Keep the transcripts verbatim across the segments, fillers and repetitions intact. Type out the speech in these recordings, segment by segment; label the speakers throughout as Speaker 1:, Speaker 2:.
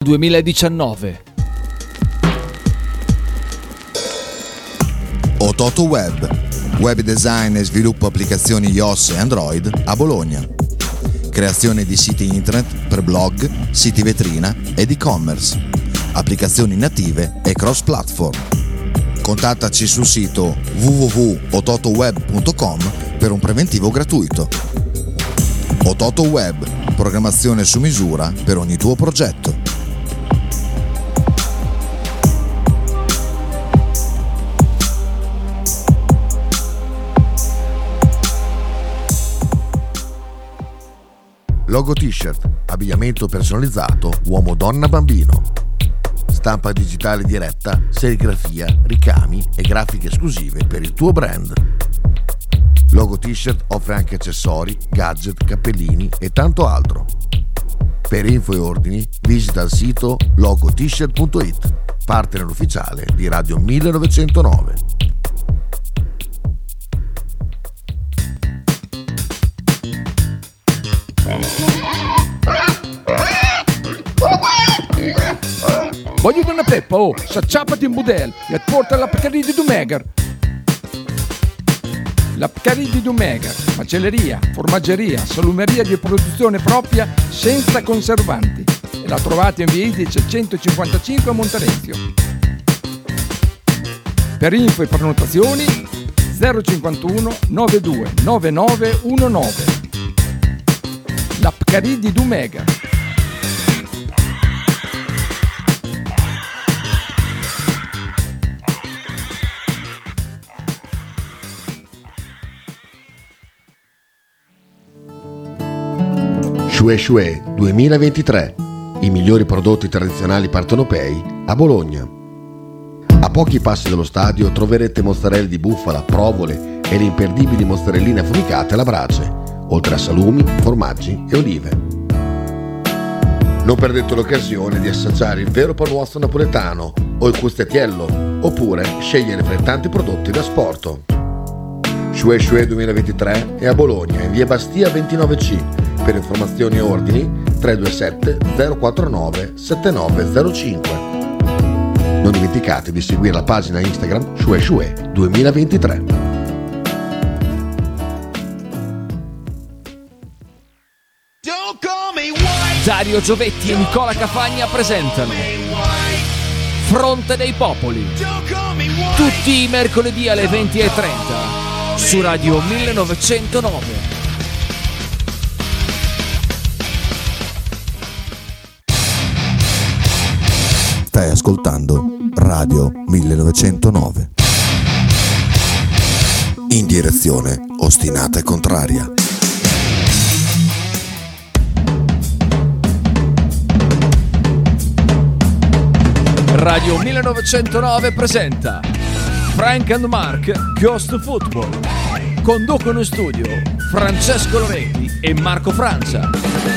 Speaker 1: duemiladiciannove.
Speaker 2: Ototo Web, web design e sviluppo applicazioni iOS e Android a Bologna. Creazione di siti internet per blog, siti vetrina ed e-commerce, applicazioni native e cross-platform. Contattaci sul sito w w w punto ototoweb punto com per un preventivo gratuito. Ototo Web, programmazione su misura per ogni tuo progetto. Logo T-shirt, abbigliamento personalizzato uomo, donna, bambino. Stampa digitale diretta, serigrafia, ricami e grafiche esclusive per il tuo brand. Logo T-shirt offre anche accessori, gadget, cappellini e tanto altro. Per info e ordini visita il sito logo t shirt punto it, partner ufficiale di Radio millenovecentonove.
Speaker 1: Voglio una peppa, oh, s'acciappati in budel e porta la Pcaridi di Dumegar. La Pcaridi di Dumegar, macelleria, formaggeria, salumeria di produzione propria senza conservanti. E la trovate in via Idice centocinquantacinque a Monterezio. Per info e prenotazioni zero cinquantuno novantadue novantanove diciannove. La Pcaridi di Dumegar.
Speaker 2: Shue Shue duemilaventitré, i migliori prodotti tradizionali partenopei a Bologna. A pochi passi dallo stadio troverete mozzarella di bufala, provole e le imperdibili mozzarelline affumicate alla brace, oltre a salumi, formaggi e olive. Non perdete l'occasione di assaggiare il vero panuozzo napoletano o il custettiello, oppure scegliere fra i tanti prodotti da sporto. Shue Shue duemilaventitré è a Bologna, in via Bastia ventinove C. Per informazioni e ordini tre due sette zero quattro nove sette nove zero cinque. Non dimenticate di seguire la pagina Instagram Shue Shue duemilaventitré.
Speaker 1: Dario Giovetti e Nicola Cafagna presentano Fronte dei Popoli, tutti i mercoledì alle venti e trenta su Radio millenovecentonove.
Speaker 2: Stai ascoltando Radio millenovecentonove. In direzione ostinata e contraria.
Speaker 1: Radio millenovecentonove presenta Frank and Mark Goes to Football. Conducono in studio Francesco Loretti e Marco Francia.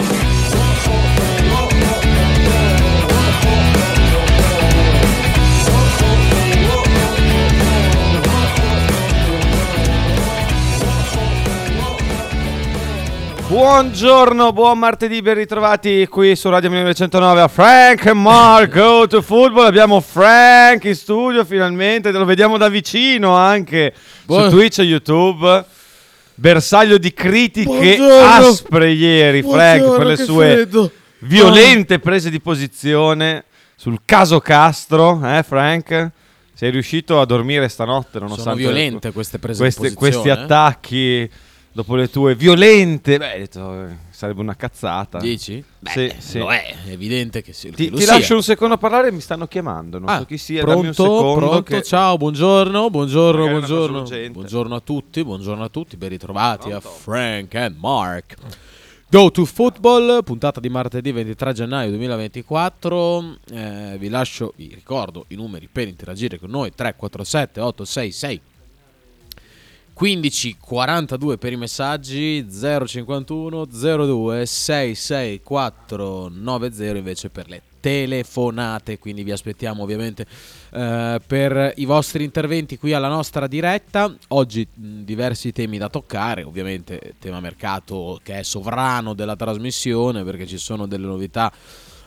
Speaker 3: Buongiorno, buon martedì, ben ritrovati qui su Radio millenovecentonove a Frank and Mark Go to Football. Abbiamo Frank in studio finalmente, lo vediamo da vicino anche Buon... su Twitch e YouTube. Bersaglio di critiche Buongiorno. aspre ieri Frank Buongiorno, per le sue freddo. violente prese di posizione sul caso Castro, eh Frank? Sei riuscito a dormire stanotte nonostante
Speaker 4: Sono violente queste prese
Speaker 3: queste,
Speaker 4: di posizione
Speaker 3: questi attacchi? Dopo le tue violente, beh, detto, sarebbe una cazzata.
Speaker 4: Dici? Beh,
Speaker 3: sì, sì.
Speaker 4: Lo è, è evidente che sì.
Speaker 3: Ti,
Speaker 4: che lo
Speaker 3: ti
Speaker 4: sia.
Speaker 3: lascio un secondo a parlare, mi stanno chiamando. Non
Speaker 4: ah,
Speaker 3: so chi sia.
Speaker 4: Pronto,
Speaker 3: dammi un secondo.
Speaker 4: Pronto,
Speaker 3: che...
Speaker 4: ciao, buongiorno, buongiorno, buongiorno.
Speaker 3: Buongiorno.
Speaker 4: Buongiorno a tutti, buongiorno a tutti, ben ritrovati pronto. a Frank and Mark. Go to Football, puntata di martedì ventitré gennaio duemilaventiquattro. Eh, vi lascio, vi ricordo i numeri per interagire con noi: tre quattro sette otto sei sei quindici quarantadue per i messaggi, zero cinquantuno zero due sei sei quattro nove zero invece per le telefonate. Quindi vi aspettiamo ovviamente eh, per i vostri interventi qui alla nostra diretta. Oggi mh, diversi temi da toccare, ovviamente tema mercato che è sovrano della trasmissione, perché ci sono delle novità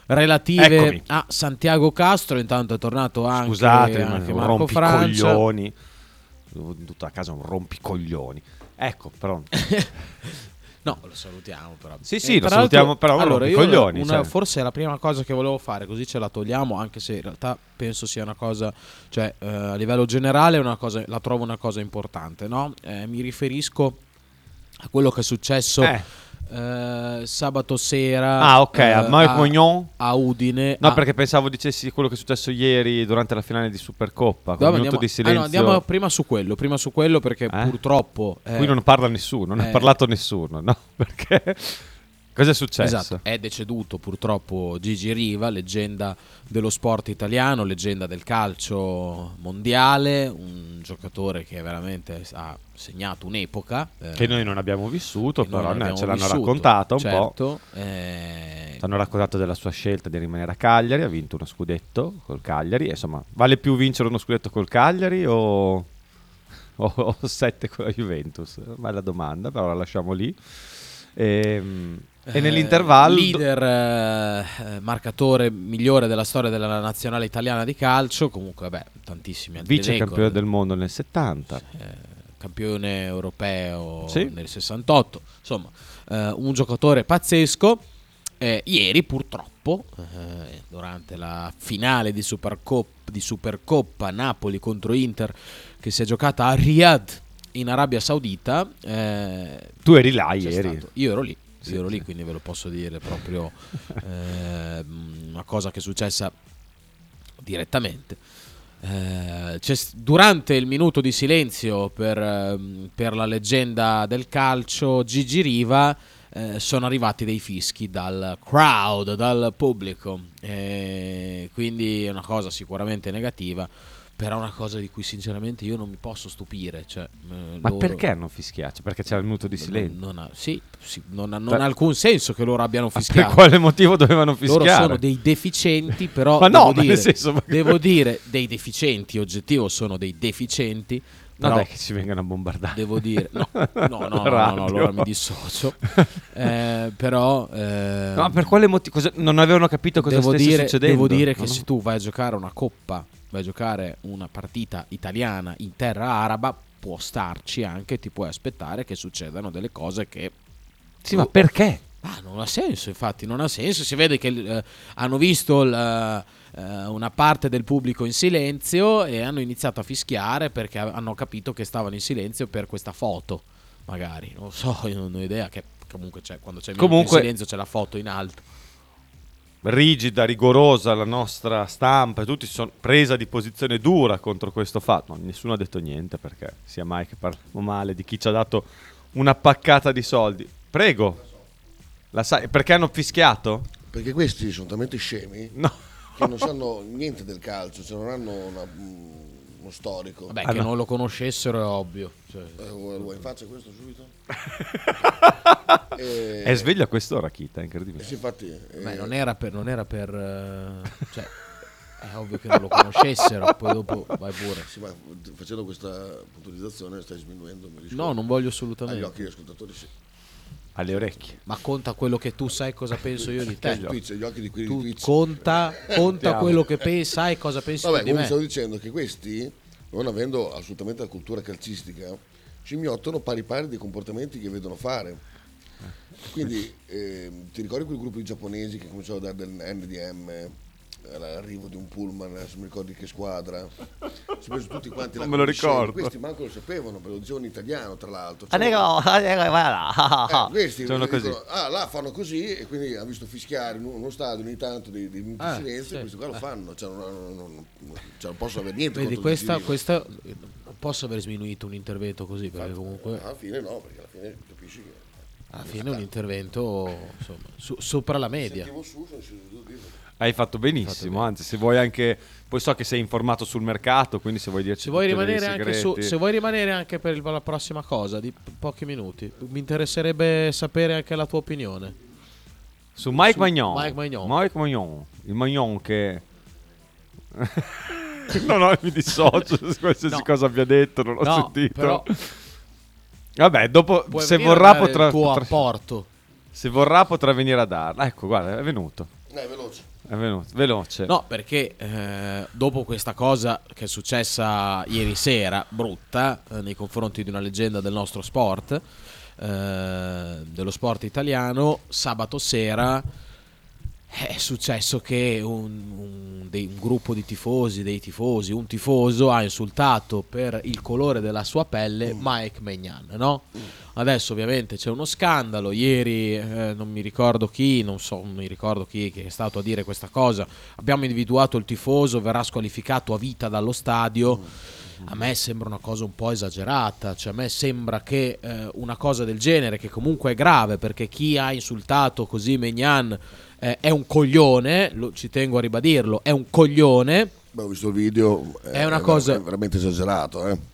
Speaker 4: relative
Speaker 3: Eccomi.
Speaker 4: a Santiago Castro. Intanto è tornato anche,
Speaker 3: Scusate,
Speaker 4: anche
Speaker 3: un
Speaker 4: Marco Francia.
Speaker 3: rompicoglioni. In tutta la casa un rompicoglioni. Ecco, pronto.
Speaker 4: No, lo salutiamo però.
Speaker 3: Sì,
Speaker 4: E
Speaker 3: sì, lo
Speaker 4: tra
Speaker 3: salutiamo,
Speaker 4: l'altro,
Speaker 3: però un
Speaker 4: allora, io
Speaker 3: rompicoglioni,
Speaker 4: una-
Speaker 3: cioè.
Speaker 4: forse è la prima cosa che volevo fare, così ce la togliamo, anche se in realtà penso sia una cosa, cioè eh, a livello generale è una cosa, la trovo una cosa importante, no? Eh, mi riferisco a quello che è successo
Speaker 3: Eh.
Speaker 4: eh, sabato sera
Speaker 3: Ah, ok,
Speaker 4: eh,
Speaker 3: a Mike Magnon.
Speaker 4: a Udine.
Speaker 3: No,
Speaker 4: a-
Speaker 3: perché pensavo dicessi quello che è successo ieri durante la finale di Supercoppa. Con
Speaker 4: Dove
Speaker 3: un minuto
Speaker 4: andiamo-
Speaker 3: di
Speaker 4: ah,
Speaker 3: silenzio.
Speaker 4: no, andiamo prima su quello, prima su quello perché
Speaker 3: Eh?
Speaker 4: purtroppo eh,
Speaker 3: Qui non parla nessuno, non
Speaker 4: eh.
Speaker 3: ha parlato nessuno, no? Perché cosa è successo?
Speaker 4: Esatto, è deceduto purtroppo Gigi Riva, leggenda dello sport italiano, leggenda del calcio mondiale, un giocatore che veramente ha segnato un'epoca. eh,
Speaker 3: Che noi non abbiamo vissuto,
Speaker 4: che noi
Speaker 3: però
Speaker 4: non
Speaker 3: ne-
Speaker 4: abbiamo
Speaker 3: ce l'hanno
Speaker 4: vissuto,
Speaker 3: raccontata un po'.
Speaker 4: certo, eh,
Speaker 3: Ci hanno raccontato della sua scelta di rimanere a Cagliari, ha vinto uno scudetto col Cagliari. Insomma, vale più vincere uno scudetto col Cagliari o, o, o sette con la Juventus? Bella domanda, però la lasciamo lì. Ehm, E,
Speaker 4: eh,
Speaker 3: nell'intervallo...
Speaker 4: leader, eh, eh, marcatore migliore della storia della nazionale italiana di calcio, comunque vabbè, tantissimi altri
Speaker 3: vice campione
Speaker 4: record.
Speaker 3: del mondo nel settanta.
Speaker 4: eh, campione europeo
Speaker 3: Sì.
Speaker 4: nel sessantotto, insomma eh, un giocatore pazzesco. Eh, ieri purtroppo eh, durante la finale di Supercoppa, di Supercoppa Napoli contro Inter, che si è giocata a Riyadh in Arabia Saudita, eh,
Speaker 3: Tu eri là
Speaker 4: c'è
Speaker 3: ieri.
Speaker 4: stato- io ero lì
Speaker 3: Sì,
Speaker 4: io ero lì
Speaker 3: sì.
Speaker 4: quindi ve lo posso dire proprio, eh, una cosa che è successa direttamente. Eh, c'è s- durante il minuto di silenzio per, ehm, per la leggenda del calcio Gigi Riva, eh, sono arrivati dei fischi dal crowd, dal pubblico, eh, quindi è una cosa sicuramente negativa, però è una cosa di cui sinceramente io non mi posso stupire, cioè, eh,
Speaker 3: Ma
Speaker 4: loro-
Speaker 3: perché hanno fischiato? Perché c'era il minuto di silenzio.
Speaker 4: non, non ha, sì, sì, non ha, non
Speaker 3: Per-
Speaker 4: ha alcun senso che loro abbiano
Speaker 3: Ma per
Speaker 4: fischiato.
Speaker 3: quale motivo dovevano fischiare?
Speaker 4: Loro sono dei deficienti, però
Speaker 3: Ma no,
Speaker 4: devo,
Speaker 3: ma
Speaker 4: dire,
Speaker 3: nel senso, ma-
Speaker 4: devo dire dei deficienti, oggettivo sono dei deficienti,
Speaker 3: No,
Speaker 4: però
Speaker 3: dai, che ci vengano a bombardare.
Speaker 4: devo dire no, no, no, no, no, no,
Speaker 3: Radio.
Speaker 4: allora mi dissocio. Eh, però eh,
Speaker 3: No, ma per quale motivo? Cosa- non avevano capito cosa
Speaker 4: devo
Speaker 3: stesse
Speaker 4: dire,
Speaker 3: succedendo.
Speaker 4: devo dire che
Speaker 3: No, no.
Speaker 4: se tu vai a giocare una coppa, vai a giocare una partita italiana in terra araba, può starci anche, ti puoi aspettare che succedano delle cose che
Speaker 3: Sì, ma perché?
Speaker 4: Ah, non ha senso, infatti, non ha senso. Si vede che eh, hanno visto il, eh, una parte del pubblico in silenzio e hanno iniziato a fischiare perché hanno capito che stavano in silenzio per questa foto. Magari, non lo so, io non ho idea che comunque c'è, quando c'è il minuto
Speaker 3: Comunque-
Speaker 4: in silenzio c'è la foto in alto.
Speaker 3: Rigida, rigorosa la nostra stampa, e tutti sono presa di posizione dura contro questo fatto. No, nessuno ha detto niente, perché sia mai che parliamo male di chi ci ha dato una paccata di soldi. Prego, la sai perché hanno fischiato?
Speaker 2: Perché questi sono talmente scemi
Speaker 3: No.
Speaker 2: che non sanno niente del calcio, cioè non hanno una- uno storico.
Speaker 4: Vabbè,
Speaker 3: Ah,
Speaker 4: che
Speaker 3: no.
Speaker 4: non lo conoscessero è ovvio. Cioè,
Speaker 2: Eh, vuoi, vuoi in faccia questo subito? e,
Speaker 3: È sveglio a quest'ora, Kita, è
Speaker 2: eh
Speaker 3: incredibile.
Speaker 2: sì, infatti, eh,
Speaker 4: beh, non era per, non era per eh, cioè, è ovvio che non lo conoscessero. Poi dopo vai pure.
Speaker 2: sì, ma facendo questa puntualizzazione stai sminuendo mi
Speaker 4: No, non voglio
Speaker 2: agli
Speaker 4: assolutamente.
Speaker 2: occhi degli ascoltatori, sì.
Speaker 3: Alle orecchie.
Speaker 4: Ma conta quello che tu sai cosa penso io di te.
Speaker 2: Twitch, agli occhi di quelli
Speaker 4: Tu
Speaker 2: di Twitch.
Speaker 4: conta, conta
Speaker 3: Sentiamo.
Speaker 4: quello che pensi, sai cosa pensi
Speaker 2: Vabbè,
Speaker 4: di
Speaker 2: comunque
Speaker 4: me.
Speaker 2: stavo dicendo che questi, non avendo assolutamente la cultura calcistica, scimmiottano pari pari dei comportamenti che vedono fare. Quindi ehm, ti ricordi quei gruppi giapponesi che cominciavano a dare del N D M all'arrivo di un pullman, adesso non mi ricordo di che squadra, si preso tutti quanti la
Speaker 3: Non me lo
Speaker 2: conoscevano.
Speaker 3: ricordo.
Speaker 2: Questi manco lo sapevano, perché lo dicevano in italiano tra l'altro.
Speaker 3: Ah,
Speaker 2: Cioè,
Speaker 3: nego, ah, nego, vai là.
Speaker 2: eh, questi
Speaker 3: Sono
Speaker 2: dicono,
Speaker 3: così.
Speaker 2: ah, là fanno così, e quindi hanno visto fischiare in uno stadio ogni tanto dei, dei minuti di
Speaker 4: Ah,
Speaker 2: silenzio,
Speaker 4: sì.
Speaker 2: e questi qua lo fanno, cioè non, non, non, non- cioè non possono avere niente
Speaker 4: Vedi,
Speaker 2: contro il
Speaker 4: questa,
Speaker 2: Gigi
Speaker 4: questa non posso aver sminuito un intervento così, perché
Speaker 2: Riva.
Speaker 4: comunque
Speaker 2: Alla fine no, perché alla fine capisci che
Speaker 4: alla fine è un intervento insomma, su- sopra la media.
Speaker 2: sentivo su, sono sceso giù, dico.
Speaker 3: Hai fatto benissimo, anzi, se vuoi anche... Poi so che sei informato sul mercato, quindi se vuoi dirci
Speaker 4: Se vuoi,
Speaker 3: tutti dei
Speaker 4: rimanere anche su,
Speaker 3: segreti.
Speaker 4: se vuoi rimanere anche per il- la prossima cosa di p- pochi minuti, mi interesserebbe sapere anche la tua opinione.
Speaker 3: Su Mike
Speaker 4: su
Speaker 3: Magnon.
Speaker 4: Mike Maignan.
Speaker 3: Mike Magnon. Il Magnon che... no, no, mi dissocio su qualsiasi
Speaker 4: No.
Speaker 3: cosa abbia detto, non l'ho
Speaker 4: No,
Speaker 3: sentito.
Speaker 4: però
Speaker 3: Vabbè, dopo,
Speaker 4: puoi
Speaker 3: se
Speaker 4: venire a
Speaker 3: vorrà,
Speaker 4: dare
Speaker 3: potrà,
Speaker 4: il tuo
Speaker 3: potrà-
Speaker 4: apporto.
Speaker 3: se vorrà potrà venire a darla. Ecco, guarda, è venuto.
Speaker 2: Eh, veloce.
Speaker 3: è venuto, veloce.
Speaker 4: No, perché eh, dopo questa cosa che è successa ieri sera, brutta, eh, nei confronti di una leggenda del nostro sport, eh, dello sport italiano, sabato sera è successo che un, un, dei, un gruppo di tifosi, dei tifosi, un tifoso ha insultato per il colore della sua pelle Mike Maignan, no? Adesso ovviamente c'è uno scandalo. Ieri eh, non mi ricordo chi, non so, non mi ricordo chi che è stato a dire questa cosa. Abbiamo individuato il tifoso, verrà squalificato a vita dallo stadio. A me sembra una cosa un po' esagerata, cioè a me sembra che eh, una cosa del genere, che comunque è grave, perché chi ha insultato così Maignan eh, è un coglione, lo, ci tengo a ribadirlo, è un coglione.
Speaker 2: Beh, ho visto il video, è,
Speaker 4: È una
Speaker 2: è
Speaker 4: cosa-
Speaker 2: ver- è veramente esagerato, eh.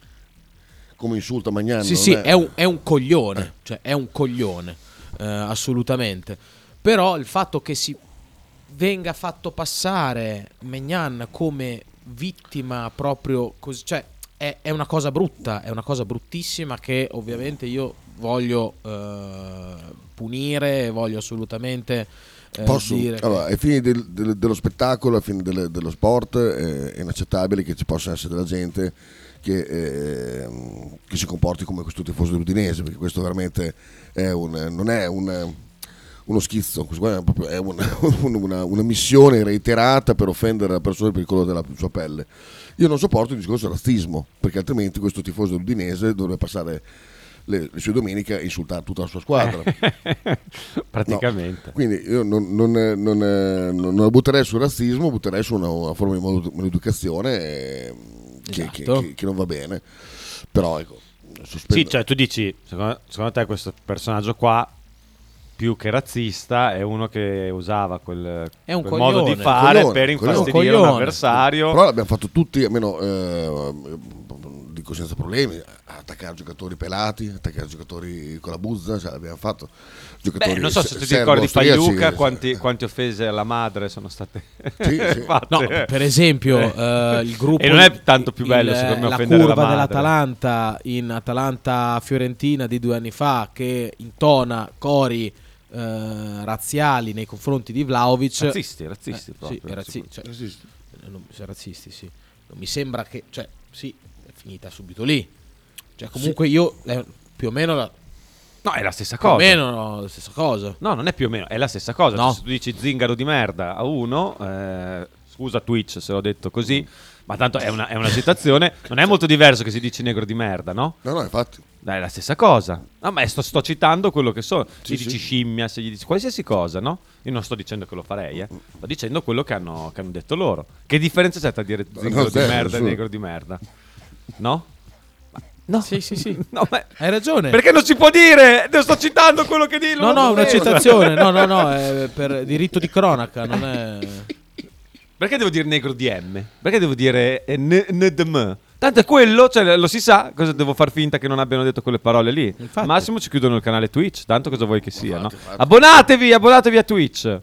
Speaker 2: Come insulta Maignan.
Speaker 4: Sì,
Speaker 2: non
Speaker 4: sì,
Speaker 2: è...
Speaker 4: è un, è un coglione, cioè è un coglione, eh, assolutamente. Però il fatto che si venga fatto passare Maignan come vittima proprio così, cioè è, è una cosa brutta, è una cosa bruttissima che ovviamente io voglio eh, punire, voglio assolutamente eh,
Speaker 2: Posso?
Speaker 4: dire che-
Speaker 2: Allora, ai fini del- del- dello spettacolo, ai fini del- dello sport, eh, è inaccettabile che ci possa essere della gente che, eh, che si comporti come questo tifoso dell'Udinese, perché questo veramente è un, non è un, uno schizzo, questo qua è, proprio, è un- una, una missione reiterata per offendere la persona per il colore della sua pelle. Io non sopporto il discorso razzismo, perché altrimenti questo tifoso dell'Udinese dovrebbe passare le, le sue domeniche a insultare tutta la sua squadra.
Speaker 3: Praticamente.
Speaker 2: No. Quindi io non, non, non, non, non la butterei sul razzismo, butterei su una, una forma di male- maleducazione eh, che,
Speaker 4: Esatto.
Speaker 2: che- che non va bene. Però ecco, sospendo-
Speaker 3: Sì, cioè tu dici, secondo, secondo te questo personaggio qua, più che razzista, è uno che usava quel,
Speaker 4: È un
Speaker 3: quel modo di
Speaker 4: coglione.
Speaker 3: fare
Speaker 2: Coglione,
Speaker 3: per
Speaker 2: coglione.
Speaker 3: infastidire un
Speaker 4: Coglione.
Speaker 3: avversario.
Speaker 2: Però l'abbiamo fatto tutti, almeno eh, dico senza problemi, attaccare giocatori pelati, attaccare giocatori con la buzza, cioè l'abbiamo fatto. Giocatori
Speaker 3: Beh, non so se
Speaker 2: se-
Speaker 3: tu ti ricordi
Speaker 2: serbo-austriaci,
Speaker 3: Pagliuca,
Speaker 2: eh,
Speaker 3: quanti, quanti offese alla madre sono state
Speaker 2: Sì, sì.
Speaker 3: fatte.
Speaker 4: No, per esempio eh, il gruppo
Speaker 3: E non è tanto più bello,
Speaker 4: il-
Speaker 3: secondo me,
Speaker 4: la
Speaker 3: offendere la
Speaker 4: curva
Speaker 3: madre.
Speaker 4: dell'Atalanta in Atalanta-Fiorentina di due anni fa, che intona cori eh, razziali nei confronti di Vlahovic.
Speaker 3: Razzisti, razzisti
Speaker 4: Eh,
Speaker 3: proprio.
Speaker 4: sì, razzi- cioè,
Speaker 2: Esisti.
Speaker 4: eh, non- se razzisti, sì. Non mi sembra che, cioè, sì, è finita subito lì. Cioè, comunque io eh, più o meno la,
Speaker 3: No, è la stessa
Speaker 4: più o
Speaker 3: cosa.
Speaker 4: meno no, la stessa cosa.
Speaker 3: No, non è più o meno, è la stessa cosa.
Speaker 4: No.
Speaker 3: Cioè, se tu dici zingaro di merda a uno, eh, scusa Twitch se l'ho detto così, ma tanto è una, è una citazione, non è molto diverso che si dice negro di merda, no?
Speaker 2: No, no, infatti.
Speaker 3: Dai, è la stessa cosa. No, ma sto, sto citando quello che so.
Speaker 2: Sì,
Speaker 3: Gli dici
Speaker 2: sì.
Speaker 3: scimmia, se gli dici qualsiasi cosa, no? Io non sto dicendo che lo farei, eh. Sto dicendo quello che hanno, che hanno detto loro. Che differenza c'è tra dire
Speaker 2: No,
Speaker 3: zingaro
Speaker 2: no,
Speaker 3: di
Speaker 2: zero,
Speaker 3: merda e
Speaker 2: nessuno.
Speaker 3: negro di merda? No? No.
Speaker 4: Sì, sì, sì.
Speaker 3: No, ma...
Speaker 4: Hai ragione.
Speaker 3: Perché non si può dire? Ne sto citando quello che dico.
Speaker 4: No, no, una citazione. No, no, no, è per diritto di cronaca, non è.
Speaker 3: Perché devo dire negro di M? Perché devo dire eh, n- n- d- m? Tanto è quello, cioè lo si sa, cosa devo far finta che non abbiano detto quelle parole lì.
Speaker 4: Infatti.
Speaker 3: Al massimo ci chiudono il canale Twitch, tanto cosa vuoi che sia,
Speaker 2: Infatti,
Speaker 3: no?
Speaker 2: infatti.
Speaker 3: Abbonatevi, abbonatevi a Twitch.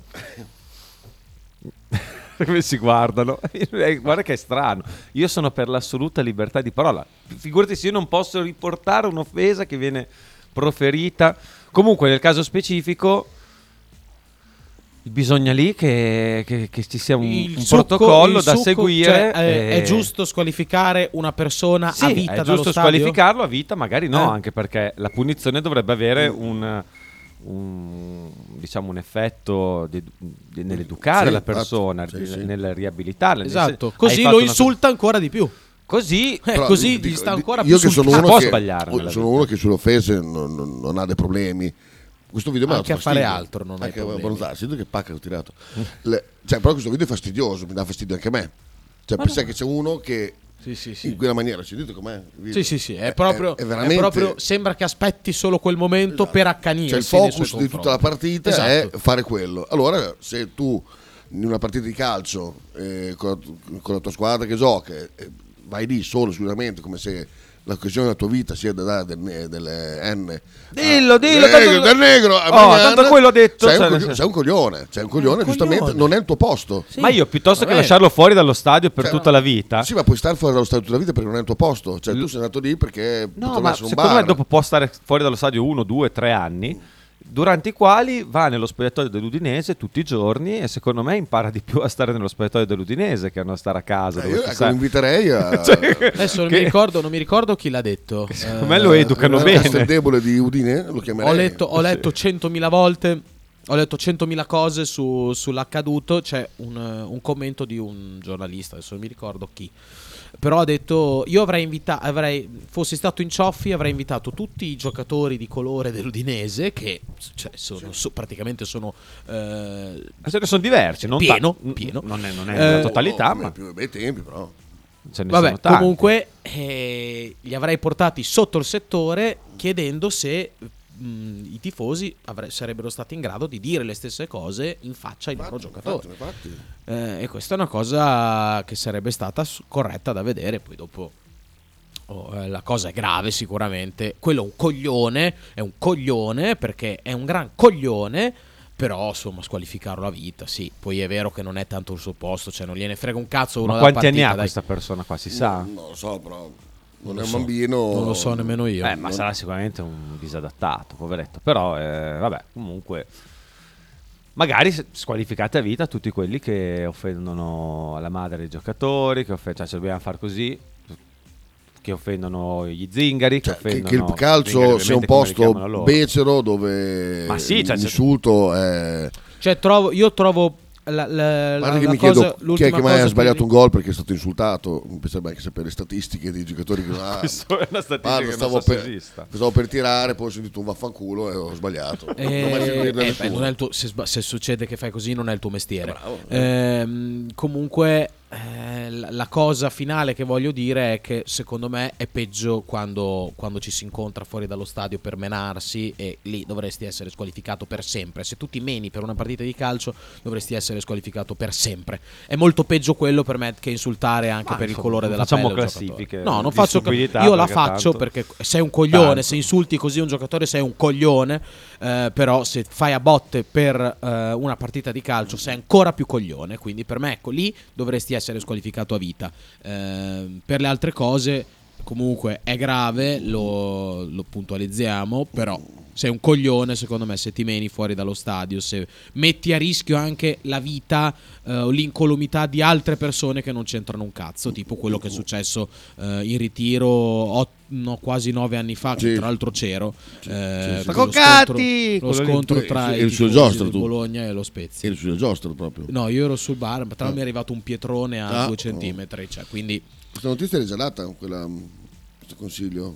Speaker 3: Come si guardano? Eh, Guarda che è strano. Io sono per l'assoluta libertà di parola. Figurati se io non posso riportare un'offesa che viene proferita. Comunque, nel caso specifico, bisogna lì che, che- che ci sia un,
Speaker 4: Il
Speaker 3: un
Speaker 4: succo-
Speaker 3: protocollo
Speaker 4: il
Speaker 3: da
Speaker 4: succo,
Speaker 3: seguire.
Speaker 4: cioè, è, è
Speaker 3: eh,
Speaker 4: giusto squalificare una persona
Speaker 3: sì,
Speaker 4: a vita
Speaker 3: è
Speaker 4: dallo
Speaker 3: giusto
Speaker 4: stadio?
Speaker 3: squalificarlo a vita, magari no,
Speaker 4: Eh.
Speaker 3: anche perché la punizione dovrebbe avere un, un, diciamo un effetto di- di- nell'educare
Speaker 2: Sì,
Speaker 3: la
Speaker 2: infatti,
Speaker 3: persona,
Speaker 2: sì,
Speaker 3: di-
Speaker 2: sì.
Speaker 3: nel riabilitarla. nel
Speaker 4: Esatto,
Speaker 3: sen-
Speaker 4: così
Speaker 3: hai
Speaker 4: lo
Speaker 3: fatto una-
Speaker 4: insulta ancora di più.
Speaker 3: Così
Speaker 4: Eh,
Speaker 2: Però,
Speaker 4: così
Speaker 2: dico,
Speaker 4: gli sta
Speaker 2: di-
Speaker 4: ancora
Speaker 2: io
Speaker 4: più
Speaker 2: che sono
Speaker 4: sul
Speaker 2: uno
Speaker 3: può
Speaker 2: che,
Speaker 3: sbagliare nella
Speaker 2: sono
Speaker 3: vita.
Speaker 2: uno che sulle offese non, non- non ha dei problemi. Questo video mi ha
Speaker 4: Anche
Speaker 2: dato
Speaker 4: a fare
Speaker 2: fastidio.
Speaker 4: altro non hai
Speaker 2: Anche
Speaker 4: problemi.
Speaker 2: a Bonzà, sento che pacca ho tirato. Le- cioè, però questo video è fastidioso, mi dà fastidio anche a me. Cioè,
Speaker 4: Ma
Speaker 2: pensare
Speaker 4: no.
Speaker 2: che c'è uno che
Speaker 4: Sì, sì, sì.
Speaker 2: in quella maniera, ci dite com'è? il video?
Speaker 4: Sì, sì, sì, è proprio,
Speaker 2: è veramente-
Speaker 4: è proprio sembra che aspetti solo quel momento per accanirsi.
Speaker 2: Cioè, il
Speaker 4: nei
Speaker 2: focus
Speaker 4: suoi
Speaker 2: di tutta la
Speaker 4: confronti.
Speaker 2: partita
Speaker 4: Esatto.
Speaker 2: è fare quello. Allora, se tu in una partita di calcio eh, con, la, con la tua squadra che gioca eh, vai lì solo sicuramente come se l'occasione della tua vita sia da dare del, delle N
Speaker 3: Dillo,
Speaker 2: ah,
Speaker 3: dillo,
Speaker 2: del
Speaker 3: tanto-
Speaker 2: negro, del negro a
Speaker 3: Oh,
Speaker 2: Magnana,
Speaker 3: tanto quello ha detto,
Speaker 2: sei,
Speaker 3: cioè,
Speaker 2: un,
Speaker 3: nel
Speaker 2: cogli-
Speaker 3: senso-
Speaker 2: sei un coglione sei un coglione,
Speaker 4: un
Speaker 2: giustamente
Speaker 4: coglione.
Speaker 2: non è il tuo posto.
Speaker 4: Sì.
Speaker 3: Ma io piuttosto che
Speaker 4: Vabbè.
Speaker 3: lasciarlo fuori dallo stadio per
Speaker 2: Cioè,
Speaker 3: tutta la vita.
Speaker 2: Sì, ma puoi stare fuori dallo stadio tutta la vita perché non è il tuo posto. Cioè, tu sei andato lì perché
Speaker 3: No,
Speaker 2: poteva
Speaker 3: ma
Speaker 2: essere un
Speaker 3: secondo
Speaker 2: bar.
Speaker 3: me dopo può stare fuori dallo stadio uno, due, tre anni. durante i quali va nello spogliatoio dell'Udinese tutti i giorni e secondo me impara di più a stare nello spogliatoio dell'Udinese che a non stare a casa.
Speaker 2: Eh, io ecco, lo inviterei a...
Speaker 3: cioè,
Speaker 4: Adesso non,
Speaker 3: che...
Speaker 4: mi ricordo, non mi ricordo chi l'ha detto.
Speaker 3: Secondo me lo educano
Speaker 2: eh,
Speaker 3: bene.
Speaker 2: Il debole di Udine lo chiamerei.
Speaker 4: Ho letto, ho letto centomila volte, ho letto centomila cose su, sull'accaduto. C'è un, un commento di un giornalista, adesso non mi ricordo chi, però ha detto: io avrei invitato, avrei, fossi stato in Cioffi, avrei invitato tutti i giocatori di colore dell'Udinese che cioè, sono, so, praticamente sono eh,
Speaker 3: ce ne sono diversi, non
Speaker 4: pieno,
Speaker 3: ta-
Speaker 4: pieno.
Speaker 3: non è, non è
Speaker 4: Eh,
Speaker 3: la totalità,
Speaker 2: oh,
Speaker 3: ma
Speaker 2: più bei tempi però.
Speaker 3: ce ne
Speaker 4: vabbè,
Speaker 3: sono tanti.
Speaker 4: comunque eh, li avrei portati sotto il settore chiedendo se mh, i tifosi avre- sarebbero stati in grado di dire le stesse cose in faccia ai loro giocatori.
Speaker 2: Infatti, infatti.
Speaker 4: Eh, e questa è una cosa che sarebbe stata s- corretta da vedere. Poi dopo oh, eh, la cosa è grave sicuramente. Quello è un coglione, è un coglione perché è un gran coglione. Però insomma squalificarlo a vita, sì. Poi è vero che non è tanto il suo posto, cioè non gliene frega un cazzo uno
Speaker 3: Ma
Speaker 4: dalla
Speaker 3: quanti
Speaker 4: partita,
Speaker 3: anni ha
Speaker 4: dai.
Speaker 3: questa persona qua, si sa?
Speaker 2: Non, non lo so, però non,
Speaker 4: Non
Speaker 2: è
Speaker 4: lo
Speaker 2: un
Speaker 4: so.
Speaker 2: bambino.
Speaker 4: Non lo so nemmeno io.
Speaker 3: Eh, ma
Speaker 2: non-
Speaker 3: sarà sicuramente un disadattato, poveretto. Però, eh, vabbè, comunque, magari s- squalificate a vita tutti quelli che offendono la madre dei giocatori, che offendono, cioè, se dobbiamo fare così, che offendono gli zingari, che
Speaker 2: Cioè, che,
Speaker 3: offendono
Speaker 2: che il
Speaker 3: zingari,
Speaker 2: calcio sia un
Speaker 3: ovviamente, come li
Speaker 2: posto
Speaker 3: chiamano loro.
Speaker 2: becero dove
Speaker 3: Ma sì, cioè, se-
Speaker 2: l'insulto è.
Speaker 4: Cioè, trovo, io trovo la, la, la,
Speaker 2: Guarda che
Speaker 4: la
Speaker 2: mi
Speaker 4: cosa,
Speaker 2: chiedo chi è
Speaker 4: l'ultima
Speaker 2: che mai
Speaker 4: cosa
Speaker 2: ha sbagliato
Speaker 4: che-
Speaker 2: un gol perché è stato insultato. Mi piacerebbe anche sapere le statistiche dei giocatori che ah,
Speaker 3: Questa è una statistica
Speaker 2: guarda,
Speaker 3: che
Speaker 2: stavo,
Speaker 3: non so se
Speaker 2: per,
Speaker 3: esista.
Speaker 2: stavo per tirare, poi ho sentito un vaffanculo e ho sbagliato.
Speaker 4: Eh,
Speaker 2: Non ho mai sentito
Speaker 4: eh, beh,
Speaker 2: nessuno.
Speaker 4: non è il tuo- se, sba- se succede che fai così non è il tuo mestiere.
Speaker 2: Bravo.
Speaker 4: Ehm, comunque eh, la, la cosa finale che voglio dire è che secondo me è peggio quando, quando ci si incontra fuori dallo stadio per menarsi, e lì dovresti essere squalificato per sempre. Se tu ti meni per una partita di calcio dovresti essere squalificato per sempre. È molto peggio quello per me che insultare anche
Speaker 3: Ma,
Speaker 4: per il
Speaker 3: insomma,
Speaker 4: colore
Speaker 3: non
Speaker 4: della
Speaker 3: facciamo
Speaker 4: pelle del
Speaker 3: classifiche
Speaker 4: giocatore. No, non
Speaker 3: di
Speaker 4: faccio
Speaker 3: stupidità,
Speaker 4: io la
Speaker 3: perché
Speaker 4: faccio
Speaker 3: tanto-
Speaker 4: perché sei un coglione,
Speaker 3: Tanto.
Speaker 4: se insulti così un giocatore sei un coglione, eh, però se fai a botte per eh, una partita di calcio sei ancora più coglione, quindi per me ecco lì dovresti essere squalificato a vita. Eh, per le altre cose comunque è grave, lo, lo puntualizziamo, però sei un coglione secondo me se ti meni fuori dallo stadio, se metti a rischio anche la vita eh, o l'incolumità di altre persone che non c'entrano un cazzo, tipo quello che è successo eh, in ritiro ot- no, quasi nove anni fa, che
Speaker 2: Sì.
Speaker 4: tra l'altro c'ero, eh,
Speaker 2: sì.
Speaker 4: lo
Speaker 3: Coccati!
Speaker 4: scontro, lo
Speaker 3: Quello lì.
Speaker 4: scontro
Speaker 2: Tu
Speaker 4: tra
Speaker 2: eri
Speaker 4: i
Speaker 2: sul
Speaker 4: tifosi
Speaker 2: giostro,
Speaker 4: del
Speaker 2: tu.
Speaker 4: Bologna e lo Spezia.
Speaker 2: Eri sul giostro proprio.
Speaker 4: No, io ero sul bar, ma tra l'altro mi è arrivato un pietrone a
Speaker 2: Ah,
Speaker 4: due
Speaker 2: oh.
Speaker 4: centimetri, cioè, quindi
Speaker 2: Questa notizia è già data, quella, questo consiglio.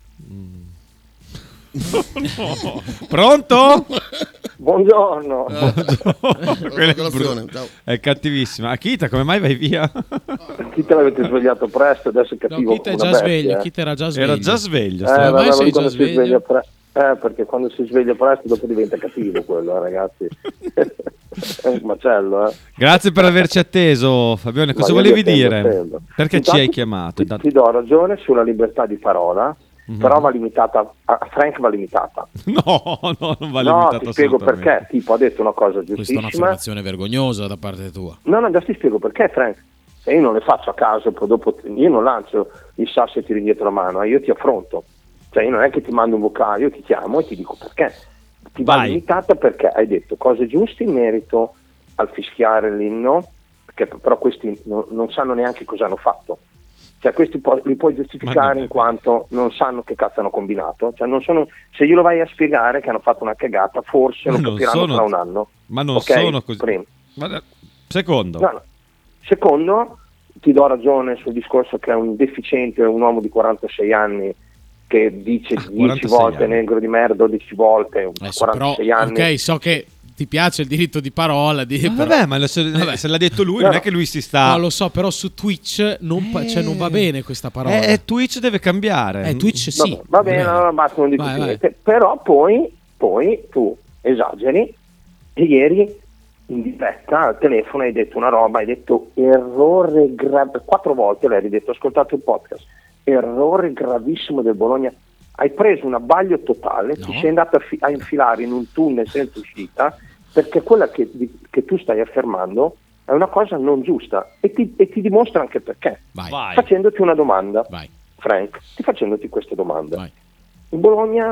Speaker 3: Pronto?
Speaker 5: Buongiorno.
Speaker 3: Quella è,
Speaker 2: Colazione,
Speaker 3: brutta.
Speaker 2: ciao.
Speaker 3: È cattivissima. Akita, come mai vai via?
Speaker 5: Chi te l'avete svegliato presto, adesso è
Speaker 4: no,
Speaker 5: cattivo
Speaker 4: Kit è
Speaker 5: come
Speaker 4: già
Speaker 5: una bestia,
Speaker 4: sveglio,
Speaker 5: eh.
Speaker 4: Kit era già sveglio.
Speaker 3: Era già sveglio.
Speaker 5: Eh,
Speaker 3: stavo-
Speaker 4: Ormai
Speaker 5: vabbè,
Speaker 4: sei
Speaker 5: ma quando
Speaker 4: già
Speaker 5: si
Speaker 4: sveglio?
Speaker 5: sveglia pre- eh, perché quando si sveglia presto dopo diventa cattivo quello, eh, ragazzi. È un macello, eh.
Speaker 3: Grazie per averci atteso, Fabione.
Speaker 5: Ma
Speaker 3: Cosa
Speaker 5: io
Speaker 3: volevi
Speaker 5: vi attendo,
Speaker 3: dire?
Speaker 5: attendo.
Speaker 3: Perché
Speaker 5: Intanto
Speaker 3: ci hai chiamato?
Speaker 5: Ti,
Speaker 3: Intanto-
Speaker 5: ti do ragione sulla libertà di parola,
Speaker 3: Mhm.
Speaker 5: però va limitata, a Frank va limitata.
Speaker 3: No, no, non va
Speaker 5: no,
Speaker 3: limitato
Speaker 5: ti spiego
Speaker 3: assolutamente.
Speaker 5: perché. Tipo, ha detto una cosa
Speaker 4: Questa è
Speaker 5: giustissima.
Speaker 4: un'affermazione vergognosa da parte tua.
Speaker 5: No, no, già ti spiego perché, Frank. E io non le faccio a caso, poi dopo io non lancio il sasso e tiro indietro la mano, eh, io ti affronto. Cioè, io non è che ti mando un vocale, io ti chiamo e ti dico perché. Ti va
Speaker 3: Vai.
Speaker 5: limitata perché hai detto cose giuste in merito al fischiare l'inno, perché però questi non, non sanno neanche cosa hanno fatto. Cioè, questi pu- li puoi
Speaker 3: Ma
Speaker 5: giustificare
Speaker 3: non-
Speaker 5: in quanto non sanno che cazzo hanno combinato. Cioè, non sono, se glielo vai a spiegare che hanno fatto una cagata, forse
Speaker 3: Ma
Speaker 5: lo
Speaker 3: non
Speaker 5: capiranno
Speaker 3: sono-
Speaker 5: fra un anno.
Speaker 3: Ma non
Speaker 5: Ok?
Speaker 3: sono così.
Speaker 5: Primo.
Speaker 3: Guarda, secondo,
Speaker 5: No, no. Secondo, ti do ragione sul discorso che è un deficiente, un uomo di quarantasei anni che dice
Speaker 3: Ah,
Speaker 5: dieci
Speaker 3: quarantasei
Speaker 5: volte
Speaker 3: anni.
Speaker 5: negro di merda, dodici volte,
Speaker 4: Adesso però,
Speaker 5: quarantasei anni.
Speaker 4: ok, so che ti piace il diritto di parola, di,
Speaker 3: Ma
Speaker 4: però-
Speaker 3: vabbè, ma lo- se,
Speaker 4: Vabbè.
Speaker 3: se l'ha detto lui,
Speaker 5: No,
Speaker 3: non
Speaker 5: no.
Speaker 3: è che lui si sta.
Speaker 4: No, lo so, però su Twitch non, pa- cioè, non va bene questa parola.
Speaker 3: Eh, eh, Twitch deve cambiare.
Speaker 4: Eh, Twitch sì.
Speaker 5: Vabbè, va bene, allora basta, non dico
Speaker 4: Vai,
Speaker 5: più
Speaker 4: vai.
Speaker 5: niente. Però poi, poi tu esageri e ieri in diretta al telefono hai detto una roba, hai detto errore grave, quattro volte l'hai detto, ascoltate il podcast, errore gravissimo del Bologna. Hai preso un abbaglio totale,
Speaker 4: No.
Speaker 5: ti sei andato a, fi- a infilare in un tunnel senza uscita, perché quella che, di- che tu stai affermando è una cosa non giusta e ti, e ti dimostra anche perché.
Speaker 4: Vai,
Speaker 3: Vai.
Speaker 5: Facendoti una domanda,
Speaker 4: vai,
Speaker 5: Frank, ti facendoti questa domanda.
Speaker 4: vai.
Speaker 5: Il Bologna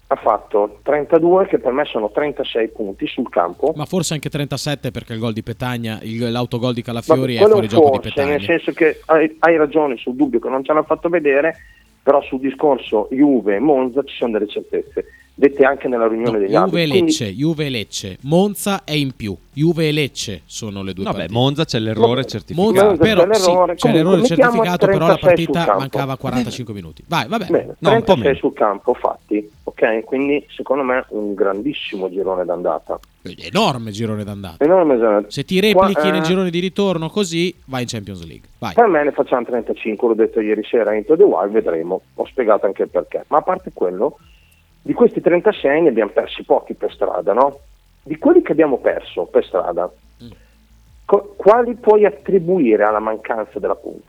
Speaker 5: ha fatto trentadue, che per me sono trentasei punti sul campo.
Speaker 4: Ma forse anche trentasette, perché il gol di Petagna, il, l'autogol di Calafiori
Speaker 5: Ma
Speaker 4: è fuori
Speaker 5: forse,
Speaker 4: gioco di Petagna.
Speaker 5: nel senso che hai, hai ragione sul dubbio che non ce l'ha fatto vedere, però sul discorso Juve e Monza ci sono delle certezze, dette anche nella riunione
Speaker 4: No,
Speaker 5: degli
Speaker 4: Juve
Speaker 5: arbitri.
Speaker 4: e
Speaker 5: Quindi-
Speaker 4: Lecce, Juve e Lecce, Monza è in più. Juve e Lecce sono le due
Speaker 3: No, beh,
Speaker 4: partite.
Speaker 3: Monza c'è l'errore
Speaker 5: Vabbè,
Speaker 3: certificato.
Speaker 4: Monza,
Speaker 5: Monza
Speaker 4: però
Speaker 5: c'è
Speaker 4: sì,
Speaker 5: l'errore.
Speaker 4: c'è
Speaker 5: Comunque,
Speaker 4: l'errore
Speaker 5: mettiamo
Speaker 4: certificato, però la
Speaker 5: trentasei sul
Speaker 4: partita
Speaker 5: campo.
Speaker 4: mancava quarantacinque minuti. Vai, vabbè.
Speaker 5: Bene,
Speaker 3: No, un po'
Speaker 5: trentasei
Speaker 3: meno.
Speaker 5: sul campo fatti, ok? Quindi secondo me un grandissimo girone d'andata.
Speaker 4: Enorme girone d'andata.
Speaker 5: Enorme girone.
Speaker 4: Se ti replichi
Speaker 5: Qua, eh,
Speaker 4: nel girone di ritorno così, vai in Champions League. Vai.
Speaker 5: Per me ne facciamo trentacinque, l'ho detto ieri sera a Into the Wild, vedremo, ho spiegato anche il perché. Ma a parte quello, di questi trentasei ne abbiamo persi pochi per strada, no? Di quelli che abbiamo perso per strada,
Speaker 4: Mm.
Speaker 5: co- quali puoi attribuire alla mancanza della punta?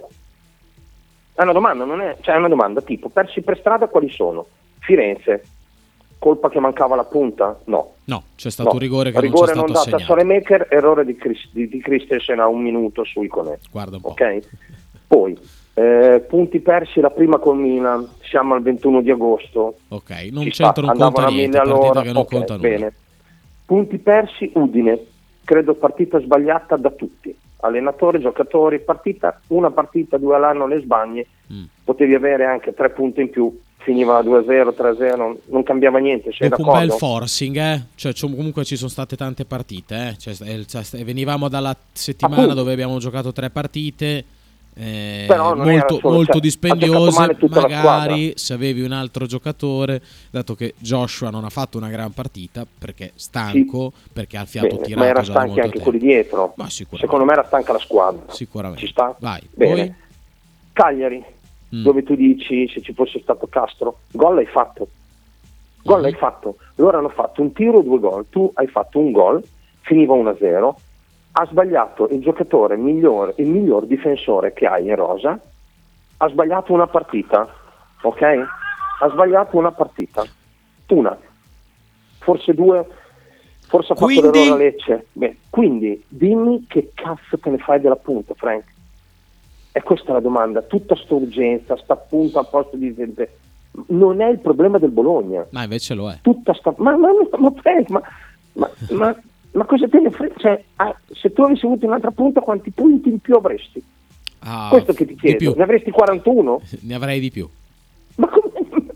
Speaker 5: È una domanda, non è, cioè è una domanda tipo, persi per strada quali sono? Firenze, colpa che mancava la punta? No.
Speaker 4: No, c'è stato
Speaker 5: No.
Speaker 4: un rigore che
Speaker 5: rigore
Speaker 4: non c'è
Speaker 5: non
Speaker 4: stato
Speaker 5: dato a
Speaker 4: assegnato.
Speaker 5: Salemaker, errore di, Chris, di, di Christensen a un minuto su Iconè.
Speaker 4: Guarda un po'.
Speaker 5: Ok? Poi, eh, punti persi la prima col Milan, siamo al ventuno di agosto.
Speaker 4: Ok, non
Speaker 5: Ci
Speaker 4: c'entra,
Speaker 5: sta,
Speaker 4: non
Speaker 5: andavano
Speaker 4: conta
Speaker 5: a
Speaker 4: niente,
Speaker 5: mille
Speaker 4: partita
Speaker 5: all'ora,
Speaker 4: che non
Speaker 5: ok,
Speaker 4: conta nulla.
Speaker 5: bene. Punti persi, Udine, credo partita sbagliata da tutti, allenatori, giocatori, partita, una partita, due all'anno le sbagli,
Speaker 4: Mm.
Speaker 5: potevi avere anche tre punti in più, finiva due a zero, tre a zero, non cambiava niente, sei
Speaker 4: Dopo un
Speaker 5: d'accordo?
Speaker 4: bel forcing, eh? Cioè, c'è- comunque ci sono state tante partite, eh? Cioè, eh, cioè, venivamo dalla settimana
Speaker 5: Appunto.
Speaker 4: dove abbiamo giocato tre partite, eh,
Speaker 5: Però non era
Speaker 4: molto,
Speaker 5: solo-
Speaker 4: molto
Speaker 5: cioè, ha giocato
Speaker 4: dispendiose.
Speaker 5: male tutta la
Speaker 4: Magari se avevi un altro giocatore, dato che Joshua non ha fatto una gran partita perché stanco, perché ha il fiato
Speaker 5: Bene,
Speaker 4: tirato
Speaker 5: ma era
Speaker 4: già da
Speaker 5: stanchi
Speaker 4: molto
Speaker 5: anche
Speaker 4: tempo.
Speaker 5: quelli dietro.
Speaker 4: Ma sicuramente.
Speaker 5: Secondo me era stanca la squadra.
Speaker 4: Sicuramente.
Speaker 5: Ci sta?
Speaker 4: Vai.
Speaker 5: Bene.
Speaker 4: Poi?
Speaker 5: Cagliari,
Speaker 4: Mm.
Speaker 5: dove tu dici se ci fosse stato Castro, gol l'hai fatto. Gol
Speaker 4: Mm.
Speaker 5: l'hai fatto. Loro hanno fatto un tiro, due gol. Tu hai fatto un gol, finiva uno a zero. Ha sbagliato il giocatore migliore, il miglior difensore che hai in rosa. Ha sbagliato una partita, ok? Ha sbagliato una partita. Una. Forse due. Forse ha fatto
Speaker 3: Quindi?
Speaker 5: l'errore a Lecce. Beh, quindi dimmi che cazzo te ne fai della punta, Frank? E questa è la domanda. Tutta sta urgenza, sta punta a posto di gente. Non è il problema del Bologna.
Speaker 4: Ma invece lo è.
Speaker 5: Tutta sta. Ma, ma, ma, ma, Frank, ma, ma, ma, ma cosa te ne frega? Cioè, ah, se tu avessi avuto un'altra punta, quanti punti in più avresti?
Speaker 4: Ah,
Speaker 5: Questo che ti
Speaker 4: di
Speaker 5: chiedo.
Speaker 4: più.
Speaker 5: Ne avresti quarantuno?
Speaker 4: Ne avrei di più.
Speaker 5: Ma come?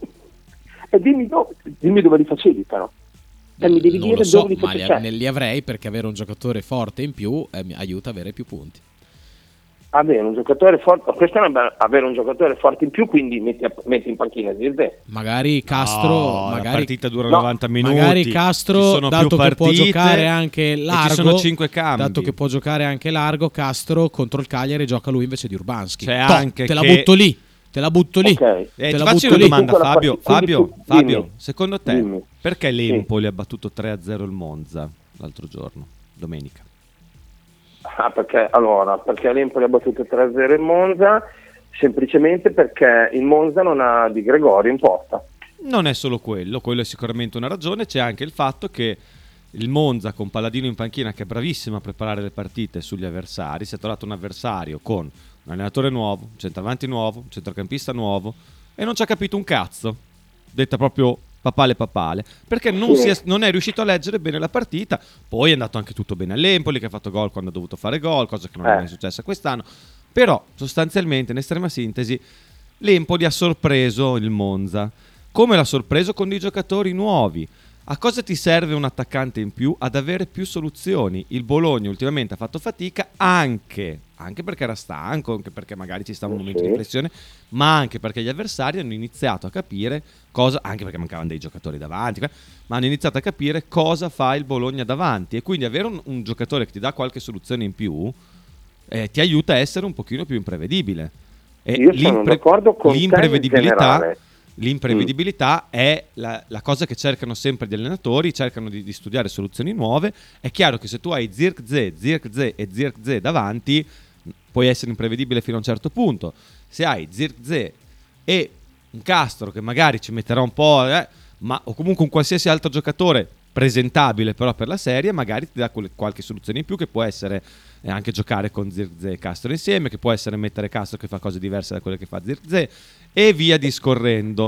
Speaker 5: E dimmi, do- dimmi dove li facevi, però. E mi devi
Speaker 4: non
Speaker 5: dire
Speaker 4: lo so,
Speaker 5: dove li
Speaker 4: ma
Speaker 5: facevi.
Speaker 4: li,
Speaker 5: Cioè,
Speaker 4: ne li avrei, perché avere un giocatore forte in più eh, mi aiuta a avere più punti.
Speaker 5: avere un giocatore forte, questo è una bella- avere un giocatore forte in più, quindi metti, a- metti in panchina Zirze.
Speaker 4: Magari Castro,
Speaker 3: No, la
Speaker 4: magari,
Speaker 3: partita dura
Speaker 5: No,
Speaker 3: novanta minuti.
Speaker 4: magari
Speaker 3: ci
Speaker 4: Castro,
Speaker 3: sono
Speaker 4: dato
Speaker 3: più
Speaker 4: che può
Speaker 3: partite
Speaker 4: giocare anche
Speaker 3: e
Speaker 4: largo,
Speaker 3: ci sono cinque cambi.
Speaker 4: dato che può giocare anche largo, Castro contro il Cagliari gioca lui invece di Urbanski.
Speaker 3: C'è
Speaker 4: Toh,
Speaker 3: anche
Speaker 4: te la
Speaker 3: che-
Speaker 4: butto lì, te la butto lì.
Speaker 5: Ok.
Speaker 3: Eh,
Speaker 4: Te
Speaker 3: ti
Speaker 4: la
Speaker 3: faccio
Speaker 4: butto
Speaker 3: una
Speaker 4: lì.
Speaker 3: domanda,
Speaker 5: Tu quella
Speaker 3: Fabio.
Speaker 5: partita- quindi
Speaker 3: Fabio,
Speaker 5: tu-
Speaker 3: Fabio,
Speaker 5: dimmi.
Speaker 3: secondo te
Speaker 5: Dimmi.
Speaker 3: perché
Speaker 5: Sì.
Speaker 3: l'Empoli ha battuto tre a zero il Monza l'altro giorno, domenica?
Speaker 5: Ah, perché allora, perché l'Empoli ha battuto tre a zero il Monza, semplicemente perché il Monza non ha Di Gregorio in porta.
Speaker 3: Non è solo quello, quello è sicuramente una ragione, c'è anche il fatto che il Monza con Palladino in panchina, che è bravissimo a preparare le partite sugli avversari, si è trovato un avversario con un allenatore nuovo, un centravanti nuovo, un centrocampista nuovo e non ci ha capito un cazzo, detta proprio papale papale, perché non,
Speaker 5: Sì.
Speaker 3: si è, non è riuscito a leggere bene la partita. Poi è andato anche tutto bene all'Empoli, che ha fatto gol quando ha dovuto fare gol, cosa che non è
Speaker 5: Eh.
Speaker 3: mai successa quest'anno. Però sostanzialmente, in estrema sintesi, l'Empoli ha sorpreso il Monza, come l'ha sorpreso con dei giocatori nuovi. A cosa ti serve un attaccante in più? Ad avere più soluzioni. Il Bologna ultimamente ha fatto fatica anche, anche perché era stanco, anche perché magari ci stava un momento
Speaker 5: Sì.
Speaker 3: di pressione, ma anche perché gli avversari hanno iniziato a capire cosa, anche perché mancavano dei giocatori davanti, ma hanno iniziato a capire cosa fa il Bologna davanti, e quindi avere un, un giocatore che ti dà qualche soluzione in più eh, ti aiuta a essere un pochino più imprevedibile. E
Speaker 5: Io sono d'accordo con te in
Speaker 3: l'imprevedibilità,
Speaker 5: generale.
Speaker 3: l'imprevedibilità è la, la cosa che cercano sempre gli allenatori, cercano di, di studiare soluzioni nuove. È chiaro che se tu hai Zirkzee, Zirkzee e Zirkzee davanti, puoi essere imprevedibile fino a un certo punto. Se hai Zirkzee e un Castro che magari ci metterà un po', eh, ma o comunque un qualsiasi altro giocatore presentabile però per la serie, magari ti dà quel- qualche soluzione in più, che può essere eh, anche giocare con Zirkzee e Castro insieme, che può essere mettere Castro che fa cose diverse da quelle che fa Zirkzee, e via discorrendo.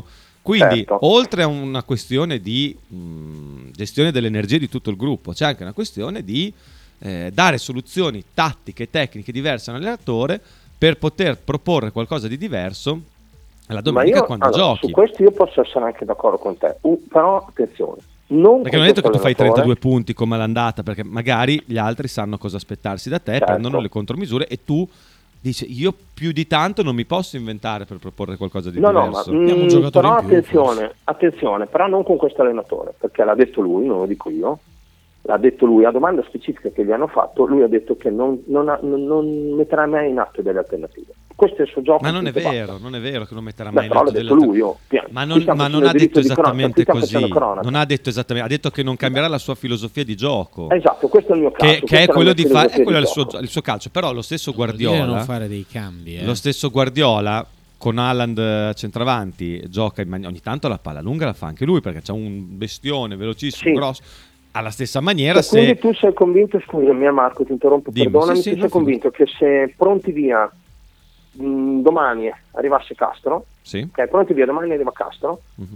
Speaker 3: Quindi,
Speaker 5: Certo.
Speaker 3: oltre a una questione di mh, gestione delle energie di tutto il gruppo, c'è anche una questione di eh, dare soluzioni tattiche, tecniche diverse all'allenatore per poter proporre qualcosa di diverso la domenica
Speaker 5: Ma io,
Speaker 3: quando
Speaker 5: allora,
Speaker 3: giochi.
Speaker 5: su questo io posso essere anche d'accordo con te, uh, però attenzione, non
Speaker 3: Perché non è detto che tu fai
Speaker 5: allenatore,
Speaker 3: trentadue punti come l'andata, perché magari gli altri sanno cosa aspettarsi da te,
Speaker 5: Certo.
Speaker 3: prendono le contromisure e tu dici io più di tanto non mi posso inventare per proporre qualcosa di
Speaker 5: No, no, ma
Speaker 3: diverso.
Speaker 4: Abbiamo un
Speaker 5: mm,
Speaker 4: giocatore
Speaker 5: però
Speaker 4: in più,
Speaker 5: attenzione, attenzione, però non con questo allenatore, perché l'ha detto lui, non lo dico io, l'ha detto lui, a domanda specifica che gli hanno fatto, lui ha detto che non, non, ha- non- non metterà mai in atto delle alternative. Questo è il suo gioco.
Speaker 3: Ma non è
Speaker 5: punto e
Speaker 3: vero,
Speaker 5: basta.
Speaker 3: non è vero che non metterà
Speaker 5: Beh,
Speaker 3: mai in
Speaker 5: però
Speaker 3: atto
Speaker 5: l'ha
Speaker 3: delle
Speaker 5: detto
Speaker 3: alter-
Speaker 5: lui, io. Pian-
Speaker 3: Ma
Speaker 5: qui
Speaker 3: non,
Speaker 5: stiamo
Speaker 3: ma non
Speaker 5: facendo
Speaker 3: ha
Speaker 5: diritto
Speaker 3: detto
Speaker 5: di cronaca,
Speaker 3: esattamente
Speaker 5: qui stiamo
Speaker 3: così.
Speaker 5: facendo cronaca.
Speaker 3: Non ha detto esattamente, ha detto che non cambierà la sua filosofia di gioco.
Speaker 5: Esatto, questo è il mio caso.
Speaker 3: Che, che
Speaker 5: questa
Speaker 3: è
Speaker 5: la
Speaker 3: quello
Speaker 5: mia
Speaker 3: di fare,
Speaker 5: filosofia
Speaker 3: è quello
Speaker 5: di
Speaker 3: il suo,
Speaker 5: gioco.
Speaker 3: il suo calcio. Però lo stesso
Speaker 4: Vuol dire
Speaker 3: Guardiola,
Speaker 4: non fare dei cambi, eh.
Speaker 3: lo stesso Guardiola con Haaland eh, centravanti gioca in maniera, ogni tanto la palla lunga la fa anche lui perché c'ha un bestione velocissimo,
Speaker 5: Sì.
Speaker 3: grosso. Alla stessa maniera,
Speaker 5: Cioè, quindi
Speaker 3: se
Speaker 5: tu sei convinto, scusami Marco, ti interrompo,
Speaker 3: Dimmi.
Speaker 5: perdonami,
Speaker 3: Sì, sì,
Speaker 5: tu sei
Speaker 3: no,
Speaker 5: convinto che se pronti via mh, domani arrivasse Castro,
Speaker 3: sì.
Speaker 5: ok, pronti via domani arriva Castro,
Speaker 3: Mhm.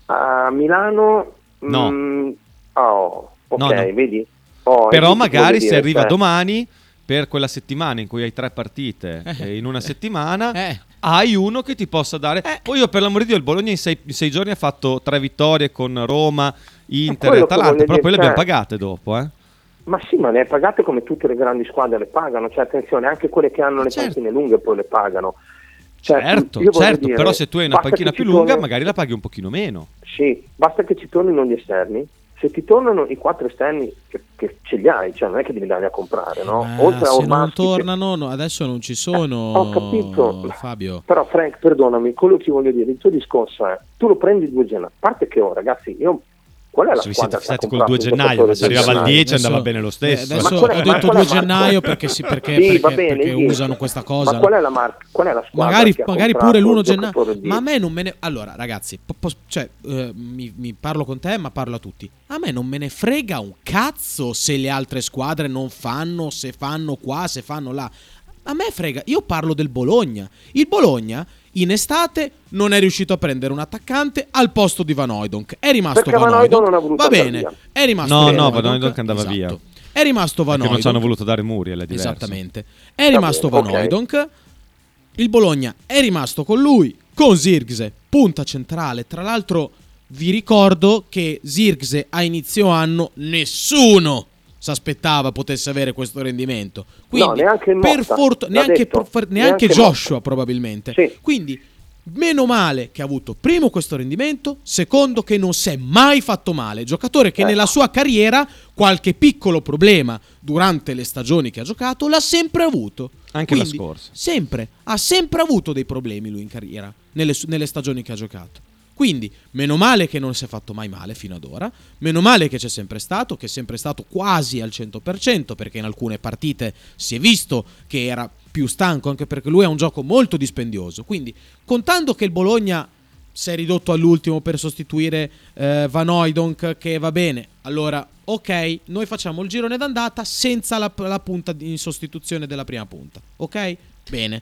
Speaker 5: a Milano,
Speaker 3: No.
Speaker 5: mh, oh, ok,
Speaker 3: No, no.
Speaker 5: vedi? Oh,
Speaker 3: Però
Speaker 5: vedi che
Speaker 3: magari
Speaker 5: voglio
Speaker 3: se
Speaker 5: dire,
Speaker 3: arriva
Speaker 5: cioè,
Speaker 3: domani per quella settimana in cui hai tre partite eh, in una settimana
Speaker 4: Eh.
Speaker 3: hai uno che ti possa dare. Poi io, per l'amor di Dio, il Bologna in sei, in sei giorni ha fatto tre vittorie con Roma, Inter e
Speaker 5: quello che
Speaker 3: Atalanta,
Speaker 5: voglio
Speaker 3: però poi le
Speaker 5: dire,
Speaker 3: abbiamo
Speaker 5: cioè-
Speaker 3: pagate dopo, eh.
Speaker 5: Ma sì, ma le hai pagate come tutte le grandi squadre le pagano, cioè attenzione, anche quelle che hanno le
Speaker 3: Certo.
Speaker 5: panchine lunghe poi le pagano. Cioè,
Speaker 3: Certo,
Speaker 5: io voglio
Speaker 3: certo,
Speaker 5: dire,
Speaker 3: però se tu hai una
Speaker 5: basta
Speaker 3: panchina
Speaker 5: che
Speaker 3: più
Speaker 5: ci
Speaker 3: lunga
Speaker 5: torni-
Speaker 3: magari la paghi un pochino meno.
Speaker 5: Sì, basta che ci tornino gli esterni. Se ti tornano i quattro esterni che, che ce li hai, cioè non è che devi andare a comprare, no?
Speaker 4: Ma
Speaker 5: Oltre a
Speaker 4: se non
Speaker 5: Ormaschi che-
Speaker 4: tornano, no, adesso non ci sono.
Speaker 5: Eh, ho capito.
Speaker 4: Fabio.
Speaker 5: Però Frank, perdonami, quello che voglio dire, il tuo discorso è, tu lo prendi il due gennaio, a parte che oh ragazzi, io qual è la
Speaker 3: Se vi siete
Speaker 5: squadra che ha
Speaker 3: fissati col
Speaker 5: comprato
Speaker 3: due
Speaker 5: un
Speaker 3: gennaio,
Speaker 5: giocatore
Speaker 3: ma se
Speaker 5: del
Speaker 3: arrivava al
Speaker 5: gennaio?
Speaker 3: dieci andava bene lo stesso.
Speaker 4: eh, adesso
Speaker 5: Ma qual è-
Speaker 4: ho
Speaker 5: ma
Speaker 4: detto
Speaker 5: qual è
Speaker 4: due
Speaker 5: la
Speaker 4: gennaio
Speaker 5: marca?
Speaker 4: perché, sì, perché,
Speaker 5: Sì,
Speaker 4: perché-
Speaker 5: va bene,
Speaker 4: perché
Speaker 5: io-
Speaker 4: usano questa cosa.
Speaker 5: Ma qual è la marca? Qual è la squadra
Speaker 4: Magari,
Speaker 5: che ha
Speaker 4: magari
Speaker 5: comprato
Speaker 4: pure l'uno
Speaker 5: il
Speaker 4: gennaio.
Speaker 5: giocatore
Speaker 4: Ma a
Speaker 5: dieci?
Speaker 4: me non me ne. Allora, ragazzi, po- po- cioè, eh, mi, mi parlo con te, ma parlo a tutti. A me non me ne frega un cazzo se le altre squadre non fanno, se fanno qua, se fanno là. A me frega. Io parlo del Bologna. Il Bologna in estate non è riuscito a prendere un attaccante al posto di Van Hooijdonk. È rimasto
Speaker 5: Perché
Speaker 4: Van
Speaker 5: Van Hooijdonk
Speaker 4: Hooijdonk.
Speaker 5: non ha voluto
Speaker 4: Va
Speaker 5: andare
Speaker 4: bene.
Speaker 5: via.
Speaker 4: È rimasto
Speaker 3: No,
Speaker 4: Van
Speaker 3: no, Van
Speaker 4: Hooijdonk.
Speaker 3: Hooijdonk andava
Speaker 4: Esatto.
Speaker 3: via.
Speaker 4: È rimasto Van
Speaker 3: Perché non ci hanno
Speaker 4: Hooijdonk.
Speaker 3: voluto dare Muriel, è diverso.
Speaker 4: Esattamente. È rimasto
Speaker 5: bene,
Speaker 4: Van
Speaker 5: ok.
Speaker 4: Hooijdonk. Il Bologna è rimasto con lui, con Zirkzee, punta centrale. Tra l'altro vi ricordo che Zirkzee a inizio anno nessuno si aspettava potesse avere questo rendimento. Quindi
Speaker 5: No, neanche
Speaker 4: per
Speaker 5: Motta,
Speaker 4: fortuna
Speaker 5: l'ha
Speaker 4: neanche,
Speaker 5: detto.
Speaker 4: per- neanche
Speaker 5: Neanche
Speaker 4: Joshua
Speaker 5: Motta.
Speaker 4: probabilmente.
Speaker 5: Sì.
Speaker 4: Quindi meno male che ha avuto primo questo rendimento, secondo che non si è mai fatto male, giocatore che
Speaker 5: Ecco.
Speaker 4: nella sua carriera qualche piccolo problema durante le stagioni che ha giocato l'ha sempre avuto.
Speaker 3: Anche la
Speaker 4: Quindi,
Speaker 3: scorsa.
Speaker 4: Sempre, ha sempre avuto dei problemi lui in carriera, nelle, su- nelle stagioni che ha giocato. Quindi, meno male che non si è fatto mai male fino ad ora, meno male che c'è sempre stato, che è sempre stato quasi al cento per cento, perché in alcune partite si è visto che era più stanco, anche perché lui ha un gioco molto dispendioso. Quindi, contando che il Bologna si è ridotto all'ultimo per sostituire eh, Van Hooijdonk, che va bene, allora ok, noi facciamo il girone d'andata senza la, la punta di- in sostituzione della prima punta, ok? Bene.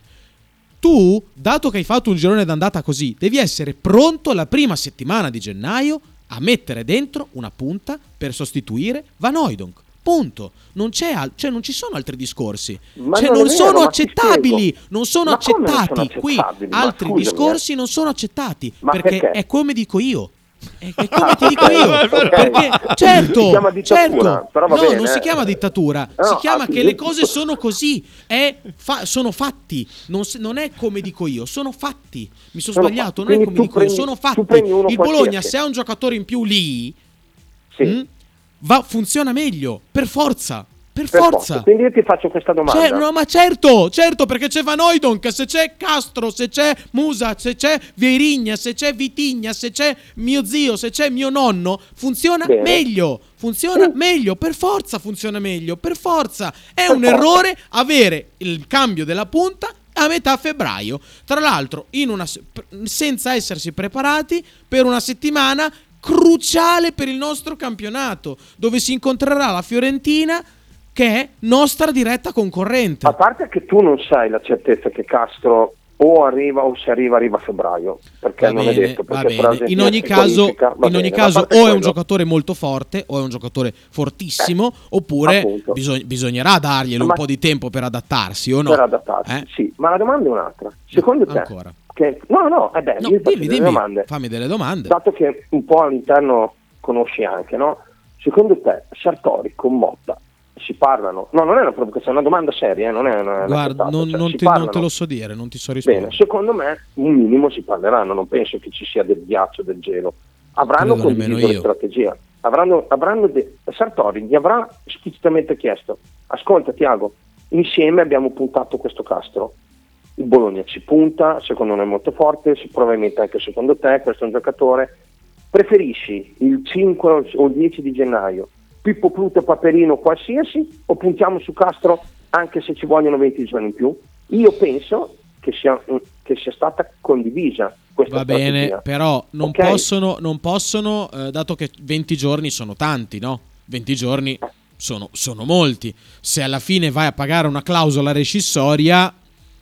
Speaker 4: Tu, dato che hai fatto un girone d'andata così, devi essere pronto la prima settimana di gennaio a mettere dentro una punta per sostituire Van Hooijdonk. Punto. Non c'è al- cioè non ci sono altri discorsi.
Speaker 5: Ma
Speaker 4: Cioè
Speaker 5: non
Speaker 4: non,
Speaker 5: è vero,
Speaker 4: sono
Speaker 5: ma ti
Speaker 4: accettabili,
Speaker 5: spiego.
Speaker 4: non sono
Speaker 5: Ma come non sono
Speaker 4: accettati. Qui
Speaker 5: accettabili? Ma
Speaker 4: altri
Speaker 5: scusami,
Speaker 4: discorsi non sono accettati,
Speaker 5: Ma
Speaker 4: perché,
Speaker 5: perché?
Speaker 4: è come dico io. È, è come
Speaker 5: Ah,
Speaker 4: ti dico
Speaker 5: ok,
Speaker 4: io.
Speaker 5: ok.
Speaker 4: Perché
Speaker 5: Si
Speaker 4: certo,
Speaker 5: chiama dittatura,
Speaker 4: certo.
Speaker 5: però va
Speaker 4: no,
Speaker 5: bene,
Speaker 4: non si
Speaker 5: eh.
Speaker 4: chiama dittatura,
Speaker 5: No,
Speaker 4: si chiama
Speaker 5: ah,
Speaker 4: che
Speaker 5: sì.
Speaker 4: le cose sono così, è fa- sono fatti, non, se- non è come dico io, sono fatti. Mi sono
Speaker 5: Sono
Speaker 4: sbagliato,
Speaker 5: fatti.
Speaker 4: non è
Speaker 5: Quindi
Speaker 4: come
Speaker 5: tu
Speaker 4: dico io,
Speaker 5: prendi-
Speaker 4: sono
Speaker 5: tu
Speaker 4: fatti.
Speaker 5: prendi uno
Speaker 4: Il Bologna,
Speaker 5: qualsiasi.
Speaker 4: se ha un giocatore in più lì,
Speaker 5: Sì.
Speaker 4: mh, va, funziona meglio, per forza, per,
Speaker 5: Per
Speaker 4: forza.
Speaker 5: forza. Quindi io ti faccio questa domanda.
Speaker 4: Cioè, no, ma certo, certo, perché c'è Van Hooijdonk, se c'è Castro, se c'è Musa, se c'è Vieirinha, se c'è Vitinha, se c'è mio zio, se c'è mio nonno, funziona
Speaker 5: Bene.
Speaker 4: meglio, funziona
Speaker 5: Sì.
Speaker 4: meglio, per forza funziona meglio, per forza. È
Speaker 5: Per
Speaker 4: un
Speaker 5: forza.
Speaker 4: errore avere il cambio della punta a metà febbraio, tra l'altro in una, se- pr- senza essersi preparati per una settimana cruciale per il nostro campionato, dove si incontrerà la Fiorentina, che è nostra diretta concorrente.
Speaker 5: A parte che tu non sai la certezza che Castro o arriva o se arriva arriva a febbraio, perché
Speaker 4: Va
Speaker 5: non
Speaker 4: bene,
Speaker 5: è detto,
Speaker 4: va
Speaker 5: perché
Speaker 4: bene. In ogni caso, in ogni caso o è
Speaker 5: quello,
Speaker 4: un giocatore molto forte o è un giocatore fortissimo,
Speaker 5: Eh,
Speaker 4: oppure
Speaker 5: appunto.
Speaker 4: bisog- bisognerà darglielo
Speaker 5: Ma-
Speaker 4: un po' di tempo per adattarsi o no?
Speaker 5: per adattarsi,
Speaker 4: Eh?
Speaker 5: sì, ma la domanda è un'altra. Secondo te
Speaker 4: Ancora.
Speaker 5: che no, no, eh beh,
Speaker 4: No,
Speaker 5: io faccio
Speaker 4: dimmi,
Speaker 5: delle
Speaker 4: dimmi,
Speaker 5: domande.
Speaker 4: fammi delle domande.
Speaker 5: Dato che un po' all'interno conosci anche, no? Secondo te Sartori con Motta si parlano? No, non è una provocazione, è una domanda seria, eh, non è una, una
Speaker 4: Guarda,
Speaker 5: cazzata,
Speaker 4: non,
Speaker 5: cioè,
Speaker 4: non
Speaker 5: si
Speaker 4: ti, non
Speaker 5: parlano?
Speaker 4: te lo so dire, non ti so rispondere.
Speaker 5: Bene, secondo me un minimo si parleranno, non penso che ci sia del ghiaccio, del gelo. Avranno
Speaker 4: Credo nemmeno
Speaker 5: condiviso le
Speaker 4: io.
Speaker 5: strategie. Avranno, avranno de- Sartori gli avrà esplicitamente chiesto: ascolta Tiago, insieme abbiamo puntato questo Castro. Il Bologna ci punta, secondo me è molto forte, sì, probabilmente anche secondo te, questo è un giocatore. Preferisci il cinque o il dieci di gennaio, Pippo Pluto, Paperino, qualsiasi, o puntiamo su Castro anche se ci vogliono venti giorni in più? Io penso che sia, che sia stata condivisa questa
Speaker 4: Va bene,
Speaker 5: strategia.
Speaker 4: però non
Speaker 5: Ok?
Speaker 4: possono, non possono eh, dato che venti giorni sono tanti, no? venti giorni sono, sono molti. Se alla fine vai a pagare una clausola rescissoria,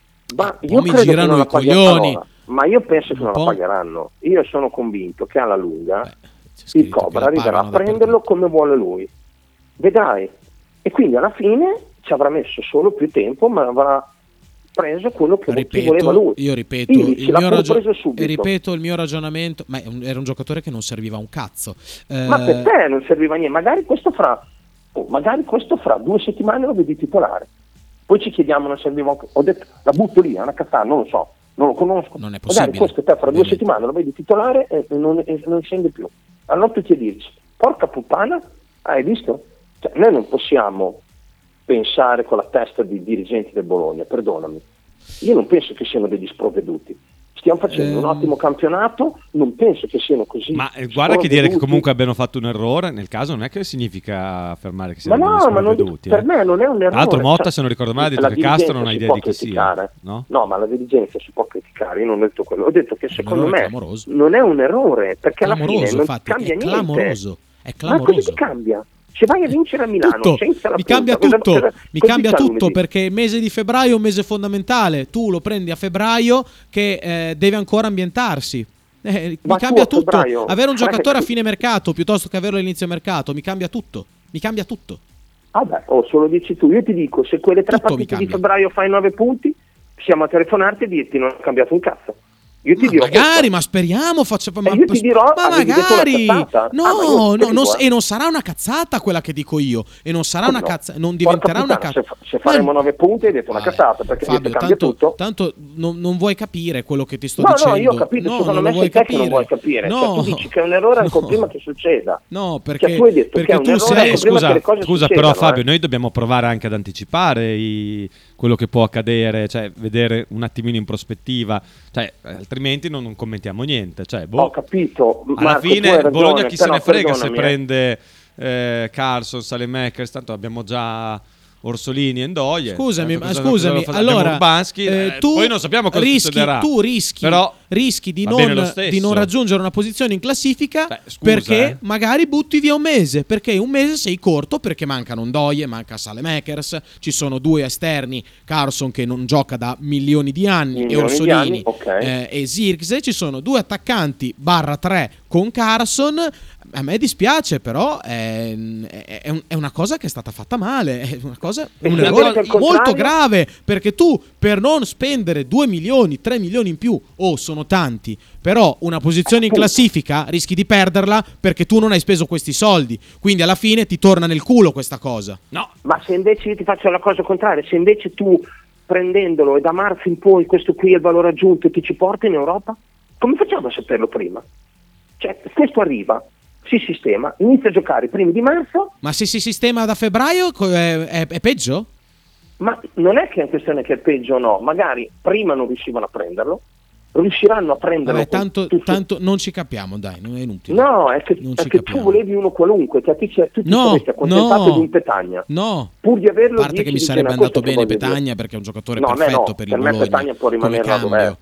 Speaker 5: Ma
Speaker 4: un
Speaker 5: io
Speaker 4: po' mi
Speaker 5: credo che
Speaker 4: girano
Speaker 5: non
Speaker 4: i
Speaker 5: la pagheranno,
Speaker 4: coglioni.
Speaker 5: allora, ma io penso che
Speaker 4: Un
Speaker 5: non
Speaker 4: po'.
Speaker 5: la pagheranno. Io sono convinto che alla lunga
Speaker 4: Beh, c'è
Speaker 5: il
Speaker 4: scritto che
Speaker 5: Cobra
Speaker 4: la
Speaker 5: arriverà a
Speaker 4: pagano
Speaker 5: prenderlo
Speaker 4: dappertutto.
Speaker 5: come vuole lui. Vedrai. E quindi alla fine ci avrà messo solo più tempo, ma avrà preso quello che chi voleva lui.
Speaker 4: Ripeto, io ripeto
Speaker 5: Illich
Speaker 4: il
Speaker 5: l'ha
Speaker 4: mio,
Speaker 5: pur
Speaker 4: ragio-
Speaker 5: preso subito.
Speaker 4: e ripeto il mio ragionamento, ma è un- era un giocatore che non serviva a un cazzo. Eh,
Speaker 5: Ma per te non serviva niente, magari questo fra oh, magari questo fra due settimane lo vedi titolare. Poi ci chiediamo non serviva anche- ho detto la butto lì, è una cazzata, non lo so, non lo conosco.
Speaker 4: Non è
Speaker 5: Magari
Speaker 4: possibile,
Speaker 5: questo te fra due
Speaker 4: ovviamente.
Speaker 5: settimane lo vedi titolare e e non, e non scende più. Allora tu ti dirci, porca puttana, hai visto? Cioè, noi non possiamo pensare con la testa di dirigenti del Bologna, perdonami. Io non penso che siano degli sprovveduti. Stiamo facendo un
Speaker 4: Ehm.
Speaker 5: ottimo campionato, non penso che siano così.
Speaker 3: Ma eh, guarda che dire che
Speaker 5: sprovveduti.
Speaker 3: comunque abbiano fatto un errore, nel caso non è che significa affermare che
Speaker 5: Ma
Speaker 3: siano degli
Speaker 5: no, ma non,
Speaker 3: sprovveduti,
Speaker 5: per
Speaker 3: eh.
Speaker 5: me non è un errore.
Speaker 3: Tra l'altro Motta,
Speaker 5: Cioè,
Speaker 3: se non ricordo male, ha detto
Speaker 5: la
Speaker 3: che Castro
Speaker 5: dirigenza
Speaker 3: non ha
Speaker 5: si
Speaker 3: idea
Speaker 5: può
Speaker 3: di chi sia,
Speaker 5: criticare.
Speaker 3: no?
Speaker 5: No, ma la dirigenza si può criticare, io non ho detto quello, ho detto che
Speaker 4: Un
Speaker 5: secondo
Speaker 4: errore
Speaker 5: me
Speaker 4: clamoroso.
Speaker 5: non è un errore, perché alla
Speaker 4: clamoroso,
Speaker 5: fine non
Speaker 4: infatti,
Speaker 5: cambia
Speaker 4: è
Speaker 5: niente.
Speaker 4: clamoroso, è
Speaker 5: Ma
Speaker 4: clamoroso.
Speaker 5: cosa ti cambia? Se vai a vincere a Milano
Speaker 4: Tutto,
Speaker 5: senza la
Speaker 4: mi
Speaker 5: punta,
Speaker 4: cambia
Speaker 5: cosa-
Speaker 4: tutto,
Speaker 5: cosa-
Speaker 4: mi
Speaker 5: così
Speaker 4: cambia
Speaker 5: c'ha
Speaker 4: tutto
Speaker 5: lunedì.
Speaker 4: perché il mese di febbraio è un mese fondamentale. Tu lo prendi a febbraio che eh, deve ancora ambientarsi. Eh, mi
Speaker 5: Ma tu
Speaker 4: cambia
Speaker 5: a
Speaker 4: tutto.
Speaker 5: febbraio-
Speaker 4: Avere un giocatore a
Speaker 5: tu-
Speaker 4: fine mercato piuttosto che averlo all'inizio mercato mi cambia tutto. Mi cambia tutto.
Speaker 5: Vabbè, oh, se lo dici tu, io ti dico, se quelle tre
Speaker 4: Tutto mi
Speaker 5: partite di
Speaker 4: cambia.
Speaker 5: febbraio fai nove punti, siamo a telefonarti e dirti non è cambiato un cazzo. Io ti
Speaker 4: Ma
Speaker 5: dirò
Speaker 4: magari,
Speaker 5: questo.
Speaker 4: ma speriamo. Faccia, ma,
Speaker 5: E io ti dirò,
Speaker 4: ma
Speaker 5: avevi detto una
Speaker 4: magari,
Speaker 5: cazzata?
Speaker 4: no,
Speaker 5: Ah, ma io
Speaker 4: no,
Speaker 5: ti dico,
Speaker 4: non-
Speaker 5: eh.
Speaker 4: e non sarà una cazzata quella che dico io. E non sarà
Speaker 5: Come
Speaker 4: una
Speaker 5: no?
Speaker 4: cazzata, non
Speaker 5: Porca
Speaker 4: diventerà una
Speaker 5: puttana,
Speaker 4: cazzata.
Speaker 5: se fa- se faremo nove punti hai detto una cazzata, perché hai
Speaker 4: Fabio,
Speaker 5: detto cambia
Speaker 4: tanto,
Speaker 5: tutto.
Speaker 4: tanto non, non vuoi capire quello che ti sto
Speaker 5: No, no,
Speaker 4: dicendo.
Speaker 5: io ho capito,
Speaker 4: No,
Speaker 5: secondo
Speaker 4: non
Speaker 5: me
Speaker 4: lo vuoi
Speaker 5: sei te che
Speaker 4: capire.
Speaker 5: non vuoi capire.
Speaker 4: No,
Speaker 5: Cioè, tu dici che è un errore ancora
Speaker 4: no.
Speaker 5: prima che succeda.
Speaker 4: No, perché,
Speaker 5: Cioè, tu hai detto
Speaker 4: perché
Speaker 5: che è un
Speaker 4: tu
Speaker 5: errore
Speaker 4: sei
Speaker 5: ancora prima che
Speaker 3: Scusa,
Speaker 5: le cose
Speaker 3: scusa
Speaker 5: succedano,
Speaker 3: però Fabio,
Speaker 5: eh.
Speaker 3: noi dobbiamo provare anche ad anticipare i- quello che può accadere, cioè vedere un attimino in prospettiva, cioè altrimenti non, non commentiamo niente. Cioè, boh.
Speaker 5: Ho capito,
Speaker 3: Alla
Speaker 5: Marco, tu hai
Speaker 3: fine
Speaker 5: ragione,
Speaker 3: Bologna chi se
Speaker 5: però
Speaker 3: ne frega se
Speaker 5: perdonami, eh.
Speaker 3: prende eh, Carlson, Saelemaekers, tanto abbiamo già Orsolini e Ndoye.
Speaker 4: Scusami,
Speaker 3: Tanto
Speaker 4: ma
Speaker 3: cosa-
Speaker 4: scusami,
Speaker 3: cosa- abbiamo
Speaker 4: allora
Speaker 3: Urbanski,
Speaker 4: eh,
Speaker 3: eh,
Speaker 4: tu
Speaker 3: poi non sappiamo cosa
Speaker 4: rischi,
Speaker 3: succederà.
Speaker 4: tu rischi,
Speaker 3: Però
Speaker 4: rischi di,
Speaker 3: va bene lo
Speaker 4: non,
Speaker 3: stesso.
Speaker 4: di non raggiungere una posizione in classifica
Speaker 3: Beh, scusa,
Speaker 4: perché
Speaker 3: eh.
Speaker 4: magari butti via un mese, perché un mese sei corto, perché mancano Ndoye, manca Saelemaekers, ci sono due esterni, Carlson che non gioca da milioni di anni
Speaker 5: Milioni
Speaker 4: e
Speaker 5: di
Speaker 4: Orsolini
Speaker 5: anni, ok.
Speaker 4: eh, e Zirkzee, ci sono due attaccanti barra tre con Carlson. A me dispiace, però è, è- è un- è una cosa che è stata fatta male, è una cosa,
Speaker 5: E
Speaker 4: un
Speaker 5: se
Speaker 4: errore
Speaker 5: invece al
Speaker 4: molto
Speaker 5: contrario?
Speaker 4: grave, perché tu per non spendere due milioni, tre milioni in più, oh sono tanti, però una posizione in
Speaker 5: Appunto.
Speaker 4: classifica rischi di perderla perché tu non hai speso questi soldi, quindi alla fine ti torna nel culo questa cosa.
Speaker 3: No,
Speaker 5: Ma se invece io ti faccio la cosa contraria, se invece tu prendendolo e da marzo in poi questo qui è il valore aggiunto ti ci porta in Europa, come facciamo a saperlo prima? Cioè, questo arriva, si sistema, inizia a giocare i primi di marzo,
Speaker 4: Ma se si sistema da febbraio co- è, è- è peggio?
Speaker 5: ma non è che è una questione che è peggio o no, magari prima non riuscivano a prenderlo, riusciranno a prenderlo.
Speaker 4: Vabbè,
Speaker 5: con
Speaker 4: tanto,
Speaker 5: tutto-
Speaker 4: tanto non ci capiamo, dai, non è inutile.
Speaker 5: No, è che,
Speaker 4: Non
Speaker 5: è
Speaker 4: ci
Speaker 5: che
Speaker 4: capiamo.
Speaker 5: tu volevi uno qualunque, che a te, tu ti
Speaker 4: No,
Speaker 5: saresti accontentato
Speaker 4: no.
Speaker 5: di un Petagna.
Speaker 4: No,
Speaker 5: Pur di averlo
Speaker 4: a parte che
Speaker 5: dieci
Speaker 4: mi
Speaker 5: di
Speaker 4: sarebbe
Speaker 5: gennaio,
Speaker 4: andato
Speaker 5: questo
Speaker 4: bene
Speaker 5: che voglio dire.
Speaker 4: Petagna perché è un giocatore
Speaker 5: No, a me
Speaker 4: perfetto
Speaker 5: no,
Speaker 4: per il
Speaker 5: per me
Speaker 4: Bologna
Speaker 5: Petagna può
Speaker 4: come
Speaker 5: rimanere là dov'è.
Speaker 4: cambio.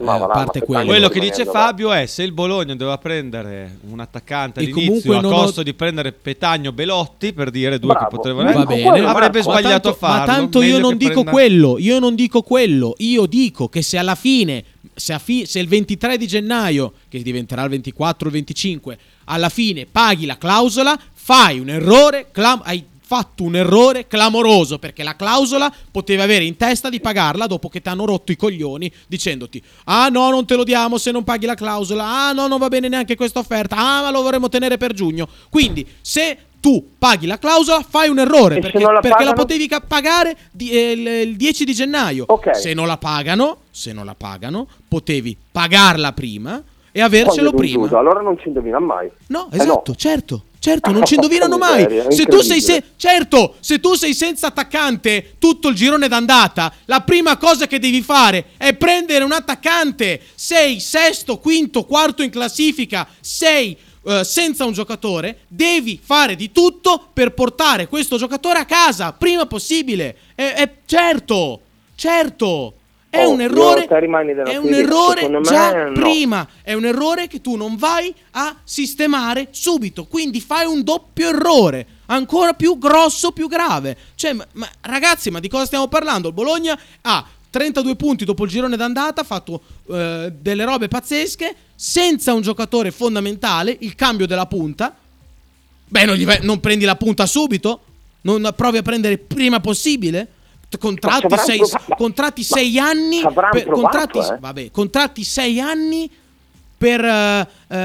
Speaker 5: Ma
Speaker 4: eh,
Speaker 5: va là,
Speaker 4: a parte
Speaker 5: ma
Speaker 4: quello.
Speaker 3: Quello che
Speaker 5: rimanendo
Speaker 3: dice
Speaker 5: là.
Speaker 3: Fabio è: se il Bologna doveva prendere un attaccante
Speaker 4: E
Speaker 3: all'inizio
Speaker 4: comunque
Speaker 3: a
Speaker 4: non ho-
Speaker 3: costo di prendere Petagno, Belotti, per dire due
Speaker 5: Bravo.
Speaker 3: che potevano
Speaker 5: Ecco
Speaker 4: Va
Speaker 3: essere,
Speaker 4: bene,
Speaker 5: quello,
Speaker 3: avrebbe
Speaker 5: Marco.
Speaker 3: sbagliato
Speaker 4: ma tanto,
Speaker 3: a farlo.
Speaker 4: ma tanto io
Speaker 3: meglio
Speaker 4: non
Speaker 3: che
Speaker 4: dico
Speaker 3: prenda-
Speaker 4: quello, io non dico quello, io dico che se alla fine, se, a fi- se il ventitré di gennaio, che diventerà il ventiquattro o il venticinque, alla fine paghi la clausola, fai un errore, clam- hai fatto un errore clamoroso, perché la clausola potevi avere in testa di pagarla dopo che ti hanno rotto i coglioni dicendoti: ah no, non te lo diamo se non paghi la clausola, ah no, non va bene neanche questa offerta, ah ma lo vorremmo tenere per giugno. Quindi se tu paghi la clausola fai un errore,
Speaker 5: E se
Speaker 4: perché,
Speaker 5: non la
Speaker 4: perché la
Speaker 5: pagano?
Speaker 4: potevi ca- pagare di- eh, il, il dieci di gennaio.
Speaker 5: Ok.
Speaker 4: Se non la pagano, se non la pagano, potevi pagarla prima e
Speaker 5: Quando
Speaker 4: avercelo
Speaker 5: ero in
Speaker 4: prima.
Speaker 5: judo, allora non ci indovina mai.
Speaker 4: No,
Speaker 5: Eh
Speaker 4: esatto,
Speaker 5: no.
Speaker 4: certo, certo, non ci indovinano mai.
Speaker 5: Miseria,
Speaker 4: Se tu sei se-
Speaker 5: incredibile.
Speaker 4: certo, se tu sei senza attaccante tutto il girone d'andata, la prima cosa che devi fare è prendere un attaccante. Sei sesto, quinto, quarto in classifica, sei eh, senza un giocatore, devi fare di tutto per portare questo giocatore a casa prima possibile. È, è certo, certo. È
Speaker 5: Oh,
Speaker 4: un
Speaker 5: io
Speaker 4: errore,
Speaker 5: te rimani della
Speaker 4: è un
Speaker 5: tua idea,
Speaker 4: errore
Speaker 5: secondo me
Speaker 4: già
Speaker 5: no.
Speaker 4: prima, è un errore che tu non vai a sistemare subito, quindi fai un doppio errore, ancora più grosso, più grave. Cioè, ma, ma ragazzi, ma di cosa stiamo parlando? Il Bologna ha trentadue punti dopo il girone d'andata, ha fatto eh, delle robe pazzesche, senza un giocatore fondamentale, il cambio della punta. Beh, non, gli vai- non prendi la punta subito? Non provi a prendere prima possibile? Contratti
Speaker 5: Ma ci
Speaker 4: sei,
Speaker 5: avranno provato-
Speaker 4: contratti
Speaker 5: ma
Speaker 4: sei anni
Speaker 5: ci avranno
Speaker 4: per,
Speaker 5: provato,
Speaker 4: contratti,
Speaker 5: eh.
Speaker 4: vabbè, contratti sei anni per, eh,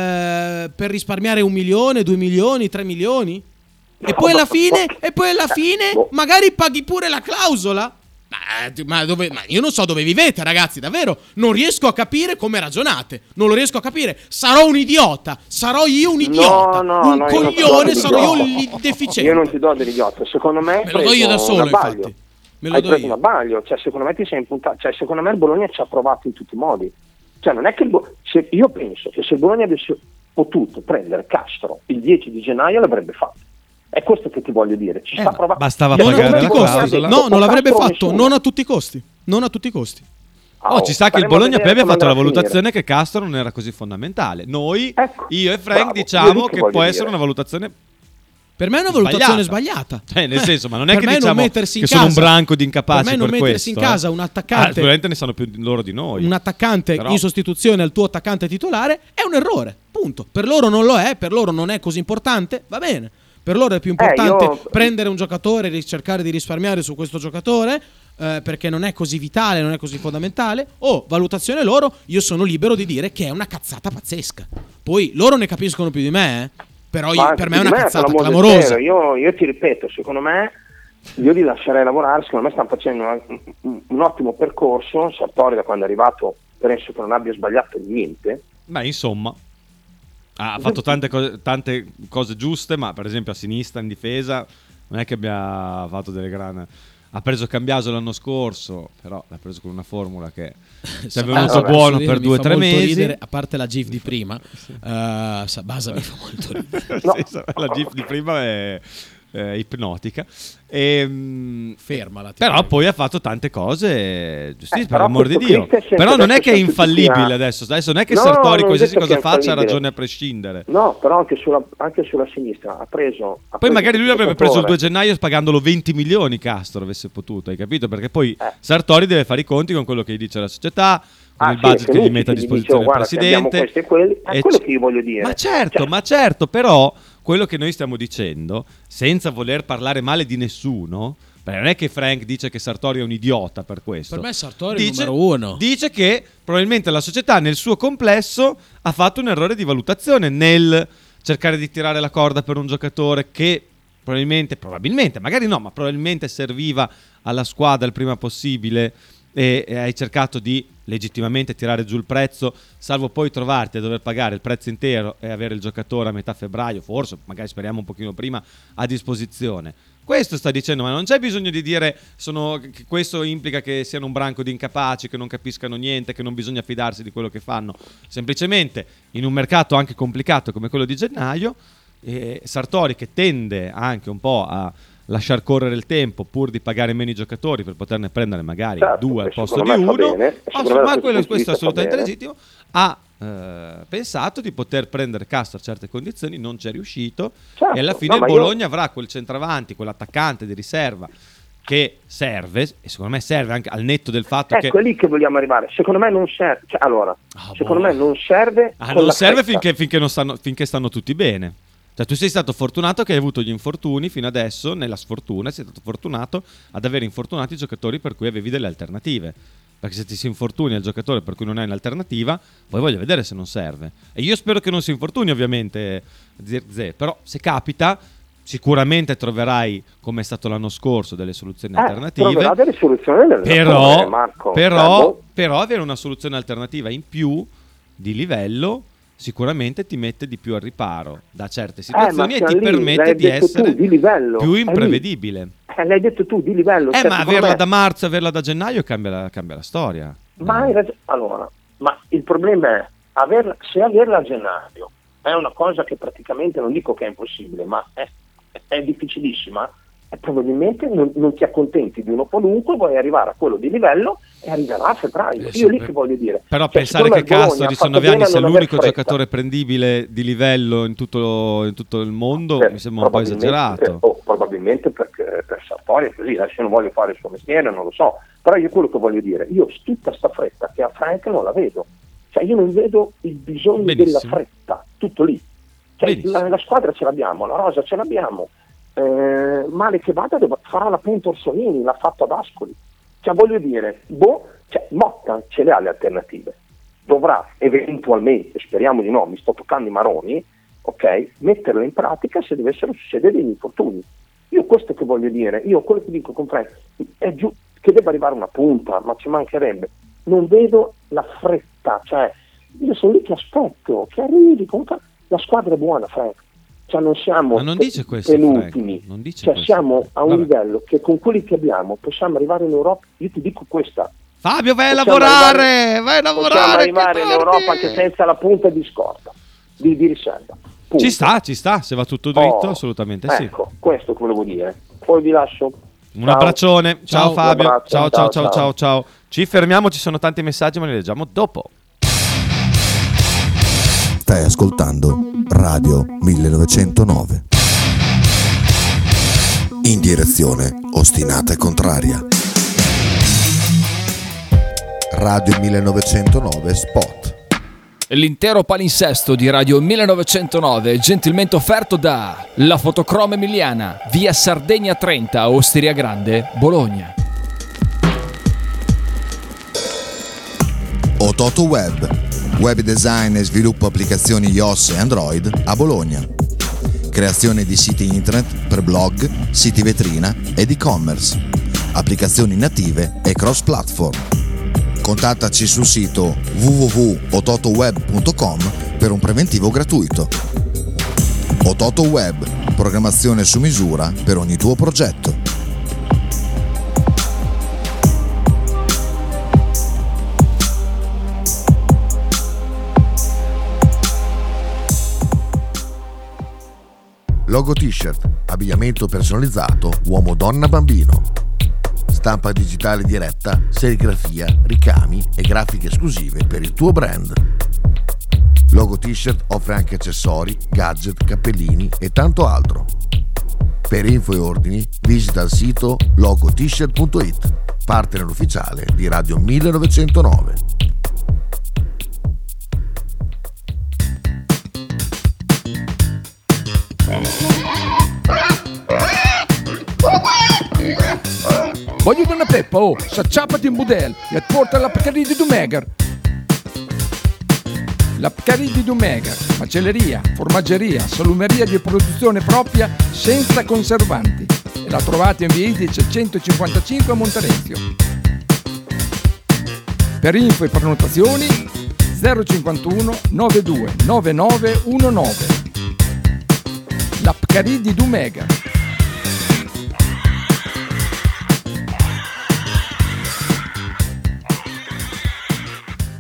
Speaker 4: eh, per risparmiare un milione, due milioni, tre milioni e
Speaker 5: No,
Speaker 4: poi alla
Speaker 5: ma-
Speaker 4: fine
Speaker 5: ma-
Speaker 4: e poi alla fine
Speaker 5: boh.
Speaker 4: magari paghi pure la clausola. Ma, ma dove, ma io non so dove vivete, ragazzi, davvero non riesco a capire come ragionate, non lo riesco a capire. Sarò un idiota, sarò io un idiota,
Speaker 5: no,
Speaker 4: un
Speaker 5: no, io non ti do
Speaker 4: coglione, sarò io
Speaker 5: dell'idiota.
Speaker 4: il deficiente.
Speaker 5: Io non ti do dell'idiota, secondo me hai
Speaker 4: Me lo do io
Speaker 5: preso
Speaker 4: da solo,
Speaker 5: un abbaglio.
Speaker 4: infatti. Me lo
Speaker 5: Hai
Speaker 4: do
Speaker 5: preso
Speaker 4: io.
Speaker 5: un abbaglio, cioè secondo me ti sei impuntato, cioè secondo me il Bologna ci ha provato in tutti i modi. Cioè non è che il Bo- se, io penso che se il Bologna avesse potuto prendere Castro il dieci di gennaio l'avrebbe fatto. È questo che ti voglio dire, ci
Speaker 3: Eh,
Speaker 5: sta provando.
Speaker 3: bastava
Speaker 4: Non a
Speaker 3: pagare
Speaker 4: tutti
Speaker 3: la
Speaker 4: i costi.
Speaker 3: clausola.
Speaker 4: No, non l'avrebbe
Speaker 5: Castro
Speaker 4: fatto,
Speaker 5: nessuno.
Speaker 4: non a tutti i costi. Non a tutti i costi.
Speaker 3: Oh, ci sta che il
Speaker 5: staremo a
Speaker 3: Bologna
Speaker 5: vedere
Speaker 3: poi abbia
Speaker 5: come
Speaker 3: fatto la
Speaker 5: andrà a finire.
Speaker 3: valutazione che Castro non era così fondamentale. Noi,
Speaker 5: Ecco,
Speaker 3: io e Frank,
Speaker 5: bravo. Io
Speaker 3: diciamo
Speaker 5: lì che
Speaker 3: che
Speaker 5: voglio
Speaker 3: può
Speaker 5: dire.
Speaker 3: essere una valutazione.
Speaker 4: Per me è una valutazione sbagliata.
Speaker 3: Cioè, nel senso, ma non è
Speaker 4: Per
Speaker 3: che
Speaker 4: me non
Speaker 3: diciamo
Speaker 4: mettersi in
Speaker 3: che sono un
Speaker 4: casa-
Speaker 3: branco di incapaci
Speaker 4: per me non
Speaker 3: per
Speaker 4: mettersi in
Speaker 3: questo,
Speaker 4: casa
Speaker 3: eh.
Speaker 4: un
Speaker 3: Ah,
Speaker 4: attaccante,
Speaker 3: probabilmente ne sanno più di loro di noi.
Speaker 4: un attaccante
Speaker 3: Però-
Speaker 4: in sostituzione al tuo attaccante titolare è un errore. Punto. Per loro non lo è, per loro non è così importante, va bene. Per loro è più importante
Speaker 5: io-
Speaker 4: prendere un giocatore e cercare di risparmiare su questo giocatore eh, perché non è così vitale, non è così fondamentale. O valutazione loro, io sono libero di dire che è una cazzata pazzesca. Poi loro ne capiscono più di me, eh. Però io-
Speaker 5: Ma
Speaker 4: per me è
Speaker 5: di
Speaker 4: una cazzata
Speaker 5: per l'amor del
Speaker 4: clamorosa.
Speaker 5: cielo, Io, io ti ripeto, secondo me io li lascerei lavorare, secondo me stanno facendo un, un- un ottimo percorso. Sartori da quando è arrivato penso che non abbia sbagliato niente.
Speaker 3: Beh, insomma, ha fatto tante cose, tante cose giuste, ma per esempio a sinistra in difesa non è che abbia fatto delle grandi. Ha preso Cambiaso l'anno scorso, però l'ha preso con una formula che ci è venuto
Speaker 5: vabbè,
Speaker 3: buono
Speaker 4: Mi
Speaker 3: per
Speaker 4: fa
Speaker 3: due o tre
Speaker 4: molto
Speaker 3: mesi.
Speaker 4: ridere, a parte la gif di prima, eh, Sabasa mi fa molto ridere.
Speaker 5: No.
Speaker 3: Sì, la GIF di prima è, è ipnotica. E,
Speaker 4: Fermala. ti
Speaker 3: però
Speaker 4: prego.
Speaker 3: poi ha fatto tante cose giustissime,
Speaker 5: Eh,
Speaker 3: per
Speaker 5: però
Speaker 3: l'amor di
Speaker 5: questo
Speaker 3: Dio.
Speaker 5: Christensen
Speaker 3: Però non è
Speaker 5: adesso
Speaker 3: che è
Speaker 5: siamo tutti
Speaker 3: infallibile
Speaker 5: qui a-
Speaker 3: adesso. Adesso non è che
Speaker 5: No,
Speaker 3: Sartori
Speaker 5: non
Speaker 3: qualsiasi
Speaker 5: detto
Speaker 3: cosa
Speaker 5: che è
Speaker 3: faccia ha
Speaker 5: infallibile.
Speaker 3: ragione a prescindere.
Speaker 5: No, però anche sulla, anche sulla sinistra ha preso. ha
Speaker 3: Poi
Speaker 5: preso
Speaker 3: magari lui
Speaker 5: questo
Speaker 3: avrebbe preso il due
Speaker 5: giocatore.
Speaker 3: gennaio pagandolo venti milioni Castro, avesse potuto, hai capito? Perché poi
Speaker 5: Eh.
Speaker 3: Sartori deve fare i conti con quello che gli dice la società, con
Speaker 5: Ah,
Speaker 3: il
Speaker 5: sì,
Speaker 3: budget
Speaker 5: che
Speaker 3: che
Speaker 5: lui
Speaker 3: gli mette a
Speaker 5: gli dice,
Speaker 3: disposizione il
Speaker 5: "Guarda, che abbiamo
Speaker 3: presidente.
Speaker 5: questi e quelli", è
Speaker 3: E
Speaker 5: quello
Speaker 3: c-
Speaker 5: che io voglio dire.
Speaker 3: Ma certo,
Speaker 5: Cioè-
Speaker 3: ma certo, però quello che noi stiamo dicendo, senza voler parlare male di nessuno, perché non è che Frank dice che Sartori è un idiota per questo.
Speaker 4: Per me Sartori è il
Speaker 3: dice,
Speaker 4: numero uno.
Speaker 3: Dice che probabilmente la società nel suo complesso ha fatto un errore di valutazione nel cercare di tirare la corda per un giocatore che probabilmente, probabilmente, magari no, ma probabilmente serviva alla squadra il prima possibile e, e hai cercato di legittimamente tirare giù il prezzo, salvo poi trovarti a dover pagare il prezzo intero e avere il giocatore a metà febbraio, forse, magari speriamo un pochino prima, a disposizione. Questo sta dicendo, ma non c'è bisogno di dire sono, che questo implica che siano un branco di incapaci, che non capiscano niente, che non bisogna fidarsi di quello che fanno. Semplicemente in un mercato anche complicato come quello di gennaio, eh, Sartori, che tende anche un po' a lasciar correre il tempo pur di pagare meno i giocatori per poterne prendere magari
Speaker 5: certo,
Speaker 3: due al posto di
Speaker 5: me fa
Speaker 3: uno,
Speaker 5: bene,
Speaker 3: ma quello, questo è assolutamente
Speaker 5: bene.
Speaker 3: legittimo, ha eh, pensato di poter prendere Castro a certe condizioni, non c'è riuscito,
Speaker 5: certo,
Speaker 3: e alla fine
Speaker 5: no,
Speaker 3: il
Speaker 5: io...
Speaker 3: Bologna avrà quel centravanti, quell'attaccante di riserva che serve, e secondo me serve anche al netto del fatto
Speaker 5: ecco,
Speaker 3: che
Speaker 5: è lì che vogliamo arrivare. Secondo me non serve, cioè, allora,
Speaker 3: oh,
Speaker 5: secondo
Speaker 3: boh.
Speaker 5: me non serve
Speaker 3: ah,
Speaker 5: con
Speaker 3: non
Speaker 5: la
Speaker 3: serve
Speaker 5: fretta.
Speaker 3: finché, finché, non stanno, finché stanno tutti bene. Cioè tu sei stato fortunato che hai avuto gli infortuni fino adesso, nella sfortuna sei stato fortunato ad avere infortunati i giocatori per cui avevi delle alternative, perché se ti si infortuni al giocatore per cui non hai un'alternativa, poi voglio vedere se non serve, e io spero che non si infortuni ovviamente Zirkzee, però se capita sicuramente troverai, come è stato l'anno scorso, delle soluzioni
Speaker 5: Eh,
Speaker 3: alternative.
Speaker 5: troverà delle soluzioni del
Speaker 3: Però,
Speaker 5: eh, Marco.
Speaker 3: però,
Speaker 5: Cioè, boh.
Speaker 3: però avere una soluzione alternativa in più di livello sicuramente ti mette di più al riparo da certe situazioni
Speaker 5: Eh,
Speaker 3: e
Speaker 5: ma
Speaker 3: ti
Speaker 5: lì,
Speaker 3: permette
Speaker 5: l'hai
Speaker 3: di
Speaker 5: detto
Speaker 3: essere
Speaker 5: tu, di livello.
Speaker 3: più
Speaker 5: È lì.
Speaker 3: imprevedibile.
Speaker 5: Eh, l'hai detto tu, di livello.
Speaker 3: Eh,
Speaker 5: cioè,
Speaker 3: ma
Speaker 5: secondo
Speaker 3: averla
Speaker 5: me-
Speaker 3: da marzo e averla da gennaio cambia la, cambia la storia.
Speaker 5: Ma hai ragione. Allora, ma il problema è averla, se averla a gennaio è una cosa che praticamente, non dico che è impossibile, ma è, è difficilissima, e probabilmente non, non ti accontenti di uno qualunque, vuoi arrivare a quello di livello e arriverà a febbraio.
Speaker 3: Eh, sì,
Speaker 5: Io lì
Speaker 3: per-
Speaker 5: che voglio dire.
Speaker 3: Però
Speaker 5: Cioè,
Speaker 3: pensare
Speaker 5: secondo
Speaker 3: che
Speaker 5: me il Bologna
Speaker 3: Castro
Speaker 5: ha
Speaker 3: a
Speaker 5: fatto
Speaker 3: diciannove anni
Speaker 5: bene a
Speaker 3: sia
Speaker 5: non aver
Speaker 3: l'unico
Speaker 5: fretta.
Speaker 3: giocatore prendibile di livello in tutto, in tutto il mondo
Speaker 5: Per-
Speaker 3: mi sembra un po'
Speaker 5: probabilmente-
Speaker 3: esagerato.
Speaker 5: per- oh, probabilmente perché per Sartori è così, adesso io non voglio fare il suo mestiere, non lo so, però io quello che voglio dire, io tutta sta fretta che ha Frank non la vedo, cioè io non vedo il bisogno
Speaker 3: Benissimo.
Speaker 5: della fretta, tutto lì, cioè,
Speaker 3: Benissimo.
Speaker 5: la, la squadra ce l'abbiamo, la rosa ce l'abbiamo, eh, male che vada deve- farà la punta Orsolini, l'ha fatto ad Ascoli, cioè voglio dire, boh, cioè, Motta ce le ha le alternative, dovrà eventualmente, speriamo di no, mi sto toccando i maroni, ok, metterle in pratica se dovessero succedere degli infortuni. Io questo che voglio dire, io quello che dico con Frank è giù che debba arrivare una punta, ma ci mancherebbe, non vedo la fretta, cioè io sono lì che aspetto che arrivi, comunque la squadra è buona, Frank, cioè non siamo
Speaker 3: Ma non dice questo,
Speaker 5: penultimi,
Speaker 3: Frank, non dice
Speaker 5: cioè
Speaker 3: questo.
Speaker 5: siamo a un
Speaker 3: Vabbè.
Speaker 5: livello che con quelli che abbiamo possiamo arrivare in Europa, io ti dico questa,
Speaker 3: Fabio, vai a
Speaker 5: possiamo
Speaker 3: lavorare,
Speaker 5: arrivare-
Speaker 3: vai a
Speaker 5: possiamo
Speaker 3: lavorare.
Speaker 5: arrivare
Speaker 3: che
Speaker 5: in Europa
Speaker 3: tardi.
Speaker 5: anche senza la punta di scorta, di, di riserva. Punto.
Speaker 3: Ci sta, ci sta, se va tutto dritto,
Speaker 5: Oh,
Speaker 3: assolutamente sì.
Speaker 5: Ecco, questo che volevo dire. Poi vi lascio.
Speaker 3: Un
Speaker 5: Ciao.
Speaker 3: abbraccione, ciao,
Speaker 4: Ciao.
Speaker 3: Fabio,
Speaker 5: Un abbraccio,
Speaker 3: ciao, ciao,
Speaker 5: ciao,
Speaker 3: ciao, ciao, ciao. Ci fermiamo, ci sono tanti messaggi, ma li leggiamo dopo.
Speaker 6: Stai ascoltando Radio millenovecentonove. In direzione ostinata e contraria. Radio millenovecentonove Spot.
Speaker 1: L'intero palinsesto di Radio millenovecentonove è gentilmente offerto da La Fotocroma Emiliana, via Sardegna trenta, Osteria Grande, Bologna.
Speaker 6: Ototo Web, web design e sviluppo applicazioni iOS e Android a Bologna. Creazione di siti internet per blog, siti vetrina ed e-commerce, applicazioni native e cross-platform. Contattaci sul sito w w w punto ototoweb punto com per un preventivo gratuito. Ototo Web, programmazione su misura per ogni tuo progetto.
Speaker 2: Logo t-shirt, abbigliamento personalizzato uomo, donna, bambino. Stampa digitale diretta, serigrafia, ricami e grafiche esclusive per il tuo brand. Logo t-shirt offre anche accessori, gadget, cappellini e tanto altro. Per info e ordini visita il sito logo t shirt punto it, partner ufficiale di Radio millenovecentonove.
Speaker 7: Voglio una peppa, oh, s'acciappati in budel e porta la Pcaridi di Dumegar. La Pcaridi di Dumegar, macelleria, formaggeria, salumeria di produzione propria senza conservanti. E la trovate in via Idice centocinquantacinque a Monterezio. Per info e prenotazioni zero cinquantuno novantadue novantanove diciannove. La Pcaridi di Dumegar.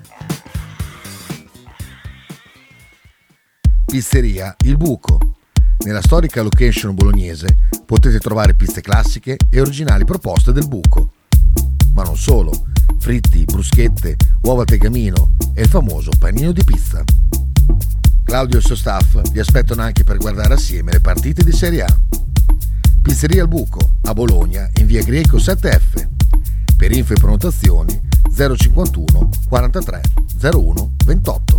Speaker 2: Pizzeria Il Buco. Nella storica location bolognese potete trovare piste classiche e originali proposte del buco. Ma non solo, fritti, bruschette, uova al tegamino e il famoso panino di pizza. Claudio e il suo staff vi aspettano anche per guardare assieme le partite di Serie A. Pizzeria Il Buco, a Bologna, in via Greco sette F. Per info e prenotazioni zero cinquantuno quarantatré zero uno ventotto.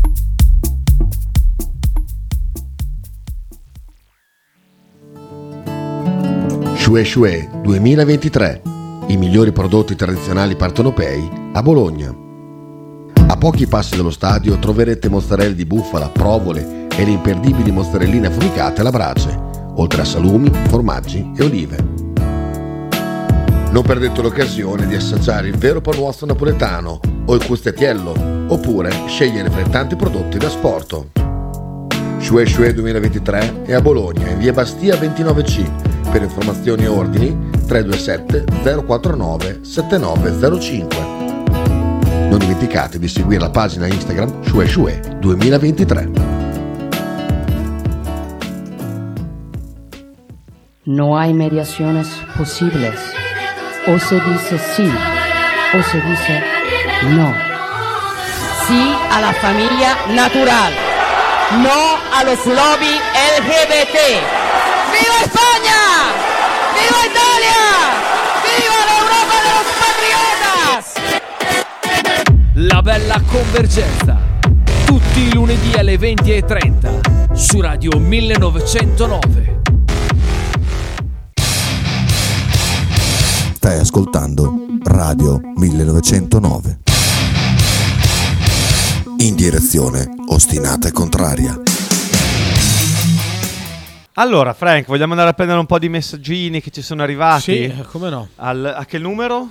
Speaker 2: Shue Shue duemilaventitré, i migliori prodotti tradizionali partenopei a Bologna. A pochi passi dallo stadio troverete mozzarella di bufala, provole e le imperdibili mozzarelline affumicate alla brace, oltre a salumi, formaggi e olive. Non perdete l'occasione di assaggiare il vero panuozzo napoletano o il custettiello, oppure scegliere fra i tanti prodotti da sport. Shue Shue duemilaventitré è a Bologna, in via Bastia ventinove C. Per informazioni e ordini tre due sette zero quattro nove sette nove zero cinque. Non dimenticate di seguire la pagina Instagram Shue Shue duemilaventitré.
Speaker 8: No hay mediaciones posibles. O se dice sí, o se dice no.
Speaker 9: Sí a la familia natural. No a los lobby L G B T. ¡Viva España! ¡Viva Italia! ¡Viva l'Europa de los patriotas!
Speaker 1: La bella convergenza. Tutti i lunedì alle venti e trenta su Radio millenovecentonove.
Speaker 6: Stai ascoltando Radio millenovecentonove. In direzione ostinata e contraria.
Speaker 3: Allora, Frank, vogliamo andare a prendere un po' di messaggini che ci sono arrivati?
Speaker 4: Sì, come no.
Speaker 3: Al, a che numero?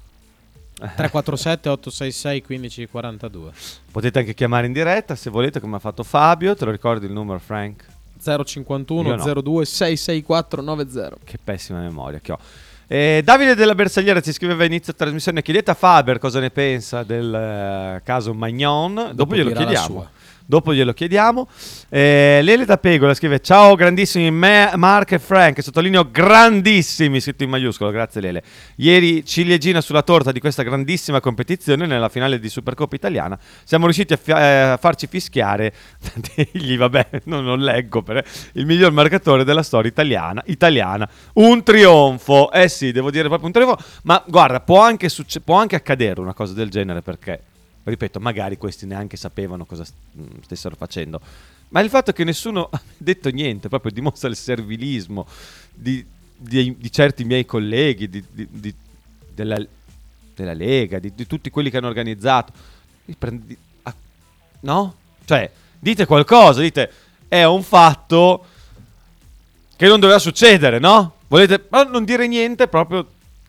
Speaker 4: tre quattro sette otto sei sei uno cinque quattro due.
Speaker 3: Potete anche chiamare in diretta se volete, come ha fatto Fabio. Te lo ricordi il numero, Frank?
Speaker 4: zero cinquantuno zero due sei sei quattro nove zero.
Speaker 3: Che pessima memoria che ho. Eh, Davide della Bersagliera ci scriveva a inizio trasmissione: chiedete a Faber cosa ne pensa del eh, caso Magnon. Dopo, Dopo glielo chiediamo. Dopo glielo chiediamo. eh, Lele da Pegola scrive: ciao grandissimi me, Mark e Frank, sottolineo grandissimi, scritto in maiuscolo, grazie Lele. Ieri ciliegina sulla torta di questa grandissima competizione, nella finale di Supercoppa italiana siamo riusciti a, fi- a farci fischiare degli, vabbè, non, non leggo per il miglior marcatore della storia italiana italiana un trionfo. Eh sì, devo dire proprio un trionfo. Ma guarda, può anche, succe- può anche accadere una cosa del genere, perché ripeto, magari questi neanche sapevano cosa stessero facendo, ma il fatto che nessuno ha detto niente proprio dimostra il servilismo di, di, di certi miei colleghi, di, di, di, della, della Lega, di, di tutti quelli che hanno organizzato. Prendi, ah, no? Cioè, dite qualcosa, dite è un fatto che non doveva succedere, no? Volete non dire niente proprio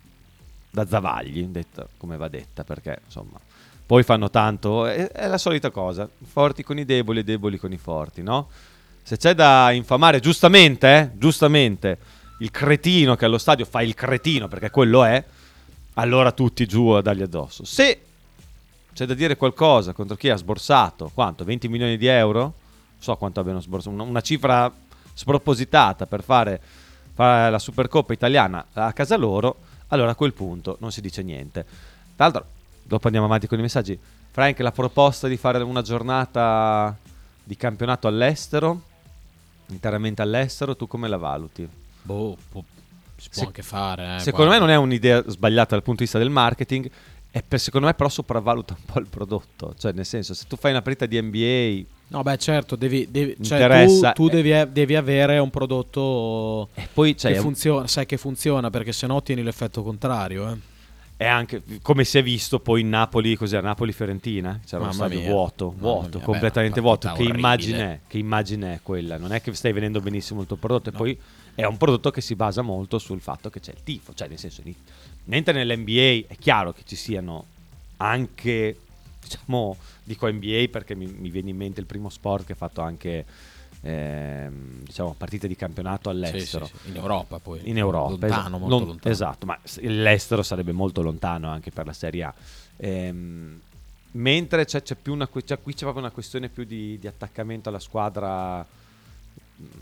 Speaker 3: da Zavagli, detta come va detta, perché insomma poi fanno tanto, è, è la solita cosa, forti con i deboli e deboli con i forti, no? Se c'è da infamare, giustamente, eh, giustamente, il cretino che allo stadio fa il cretino, perché quello è, allora tutti giù a dargli addosso. Se c'è da dire qualcosa contro chi ha sborsato, quanto? venti milioni di euro? Non so quanto abbiano sborsato, una, una cifra spropositata per fare, fare la Supercoppa italiana a casa loro, allora a quel punto non si dice niente. Tra l'altro, dopo andiamo avanti con i messaggi. Frank, la proposta di fare una giornata di campionato all'estero, interamente all'estero, tu come la valuti?
Speaker 4: Boh, po- si può
Speaker 3: Se-
Speaker 4: anche fare. Eh,
Speaker 3: secondo
Speaker 4: guarda.
Speaker 3: me non è un'idea sbagliata dal punto di vista del marketing, e per, secondo me però sopravvaluta un po' il prodotto. Cioè, nel senso, se tu fai una partita di N B A...
Speaker 4: No, beh, certo, devi, devi, cioè,
Speaker 3: interessa,
Speaker 4: tu, tu
Speaker 3: eh.
Speaker 4: devi, devi avere un prodotto
Speaker 3: E poi cioè,
Speaker 4: che
Speaker 3: è un-
Speaker 4: funziona, sai che funziona, perché sennò ottieni l'effetto contrario, eh.
Speaker 3: è anche come si è visto poi in Napoli, cos'era Napoli-Fiorentina? C'era
Speaker 4: Mamma
Speaker 3: uno stadio
Speaker 4: mia.
Speaker 3: vuoto,
Speaker 4: Mamma
Speaker 3: vuoto,
Speaker 4: mia,
Speaker 3: completamente
Speaker 4: beh, una
Speaker 3: vuoto. Che
Speaker 4: partita
Speaker 3: immagine,
Speaker 4: orribile.
Speaker 3: è, che immagine è quella? Non è che stai vedendo benissimo il tuo prodotto,
Speaker 4: No.
Speaker 3: e poi è un prodotto che si basa molto sul fatto che c'è il tifo, cioè nel senso, lì- mentre nell'N B A è chiaro che ci siano anche, diciamo, dico N B A perché mi, mi viene in mente il primo sport che ha fatto anche ehm, diciamo partite di campionato all'estero.
Speaker 4: Sì, sì, sì. In Europa poi.
Speaker 3: In Europa,
Speaker 4: Lontano,
Speaker 3: esatto,
Speaker 4: molto
Speaker 3: lon-
Speaker 4: lontano.
Speaker 3: esatto, ma s- l'estero sarebbe molto lontano anche per la Serie A. Ehm, mentre c'è, c'è più una que- c'è, qui c'è proprio una questione più di, di attaccamento alla squadra, mh,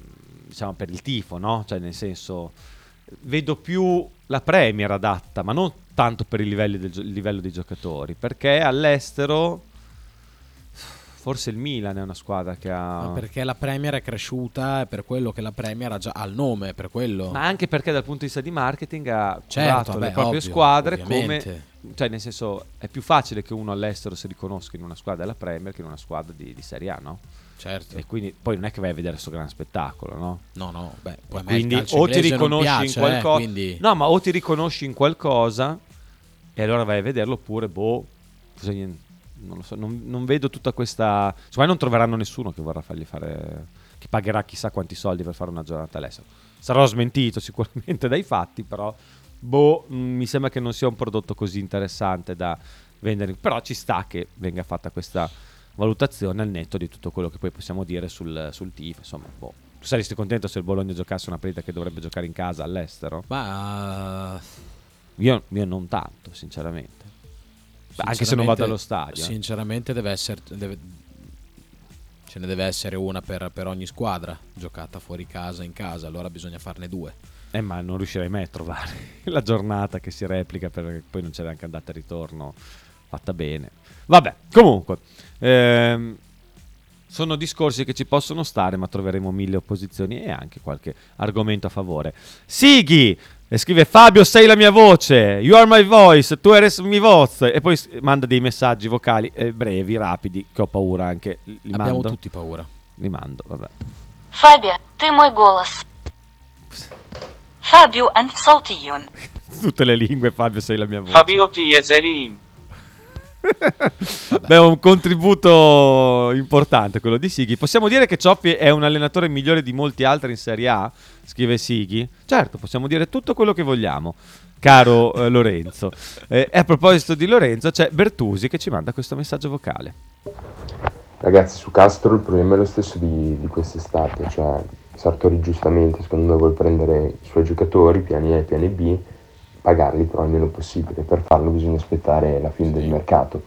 Speaker 3: diciamo per il tifo, no? Cioè nel senso, vedo più la Premier adatta, ma non tanto per il livello, del, il livello dei giocatori, perché all'estero forse il Milan è una squadra che ha...
Speaker 4: Ma perché la Premier è cresciuta, è per quello che la Premier ha già ha il nome, per quello.
Speaker 3: Ma anche perché dal punto di vista di marketing ha
Speaker 4: certo,
Speaker 3: curato
Speaker 4: vabbè,
Speaker 3: le proprie
Speaker 4: ovvio,
Speaker 3: squadre
Speaker 4: ovviamente.
Speaker 3: come... Cioè nel senso, è più facile che uno all'estero si riconosca in una squadra della Premier che in una squadra di, di Serie A, no?
Speaker 4: Certo.
Speaker 3: E quindi poi non è che vai a vedere questo gran spettacolo, no?
Speaker 4: No, no, beh, poi a me
Speaker 3: Quindi
Speaker 4: il calcio
Speaker 3: o ti
Speaker 4: inglese non
Speaker 3: riconosci
Speaker 4: piace,
Speaker 3: in qualcosa...
Speaker 4: eh, quindi...
Speaker 3: No, ma o ti riconosci in qualcosa e allora vai a vederlo, oppure boh... Cosa gli... Non lo so, non, non vedo tutta questa... Secondo me non troveranno nessuno che vorrà fargli fare... Che pagherà chissà quanti soldi per fare una giornata all'estero. Sarò smentito sicuramente dai fatti, però... Boh, mh, mi sembra che non sia un prodotto così interessante da vendere. Però ci sta che venga fatta questa valutazione al netto di tutto quello che poi possiamo dire sul, sul tifo. Insomma, boh. Tu saresti contento se il Bologna giocasse una partita che dovrebbe giocare in casa all'estero?
Speaker 4: Ma...
Speaker 3: Io, io non tanto, sinceramente. Anche se non vado allo stadio.
Speaker 4: Sinceramente deve essere... Deve, ce ne deve essere una per, per ogni squadra, giocata fuori casa, in casa. Allora bisogna farne due.
Speaker 3: Eh, ma non riuscirei mai a trovare la giornata che si replica, perché poi non c'è neanche andata e ritorno fatta bene. Vabbè, comunque ehm, sono discorsi che ci possono stare, ma troveremo mille opposizioni e anche qualche argomento a favore. Sighi e scrive: Fabio, sei la mia voce, you are my voice, tu eres mi voz, e poi manda dei messaggi vocali eh, brevi, rapidi, che ho paura anche. Li
Speaker 4: Abbiamo
Speaker 3: mando?
Speaker 4: tutti paura.
Speaker 3: Li mando, vabbè.
Speaker 10: Фабия, ты мой голос. Фабио أنت صوتي.
Speaker 3: Tutte le lingue, Fabio, sei la mia voce.
Speaker 11: Fabio Tieselin.
Speaker 3: Beh, un contributo importante quello di Sighi. Possiamo dire che Cioffi è un allenatore migliore di molti altri in Serie A? Scrive Sighi. Certo, possiamo dire tutto quello che vogliamo, caro eh, Lorenzo. Eh, e a proposito di Lorenzo, c'è Bertusi che ci manda questo messaggio vocale.
Speaker 12: Ragazzi, su Castro il problema è lo stesso di, di quest'estate, cioè Sartori giustamente secondo me vuole prendere i suoi giocatori, piani A e piani B, pagarli però il meno possibile. Per farlo bisogna aspettare la fine del mercato.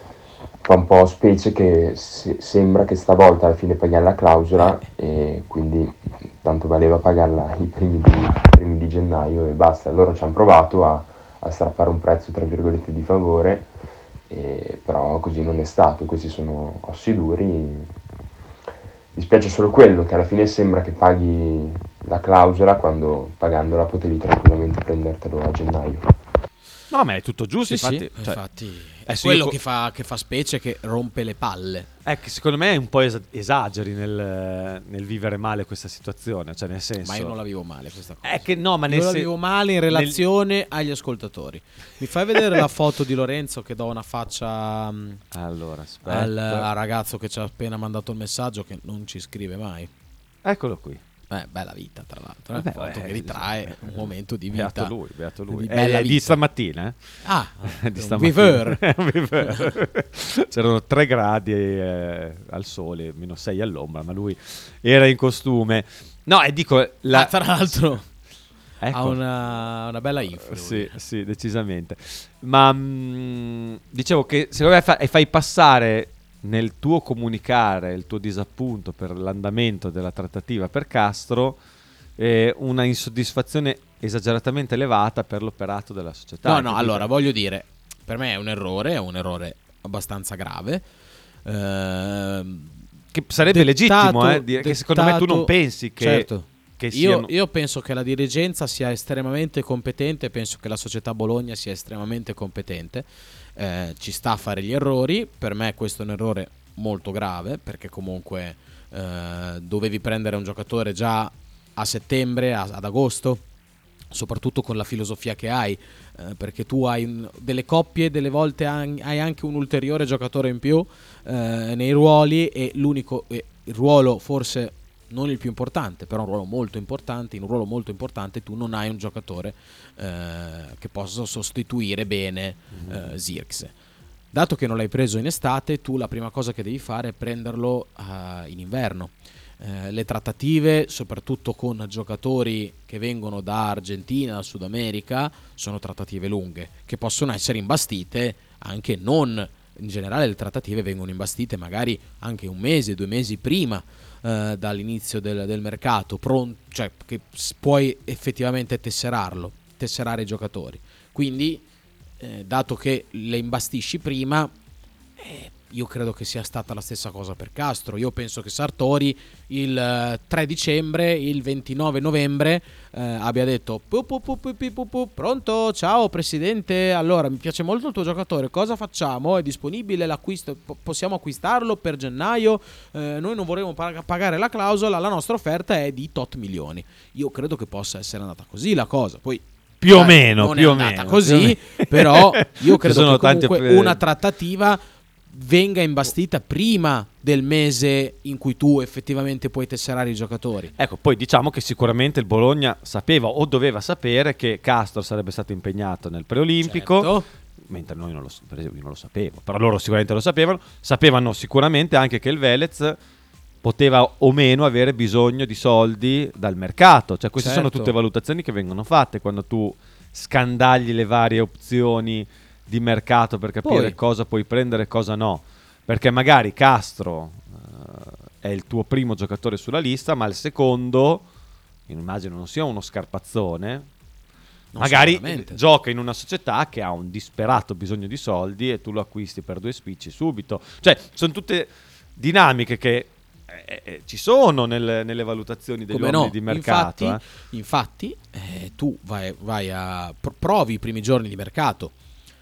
Speaker 12: Fa un po' specie che se, sembra che stavolta alla fine paghiamo la clausola e quindi tanto valeva pagarla i primi di, i primi di gennaio e basta. Loro ci hanno provato a, a strappare un prezzo tra virgolette di favore, e, però così non è stato. Questi sono ossi duri. Dispiace solo quello, che alla fine sembra che paghi la clausola quando pagandola potevi tranquillamente prendertelo a gennaio.
Speaker 3: No, ma è tutto giusto,
Speaker 4: Sì,
Speaker 3: infatti,
Speaker 4: sì,
Speaker 3: cioè,
Speaker 4: infatti
Speaker 3: eh,
Speaker 4: è
Speaker 3: sì,
Speaker 4: quello
Speaker 3: co-
Speaker 4: che fa, che fa specie, che rompe le palle.
Speaker 3: È che secondo me è un po' es- esageri nel, nel vivere male questa situazione, cioè nel senso...
Speaker 4: Ma io non la vivo male questa cosa.
Speaker 3: È che no, ma
Speaker 4: Io
Speaker 3: nel
Speaker 4: la
Speaker 3: sen-
Speaker 4: vivo male in relazione agli ascoltatori. Mi fai vedere la foto di Lorenzo che do una faccia mh,
Speaker 3: Allora, aspetta.
Speaker 4: al, al ragazzo che ci ha appena mandato il messaggio, che non ci scrive mai.
Speaker 3: Eccolo qui.
Speaker 4: Eh, bella vita, tra l'altro.
Speaker 3: Vabbè,
Speaker 4: È una foto
Speaker 3: beh,
Speaker 4: che ritrae un momento di vita.
Speaker 3: Beato lui, beato lui.
Speaker 4: Di
Speaker 3: È,
Speaker 4: bella
Speaker 3: è di
Speaker 4: vita.
Speaker 3: stamattina, eh?
Speaker 4: Ah,
Speaker 3: di
Speaker 4: un
Speaker 3: stamattina.
Speaker 4: viveur.
Speaker 3: Un viveur. C'erano tre gradi eh, al sole, meno sei all'ombra, ma lui era in costume. No, e dico... La...
Speaker 4: Ah, tra l'altro...
Speaker 3: Ecco.
Speaker 4: Ha una, una bella info.
Speaker 3: Sì, sì, decisamente. Ma mh, dicevo che secondo me fa- e fai passare nel tuo comunicare il tuo disappunto per l'andamento della trattativa per Castro eh, una insoddisfazione esageratamente elevata per l'operato della società.
Speaker 4: No, no,
Speaker 3: Quindi-
Speaker 4: allora voglio dire, per me è un errore, è un errore abbastanza grave. Ehm,
Speaker 3: che sarebbe
Speaker 4: dettato-
Speaker 3: legittimo eh, dire che secondo me tu non
Speaker 4: dettato-
Speaker 3: pensi che,
Speaker 4: certo.
Speaker 3: che
Speaker 4: Io,
Speaker 3: siano...
Speaker 4: io penso che la dirigenza sia estremamente competente, penso che la società Bologna sia estremamente competente, eh, ci sta a fare gli errori. Per me questo è un errore molto grave, perché comunque eh, dovevi prendere un giocatore già a settembre, a- ad agosto, soprattutto con la filosofia che hai, eh, perché tu hai un- delle coppie, delle volte han- hai anche un ulteriore giocatore in più eh, nei ruoli, e l'unico eh, il ruolo forse non il più importante, però un ruolo molto importante, in un ruolo molto importante tu non hai un giocatore eh, che possa sostituire bene eh, Zirkzee. Dato che non l'hai preso in estate, tu la prima cosa che devi fare è prenderlo eh, in inverno. Eh, le trattative, soprattutto con giocatori che vengono da Argentina, da Sud America, sono trattative lunghe, che possono essere imbastite anche non in generale le trattative vengono imbastite magari anche un mese, due mesi prima eh, dall'inizio del, del mercato, pron- cioè che s- puoi effettivamente tesserarlo, tesserare i giocatori. Quindi, eh, dato che le imbastisci prima, eh, io credo che sia stata la stessa cosa per Castro. Io penso che Sartori il eh, tre dicembre, il ventinove novembre eh, abbia detto pu, pu, pu, pu, pu, pu, pu, pronto, ciao presidente, allora mi piace molto il tuo giocatore, cosa facciamo? È disponibile l'acquisto? P- possiamo acquistarlo per gennaio? Eh, noi non vorremmo pag- pagare la clausola, la nostra offerta è di tot milioni. Io credo che possa essere andata così la cosa. Poi
Speaker 3: più o
Speaker 4: eh,
Speaker 3: meno,
Speaker 4: non
Speaker 3: più
Speaker 4: è
Speaker 3: o
Speaker 4: andata
Speaker 3: meno,
Speaker 4: così,
Speaker 3: più o meno.
Speaker 4: però io
Speaker 3: Ci
Speaker 4: credo
Speaker 3: sono
Speaker 4: che comunque
Speaker 3: tanti-
Speaker 4: una trattativa venga imbastita prima del mese in cui tu effettivamente puoi tesserare i giocatori.
Speaker 3: Ecco, poi diciamo che sicuramente il Bologna sapeva o doveva sapere che Castro sarebbe stato impegnato nel preolimpico,
Speaker 4: Certo.
Speaker 3: mentre noi non lo, per esempio, io non lo sapevo, però loro sicuramente lo sapevano. Sapevano sicuramente anche che il Velez poteva o meno avere bisogno di soldi dal mercato. Cioè queste
Speaker 4: Certo.
Speaker 3: sono tutte valutazioni che vengono fatte quando tu scandagli le varie opzioni di mercato per capire
Speaker 4: Poi-
Speaker 3: cosa puoi prendere e cosa no. Perché magari Castro eh, è il tuo primo giocatore sulla lista, ma il secondo, immagino non sia uno scarpazzone,
Speaker 4: Non
Speaker 3: magari
Speaker 4: sicuramente.
Speaker 3: gioca in una società che ha un disperato bisogno di soldi e tu lo acquisti per due spicci subito. Cioè sono tutte dinamiche che eh, eh, ci sono nel- nelle valutazioni degli
Speaker 4: Come
Speaker 3: uomini
Speaker 4: no?
Speaker 3: di mercato.
Speaker 4: Infatti,
Speaker 3: eh.
Speaker 4: infatti eh, tu vai, vai a pr- provi i primi giorni di mercato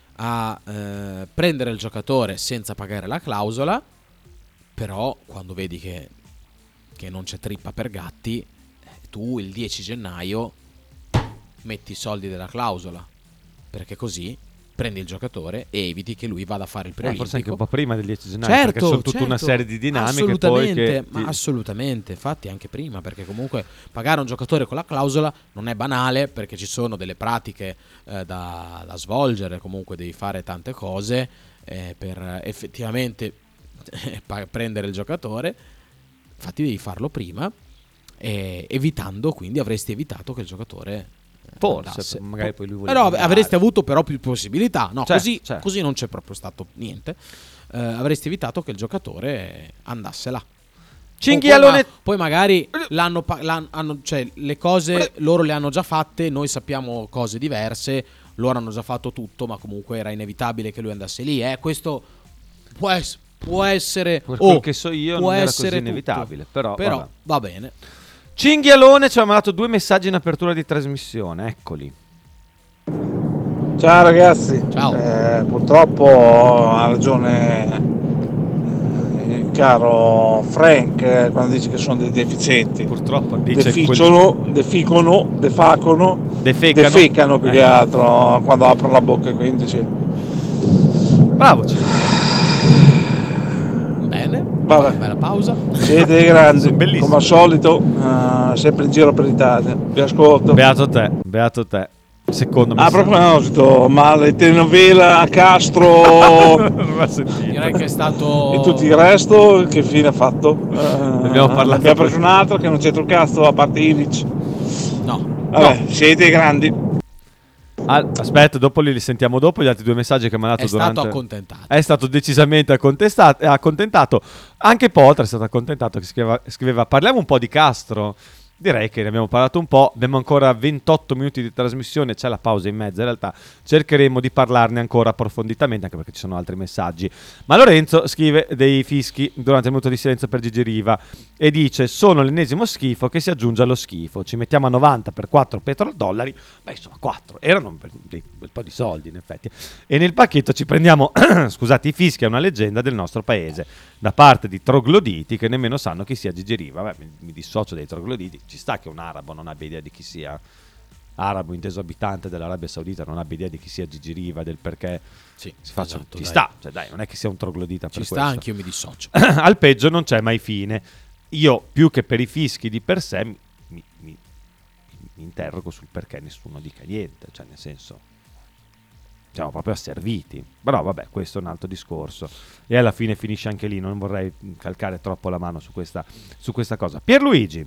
Speaker 4: a eh, prendere il giocatore senza pagare la clausola, però quando vedi che, che non c'è trippa per gatti, eh, tu il dieci gennaio metti i soldi della clausola, perché così prendi il giocatore e eviti che lui vada a fare il
Speaker 3: Eh,
Speaker 4: preolimpico.
Speaker 3: forse anche un po' prima del dieci gennaio,
Speaker 4: Certo,
Speaker 3: perché sono tutta
Speaker 4: certo,
Speaker 3: una serie di dinamiche poi
Speaker 4: assolutamente,
Speaker 3: che
Speaker 4: ma
Speaker 3: ti-
Speaker 4: assolutamente, infatti anche prima, perché comunque pagare un giocatore con la clausola non è banale, perché ci sono delle pratiche eh, da, da svolgere, comunque devi fare tante cose eh, per effettivamente pa- prendere il giocatore, infatti devi farlo prima, eh, evitando, quindi avresti evitato che il giocatore
Speaker 3: Forse,
Speaker 4: andasse.
Speaker 3: magari poi lui
Speaker 4: Po-
Speaker 3: voleva
Speaker 4: però
Speaker 3: andare.
Speaker 4: avresti avuto però più possibilità, no?
Speaker 3: Certo,
Speaker 4: così,
Speaker 3: certo.
Speaker 4: così non c'è proprio stato niente. Eh, avresti evitato che il giocatore andasse là.
Speaker 3: Cinghialone-
Speaker 4: O Poi, ma- poi magari l'hanno, pa- l'han- hanno, cioè, le cose loro le hanno già fatte, noi sappiamo cose diverse, loro hanno già fatto tutto, ma comunque era inevitabile che lui andasse lì. Eh. Questo può, ess- può essere...
Speaker 3: Per
Speaker 4: oh,
Speaker 3: quel che so io
Speaker 4: può
Speaker 3: non era
Speaker 4: essere
Speaker 3: così
Speaker 4: tutto.
Speaker 3: inevitabile, però,
Speaker 4: Però
Speaker 3: vabbè.
Speaker 4: va bene.
Speaker 3: Cinghialone ci ha mandato due messaggi in apertura di trasmissione, eccoli.
Speaker 11: Ciao ragazzi,
Speaker 4: Ciao.
Speaker 11: Eh, purtroppo ha ragione eh, il caro Frank eh, quando dice che sono dei deficienti.
Speaker 3: Purtroppo dice
Speaker 11: Deficano, deficono, defacono,
Speaker 3: Defecano.
Speaker 11: defecano più
Speaker 3: Eh.
Speaker 11: che altro quando aprono la bocca, quindi sì.
Speaker 3: Bravo.
Speaker 4: Bene.
Speaker 11: Vabbè.
Speaker 4: Bella pausa.
Speaker 11: Siete dei grandi,
Speaker 3: Sono bellissimi.
Speaker 11: come al solito, eh, sempre in giro per l'Italia. Vi ascolto.
Speaker 3: Beato te, beato te. Secondo me.
Speaker 11: A proposito, ma le telenovela a Castro
Speaker 3: Non va sentito.
Speaker 4: Direi che è stato...
Speaker 11: e tutto il resto, che fine ha fatto? Eh,
Speaker 3: abbiamo parlato
Speaker 11: abbiamo
Speaker 3: poi.
Speaker 11: preso un altro che non c'entra un cazzo a parte Ilic.
Speaker 4: No.
Speaker 11: Vabbè, siete grandi.
Speaker 3: Ah, aspetta, dopo li sentiamo dopo gli altri due messaggi che mi ha dato
Speaker 4: È stato
Speaker 3: durante.
Speaker 4: accontentato.
Speaker 3: È stato decisamente accontestato- accontentato. Anche Potter è stato accontentato che scriveva, scriveva parliamo un po' di Castro. Direi che ne abbiamo parlato un po', abbiamo ancora ventotto minuti di trasmissione, c'è la pausa in mezzo, in realtà cercheremo di parlarne ancora approfonditamente, anche perché ci sono altri messaggi. Ma Lorenzo scrive dei fischi durante il minuto di silenzio per Gigi Riva e dice sono l'ennesimo schifo che si aggiunge allo schifo, ci mettiamo a novanta per quattro petrodollari, beh insomma quattro, erano un bel, un bel po' di soldi in effetti, e nel pacchetto ci prendiamo, scusate, i fischi è una leggenda del nostro paese, da parte di trogloditi che nemmeno sanno chi sia Gigi Riva. Beh, mi, mi dissocio dai trogloditi. Ci sta che un arabo non abbia idea di chi sia, arabo inteso abitante dell'Arabia Saudita, non abbia idea di chi sia Gigi Riva, del perché
Speaker 4: Sì,
Speaker 3: si faccia.
Speaker 4: esatto,
Speaker 3: ci
Speaker 4: dai.
Speaker 3: sta, cioè dai, non è che sia un troglodita
Speaker 4: Ci
Speaker 3: per
Speaker 4: sta,
Speaker 3: questo.
Speaker 4: anch'io mi dissocio.
Speaker 3: Al peggio non c'è mai fine. Io più che per i fischi di per sé mi, mi- mi- mi interrogo sul perché nessuno dica niente, cioè nel senso siamo proprio asserviti. Però vabbè, questo è un altro discorso e alla fine finisce anche lì, non vorrei calcare troppo la mano su questa, su questa cosa. Pierluigi.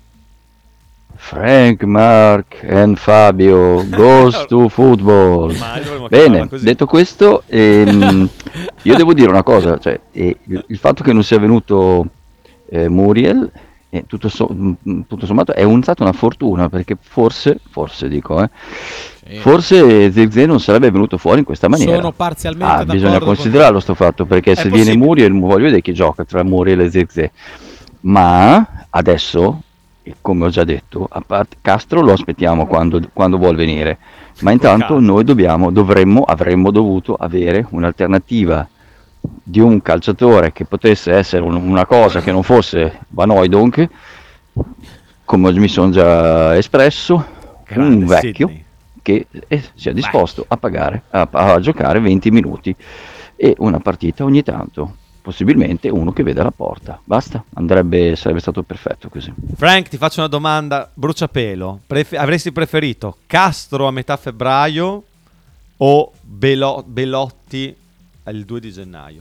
Speaker 13: Frank, Mark and Fabio goes to football.
Speaker 3: Ormai dovremmo chiamarla
Speaker 13: Bene,
Speaker 3: così.
Speaker 13: detto questo, ehm, Io devo dire una cosa, cioè, eh, il, il fatto che non sia venuto eh, Muriel, eh, tutto, so, mh, tutto sommato, è un, stata una fortuna, perché forse, forse dico, eh,
Speaker 4: Sì.
Speaker 13: forse Zirkzee non sarebbe venuto fuori in questa maniera.
Speaker 4: Sono parzialmente
Speaker 13: Ah,
Speaker 4: d'accordo
Speaker 13: bisogna
Speaker 4: con
Speaker 13: considerarlo sto fatto, perché se viene
Speaker 4: possibile.
Speaker 13: Muriel, voglio vedere chi gioca tra Muriel e Zirkzee. Ma adesso, come ho già detto, a parte Castro lo aspettiamo quando, quando vuol venire, ma intanto noi dobbiamo, dovremmo, avremmo dovuto avere un'alternativa di un calciatore che potesse essere un- una cosa che non fosse Van Hooijdonk, come mi sono già espresso,
Speaker 3: Grande
Speaker 13: un vecchio
Speaker 3: Sidney.
Speaker 13: che eh, sia disposto a pagare, a, a giocare venti minuti e una partita ogni tanto. Possibilmente uno che vede la porta, basta, andrebbe, sarebbe stato perfetto così.
Speaker 3: Frank, ti faccio una domanda, bruciapelo. Pref- avresti preferito Castro a metà febbraio o Belo- Belotti il due di gennaio?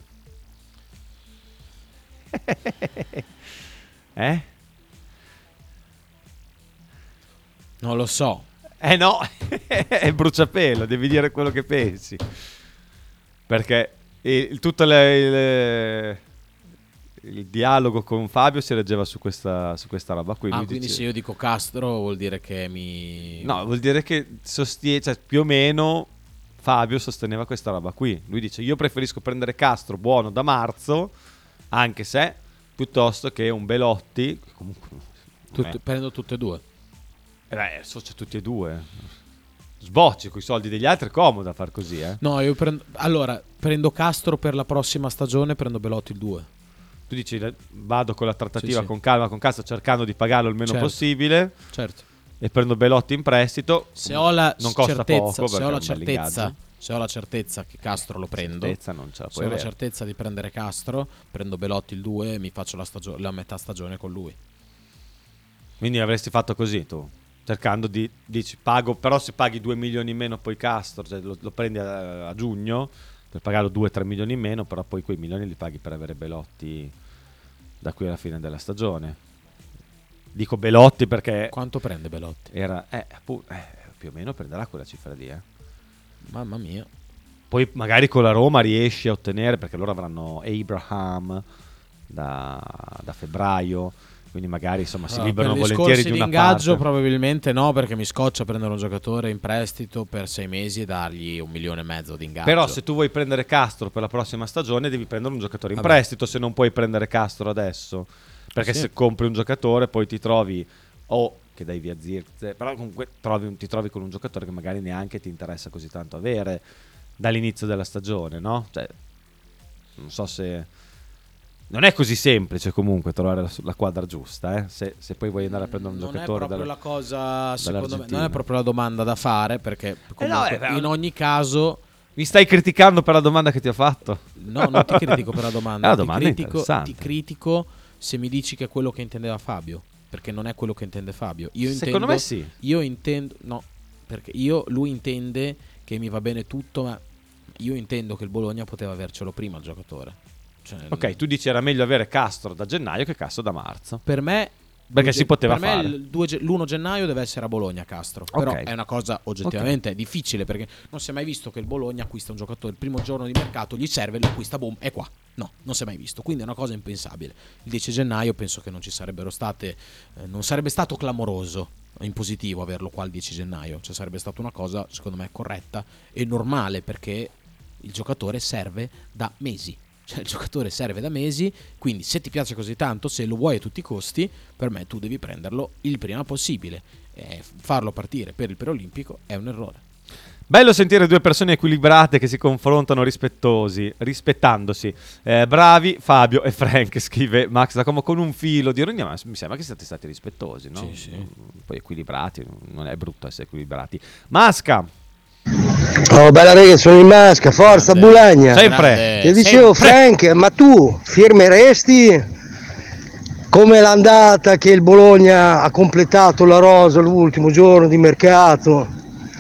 Speaker 3: Eh?
Speaker 4: Non lo so.
Speaker 3: Eh no, è bruciapelo, devi dire quello che pensi. Perché il, tutto le- il, il dialogo con Fabio si reggeva su questa, su questa roba qui.
Speaker 4: Ah,
Speaker 3: Lui
Speaker 4: quindi
Speaker 3: dice-
Speaker 4: se io dico Castro vuol dire che mi...
Speaker 3: No, vuol dire che sostiene, cioè, più o meno Fabio sosteneva questa roba qui. Lui dice: io preferisco prendere Castro buono da marzo, anche se, piuttosto che un Belotti. Che comunque non è-
Speaker 4: Tutte- prendo tutte e due.
Speaker 3: Eh, beh, adesso c'è tutti e due. Sbocci con i soldi degli altri, è comodo a far così, eh.
Speaker 4: No, io prendo... Allora, prendo Castro per la prossima stagione, prendo Belotti il due.
Speaker 3: Tu dici: vado con la trattativa
Speaker 4: Sì, sì.
Speaker 3: con calma con Castro, cercando di pagarlo il meno
Speaker 4: Certo.
Speaker 3: possibile.
Speaker 4: Certo.
Speaker 3: E prendo Belotti in prestito.
Speaker 4: Se ho la
Speaker 3: non costa
Speaker 4: certezza,
Speaker 3: poco,
Speaker 4: se
Speaker 3: perché
Speaker 4: ho
Speaker 3: è
Speaker 4: la
Speaker 3: un bel
Speaker 4: certezza,
Speaker 3: ingaggio.
Speaker 4: se ho la certezza che Castro lo prendo,
Speaker 3: Certezza non ce la
Speaker 4: se
Speaker 3: puoi
Speaker 4: ho la
Speaker 3: avere.
Speaker 4: certezza di prendere Castro, prendo Belotti il due e mi faccio la, stagio- la metà stagione con lui.
Speaker 3: Quindi avresti fatto così tu, cercando di, dici, pago, però se paghi due milioni in meno poi Castro, cioè lo, lo prendi a, a giugno per pagarlo due tre milioni in meno, però poi quei milioni li paghi per avere Belotti da qui alla fine della stagione. Dico Belotti perché...
Speaker 4: Quanto prende Belotti?
Speaker 3: Era, eh, appunto, eh, più o meno prenderà quella cifra lì, eh.
Speaker 4: Mamma mia.
Speaker 3: Poi magari con la Roma riesci a ottenere, perché loro avranno Abraham da, da febbraio, quindi magari insomma si
Speaker 4: Allora,
Speaker 3: liberano
Speaker 4: per
Speaker 3: volentieri
Speaker 4: discorsi
Speaker 3: di una
Speaker 4: ingaggio
Speaker 3: parte.
Speaker 4: probabilmente no, perché mi scoccia prendere un giocatore in prestito per sei mesi e dargli un milione e mezzo di ingaggio.
Speaker 3: Però se tu vuoi prendere Castro per la prossima stagione devi prendere un giocatore in
Speaker 4: Vabbè.
Speaker 3: prestito, se non puoi prendere Castro adesso, perché
Speaker 4: Sì.
Speaker 3: se compri un giocatore poi ti trovi o che dai via Zirkzee, però comunque trovi un- ti trovi con un giocatore che magari neanche ti interessa così tanto avere dall'inizio della stagione, no? Cioè, non so se... Non è così semplice comunque trovare la, la quadra giusta, eh? se, se poi vuoi andare a prendere un
Speaker 4: non è
Speaker 3: giocatore
Speaker 4: proprio
Speaker 3: dalla-
Speaker 4: la cosa, secondo me,
Speaker 3: dall'Argentina.
Speaker 4: non è proprio la domanda da fare, perché
Speaker 3: Eh no,
Speaker 4: comunque,
Speaker 3: eh,
Speaker 4: in ogni caso...
Speaker 3: Mi stai criticando per la domanda che ti ho fatto?
Speaker 4: No, non ti critico per la domanda,
Speaker 3: È una
Speaker 4: ti,
Speaker 3: domanda
Speaker 4: critico,
Speaker 3: interessante.
Speaker 4: ti critico se mi dici che è quello che intendeva Fabio, perché non è quello che intende Fabio. Io
Speaker 3: Secondo
Speaker 4: intendo,
Speaker 3: me sì.
Speaker 4: Io intendo, no, perché io, lui intende che mi va bene tutto, ma io intendo che il Bologna poteva avercelo prima il giocatore. Cioè,
Speaker 3: Ok, tu dici era meglio avere Castro da gennaio che Castro da marzo.
Speaker 4: Per me
Speaker 3: Perché
Speaker 4: due
Speaker 3: si poteva
Speaker 4: per me
Speaker 3: fare.
Speaker 4: il due ge- l'primo gennaio deve essere a Bologna Castro. Però
Speaker 3: Ok.
Speaker 4: è una cosa oggettivamente difficile, perché non si è mai visto che il Bologna acquista un giocatore il primo giorno di mercato, gli serve, lo acquista, boom, è qua. No, non si è mai visto, quindi è una cosa impensabile. Il dieci gennaio penso che non ci sarebbero state eh, non sarebbe stato clamoroso in positivo averlo qua il dieci gennaio, cioè sarebbe stata una cosa secondo me corretta e normale, perché il giocatore serve da mesi. Cioè il giocatore serve da mesi, quindi se ti piace così tanto, se lo vuoi a tutti i costi, per me tu devi prenderlo il prima possibile. E farlo partire per il preolimpico è un errore.
Speaker 3: Bello sentire due persone equilibrate che si confrontano rispettosi, rispettandosi. Eh, bravi Fabio e Frank, scrive Max da Como, con un filo di ironia, ma mi sembra che siate stati rispettosi, no?
Speaker 4: Sì, sì.
Speaker 3: Poi equilibrati, non è brutto essere equilibrati. Masca!
Speaker 14: Oh, bella ragazzi, sono in Masca, forza Bulagna.
Speaker 3: Sempre.
Speaker 14: Ti dicevo
Speaker 3: Sempre.
Speaker 14: Frank, ma tu firmeresti come l'andata che il Bologna ha completato la rosa l'ultimo giorno di mercato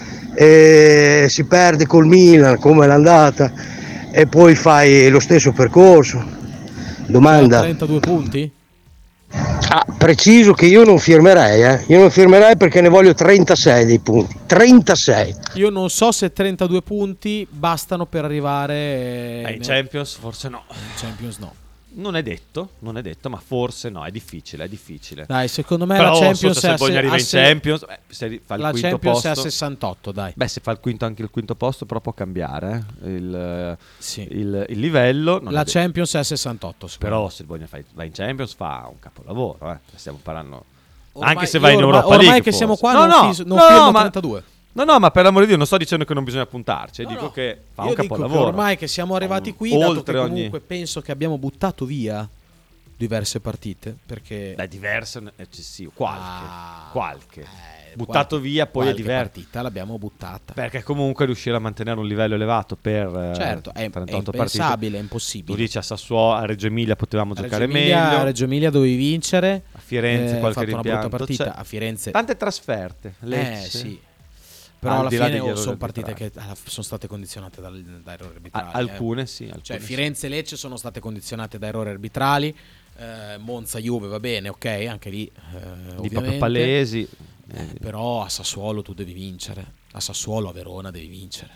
Speaker 14: e si perde col Milan, come l'andata, e poi fai lo stesso percorso? Domanda.
Speaker 4: trentadue punti?
Speaker 14: Ah, preciso che io non firmerei, eh. Io non firmerei perché ne voglio trentasei dei punti. trentasei.
Speaker 4: Io non so se trentadue punti bastano per arrivare
Speaker 3: Eh, in Champions forse no.
Speaker 4: In Champions no.
Speaker 3: Non è detto, non è detto, ma forse no, è difficile, è difficile.
Speaker 4: Dai, secondo me
Speaker 3: Però,
Speaker 4: la Champions
Speaker 3: so, se
Speaker 4: è
Speaker 3: il
Speaker 4: a
Speaker 3: Bologna
Speaker 4: se-
Speaker 3: arriva
Speaker 4: a
Speaker 3: in
Speaker 4: se-
Speaker 3: Champions, eh, se fa il
Speaker 4: la
Speaker 3: quinto
Speaker 4: Champions
Speaker 3: posto,
Speaker 4: è a sessantotto, dai.
Speaker 3: Beh, se fa il quinto anche il quinto posto, però può cambiare eh, il,
Speaker 4: Sì.
Speaker 3: il, il livello. Non
Speaker 4: La
Speaker 3: è detto.
Speaker 4: Champions è a sessantotto. secondo
Speaker 3: Però
Speaker 4: me.
Speaker 3: se il Bologna fa- va in Champions fa un capolavoro, eh. Stiamo parlando.
Speaker 4: Ormai-
Speaker 3: anche se va in
Speaker 4: io ormai-
Speaker 3: Europa
Speaker 4: ormai
Speaker 3: League,
Speaker 4: che siamo
Speaker 3: forse.
Speaker 4: qua
Speaker 3: no,
Speaker 4: non
Speaker 3: no,
Speaker 4: fis- non
Speaker 3: no,
Speaker 4: firmo
Speaker 3: ma,
Speaker 4: trentadue.
Speaker 3: No, no, ma per l'amore di Dio, non sto dicendo che non bisogna puntarci,
Speaker 4: No,
Speaker 3: dico
Speaker 4: no.
Speaker 3: che fa
Speaker 4: Io
Speaker 3: un
Speaker 4: dico
Speaker 3: capolavoro.
Speaker 4: che ormai che siamo arrivati qui, dato che
Speaker 3: Oltre ogni-
Speaker 4: comunque penso che abbiamo buttato via diverse partite, perché
Speaker 3: Beh, diverse è eccessivo, qualche,
Speaker 4: Ah,
Speaker 3: qualche.
Speaker 4: eh,
Speaker 3: Buttato
Speaker 4: qualche-
Speaker 3: via, poi è
Speaker 4: qualche
Speaker 3: diverso.
Speaker 4: partita l'abbiamo buttata.
Speaker 3: Perché comunque riuscire a mantenere un livello elevato per eh,
Speaker 4: Certo, è, è
Speaker 3: trentotto
Speaker 4: impensabile,
Speaker 3: partite.
Speaker 4: è impossibile.
Speaker 3: Tu dici a Sassuolo, a Reggio Emilia potevamo
Speaker 4: A
Speaker 3: giocare
Speaker 4: Reggio Emilia-
Speaker 3: meglio.
Speaker 4: A Reggio Emilia dovevi vincere.
Speaker 3: A Firenze
Speaker 4: eh,
Speaker 3: qualche
Speaker 4: hai fatto una brutta
Speaker 3: rimpianto
Speaker 4: partita.
Speaker 3: c'è.
Speaker 4: A Firenze
Speaker 3: Tante trasferte.
Speaker 4: Eh
Speaker 3: Lecce.
Speaker 4: sì. Però
Speaker 3: Al
Speaker 4: alla
Speaker 3: di là
Speaker 4: fine
Speaker 3: degli
Speaker 4: oh,
Speaker 3: errori
Speaker 4: sono partite che
Speaker 3: arbitrali.
Speaker 4: alla- sono state condizionate dal- da errori arbitrali.
Speaker 3: A- alcune
Speaker 4: eh.
Speaker 3: sì, alcune
Speaker 4: Cioè
Speaker 3: sì.
Speaker 4: Firenze e Lecce sono state condizionate da errori arbitrali. eh, Monza Juve va bene, ok, anche lì eh,
Speaker 3: Lì
Speaker 4: ovviamente.
Speaker 3: proprio palesi.
Speaker 4: Eh, però a Sassuolo tu devi vincere. A Sassuolo, a Verona devi vincere.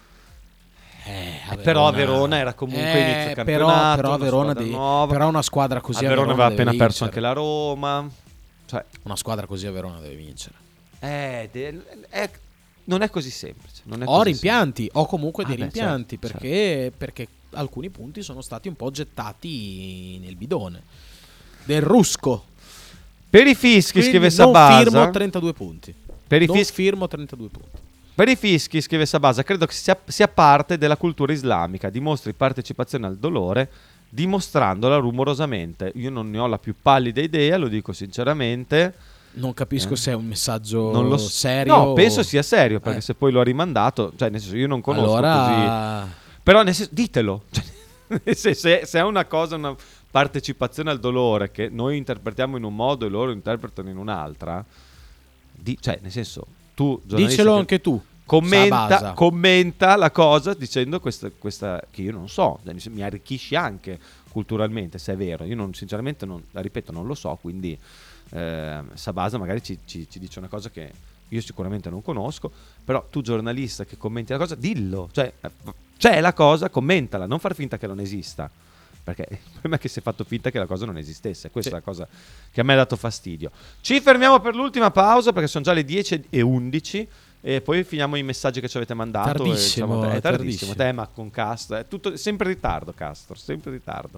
Speaker 4: Eh, a
Speaker 3: Però a Verona era comunque
Speaker 4: Eh,
Speaker 3: inizio
Speaker 4: però-
Speaker 3: campionato,
Speaker 4: però a
Speaker 3: una
Speaker 4: Verona
Speaker 3: squadra
Speaker 4: devi-
Speaker 3: nuova.
Speaker 4: però una squadra così
Speaker 3: a
Speaker 4: a
Speaker 3: Verona
Speaker 4: Verona
Speaker 3: aveva appena
Speaker 4: deve
Speaker 3: perso
Speaker 4: vincere.
Speaker 3: anche la Roma. Cioè,
Speaker 4: Una squadra così a Verona deve vincere.
Speaker 3: eh, de- è- non è così semplice. Non è
Speaker 4: Ho
Speaker 3: così
Speaker 4: rimpianti, ho comunque
Speaker 3: Ah,
Speaker 4: dei
Speaker 3: beh,
Speaker 4: rimpianti
Speaker 3: certo,
Speaker 4: perché, perché alcuni punti sono stati un po' gettati nel bidone del rusco.
Speaker 3: Per i fischi,
Speaker 4: Quindi
Speaker 3: scrive
Speaker 4: non
Speaker 3: Sabasa.
Speaker 4: firmo trentadue punti.
Speaker 3: Per i
Speaker 4: non
Speaker 3: fischi-
Speaker 4: firmo trentadue punti.
Speaker 3: Per i fischi, scrive Sabasa, credo che sia, sia parte della cultura islamica, dimostri partecipazione al dolore dimostrandola rumorosamente. Io non ne ho la più pallida idea, lo dico sinceramente.
Speaker 4: Non capisco
Speaker 3: Eh.
Speaker 4: se è un messaggio
Speaker 3: Non lo so.
Speaker 4: serio.
Speaker 3: No, penso sia serio, perché
Speaker 4: Eh.
Speaker 3: se poi lo ha rimandato, cioè nel senso io non conosco
Speaker 4: Allora-
Speaker 3: così. Però nel senso, ditelo. Cioè, se, se- se è una cosa, una partecipazione al dolore che noi interpretiamo in un modo e loro interpretano in un'altra, di- cioè nel senso, tu giornalista
Speaker 4: Dicelo
Speaker 3: che
Speaker 4: anche tu.
Speaker 3: Commenta,
Speaker 4: Sabasa.
Speaker 3: commenta la cosa dicendo questa, questa che io non so, mi arricchisci anche culturalmente se è vero. Io non, sinceramente, non, la ripeto, non lo so, quindi eh, Sabasa magari ci, ci- ci dice una cosa che io sicuramente non conosco, però tu giornalista che commenti la cosa, dillo, cioè eh, c'è la cosa, commentala, non far finta che non esista, perché il problema è che si è fatto finta che la cosa non esistesse. Questa
Speaker 4: Sì.
Speaker 3: è la cosa che a me ha dato fastidio. Ci fermiamo per l'ultima pausa perché sono già le dieci e undici e poi finiamo i messaggi che ci avete mandato. e
Speaker 4: Tardissimo,
Speaker 3: diciamo, è
Speaker 4: è
Speaker 3: tardissimo,
Speaker 4: tardissimo.
Speaker 3: te ma con Castro, è tutto sempre in ritardo, Castro, sempre in ritardo.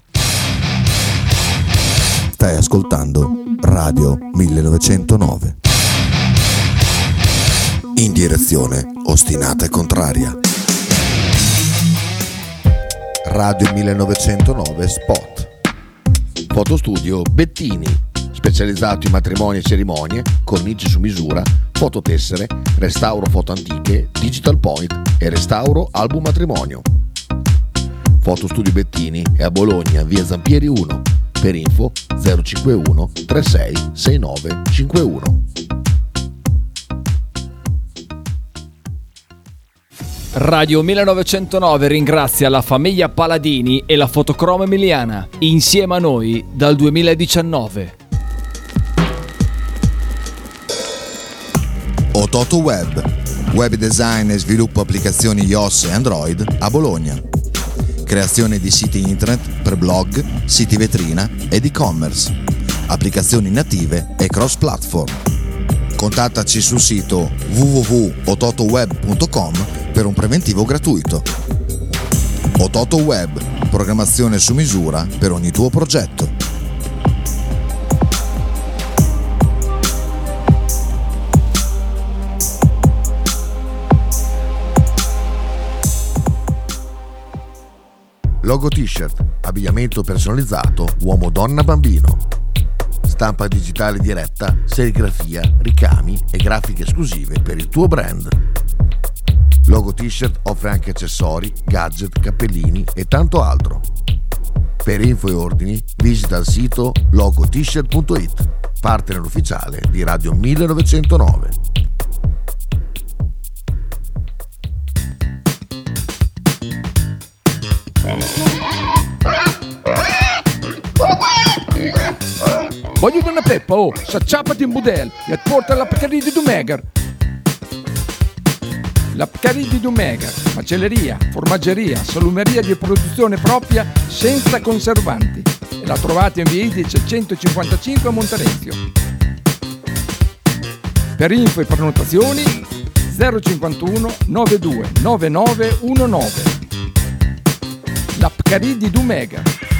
Speaker 6: Stai ascoltando Radio millenovecentonove. In direzione ostinata e contraria. Radio millenovecentonove Spot.
Speaker 2: Fotostudio Bettini, specializzato in matrimoni e cerimonie, cornici su misura, fototessere, restauro foto antiche, digital point e restauro album matrimonio. Fotostudio Bettini è a Bologna, via Zampieri uno. Per info zero cinquantuno trentasei sessantanove cinquantuno.
Speaker 1: Radio millenovecentonove ringrazia la famiglia Paladini e la Fotocromo Emiliana, insieme a noi dal duemiladiciannove.
Speaker 6: Ototo Web, web design e sviluppo applicazioni iOS e Android a Bologna. Creazione di siti internet per blog, siti vetrina ed e-commerce, applicazioni native e cross-platform. Contattaci sul sito w w w punto ototoweb punto com per un preventivo gratuito. Ototo Web, programmazione su misura per ogni tuo progetto.
Speaker 2: Logo t-shirt, abbigliamento personalizzato, uomo, donna, bambino. Stampa digitale diretta, serigrafia, ricami e grafiche esclusive per il tuo brand. Logo t-shirt offre anche accessori, gadget, cappellini e tanto altro. Per info e ordini visita il sito logo t shirt punto it, partner ufficiale di Radio millenovecentonove.
Speaker 7: Voglio una peppa, oh, s'acciappati in budel e porta la Pcaridi di Dumegar. La Pcaridi di Dumegar, macelleria, formaggeria, salumeria di produzione propria senza conservanti. E la trovate in via Idice centocinquantacinque a Monterezio. Per info e prenotazioni zero cinquantuno novantadue novantanove diciannove. La Pcaridi di Dumegar.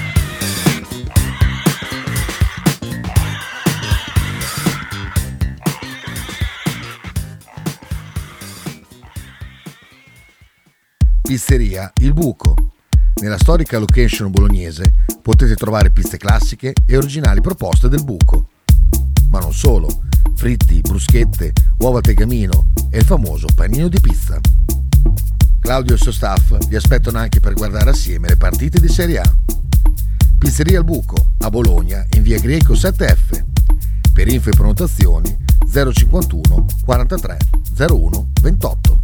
Speaker 2: Pizzeria Il Buco. Nella storica location bolognese potete trovare pizze classiche e originali proposte del Buco. Ma non solo, fritti, bruschette, uova al tegamino e il famoso panino di pizza. Claudio e il suo staff vi aspettano anche per guardare assieme le partite di Serie A. Pizzeria Il Buco, a Bologna, in via Greco sette F. Per info e prenotazioni zero cinquantuno quarantatré zero uno ventotto.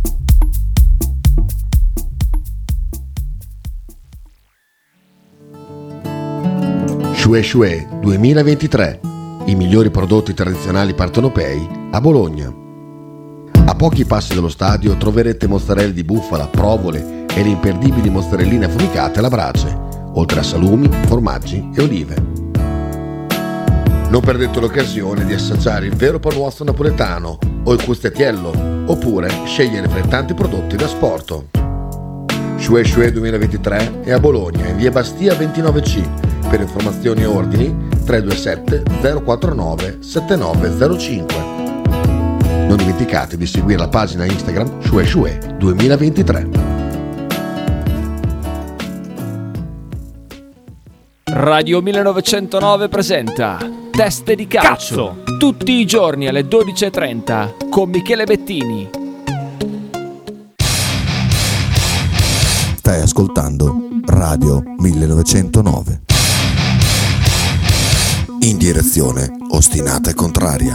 Speaker 2: Shue Shue duemilaventitré. I migliori prodotti tradizionali partenopei a Bologna. A pochi passi dallo stadio troverete mozzarella di bufala, provole e le imperdibili mozzarelline affumicate alla brace, oltre a salumi, formaggi e olive. Non perdete l'occasione di assaggiare il vero panuozzo napoletano o il custettiello, oppure scegliere fra i tanti prodotti da sport. Shue Shue duemilaventitré è a Bologna, in via Bastia ventinove C. Per informazioni e ordini tre due sette zero quattro nove sette nove zero cinque. Non dimenticate di seguire la pagina Instagram Shue Shue duemilaventitré.
Speaker 1: Radio millenovecentonove presenta Teste di calcio.
Speaker 3: Cazzo!
Speaker 1: Tutti i giorni alle dodici e trenta con Michele Bettini.
Speaker 6: Stai ascoltando Radio millenovecentonove. In direzione ostinata e contraria.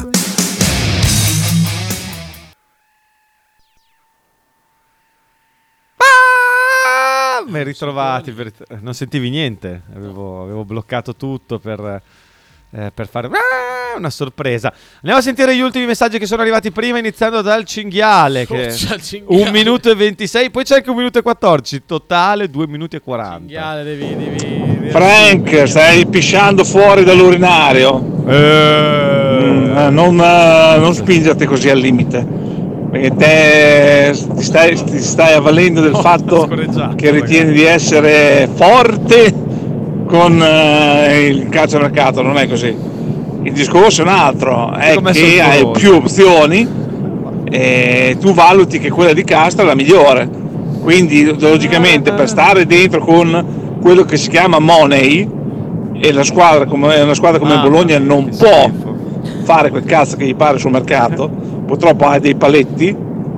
Speaker 3: Ah, mi ritrovati. Per... Non sentivi niente. Avevo, avevo bloccato tutto per, eh, per fare ah, una sorpresa. Andiamo a sentire gli ultimi messaggi che sono arrivati prima, iniziando dal cinghiale. Che
Speaker 4: cinghiale.
Speaker 3: un minuto e ventisei, poi c'è anche un minuto e quattordici. Totale due minuti e quaranta.
Speaker 4: Cinghiale, devi, devi, devi
Speaker 11: Frank, stai pisciando fuori dall'urinario.
Speaker 3: Eh.
Speaker 11: Mm, non, uh, non spingerti così al limite, perché te ti stai, ti stai avvalendo del
Speaker 3: No,
Speaker 11: fatto che ritieni di essere forte con uh, il calciomercato. Non è così. Il discorso è un altro, è
Speaker 3: Com'è
Speaker 11: che hai
Speaker 3: solcoso?
Speaker 11: più opzioni e tu valuti che quella di Castro è la migliore. Quindi logicamente per stare dentro con quello che si chiama money, e la squadra come una squadra come
Speaker 3: Ah,
Speaker 11: il Bologna non può fare quel cazzo che gli pare sul mercato, purtroppo ha dei paletti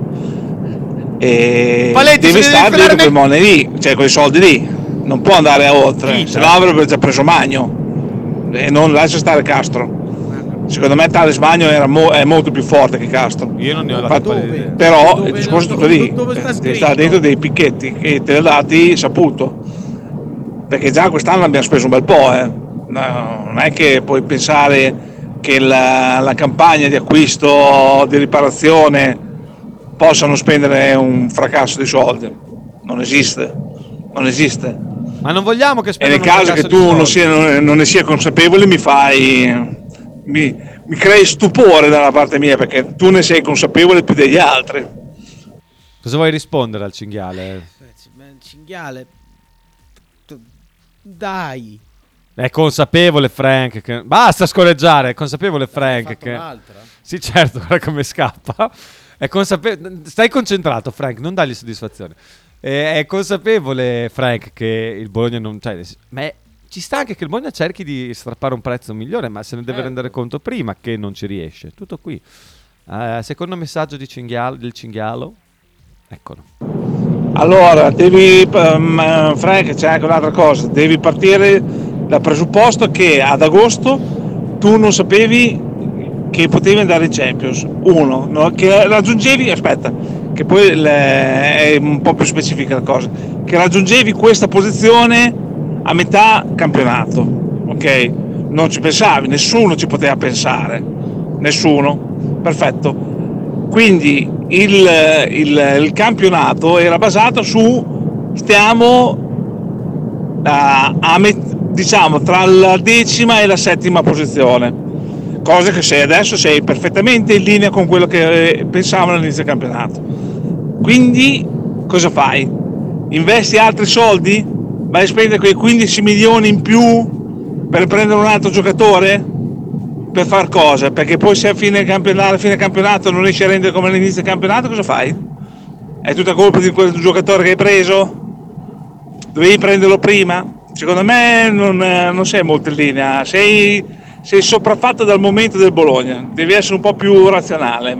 Speaker 11: e
Speaker 3: Paletti,
Speaker 11: deve
Speaker 3: se
Speaker 11: stare
Speaker 3: deve
Speaker 11: dentro
Speaker 3: fare
Speaker 11: quei money lì, cioè quei soldi lì, non può andare a oltre, se no avrebbe già preso Magno e non lascia stare Castro. Secondo me tale Magno era mo- è molto più forte che Castro.
Speaker 3: Io non ne ho la
Speaker 11: Infatti,
Speaker 3: più pallida idea.
Speaker 11: però
Speaker 4: Dove-
Speaker 11: il discorso è tutto
Speaker 4: dove-
Speaker 11: lì,
Speaker 4: dove sta
Speaker 11: devi
Speaker 4: scritto?
Speaker 11: stare dentro dei picchetti che te li ha dati saputo, perché già quest'anno abbiamo speso un bel po', eh. No, non è che puoi pensare che la, la campagna di acquisto, di riparazione possano spendere un fracasso di soldi. Non esiste, non esiste.
Speaker 3: Ma non vogliamo che
Speaker 11: E
Speaker 3: spendano
Speaker 11: nel
Speaker 3: un
Speaker 11: caso
Speaker 3: fracasso
Speaker 11: che
Speaker 3: di
Speaker 11: tu
Speaker 3: soldi.
Speaker 11: non, sia, non, non ne sia consapevole mi fai mi, mi crei stupore dalla parte mia, perché tu ne sei consapevole più degli altri.
Speaker 3: Cosa vuoi rispondere al cinghiale?
Speaker 4: Cinghiale, dai.
Speaker 3: È consapevole Frank che... Basta scorreggiare, è consapevole Frank che...
Speaker 4: Un'altra?
Speaker 3: Sì, certo, guarda come scappa. È consape... Stai concentrato Frank, non dagli soddisfazione. Eh, È consapevole Frank che il Bologna non... Cioè, ma è- ci sta anche che il Bologna cerchi di strappare un prezzo migliore, ma se ne deve
Speaker 4: Certo.
Speaker 3: rendere conto prima che non ci riesce. Tutto qui. Eh, secondo messaggio di cinghiale, del cinghialo. Eccolo.
Speaker 11: Allora, devi, um, Frank, c'è anche un'altra cosa, devi partire dal presupposto che ad agosto tu non sapevi che potevi andare in Champions, uno, no? Che raggiungevi, aspetta, che poi le, è un po' più specifica la cosa, che raggiungevi questa posizione a metà campionato, ok? non ci pensavi, nessuno ci poteva pensare, nessuno, perfetto. Quindi il, il, il campionato era basato su stiamo a, a met- diciamo tra la decima e la settima posizione, cosa che sei adesso sei perfettamente in linea con quello che pensavano all'inizio del campionato. Quindi cosa fai? Investi altri soldi? Vai a spendere quei quindici milioni in più per prendere un altro giocatore? Per far cosa? Perché poi se a fine campionato, a fine campionato non riesci a rendere come all'inizio del campionato, cosa fai? È tutta colpa di quel giocatore che hai preso? Dovevi prenderlo prima? Secondo me non, non sei molto in linea, sei, sei sopraffatto dal momento del Bologna, devi essere un po' più razionale,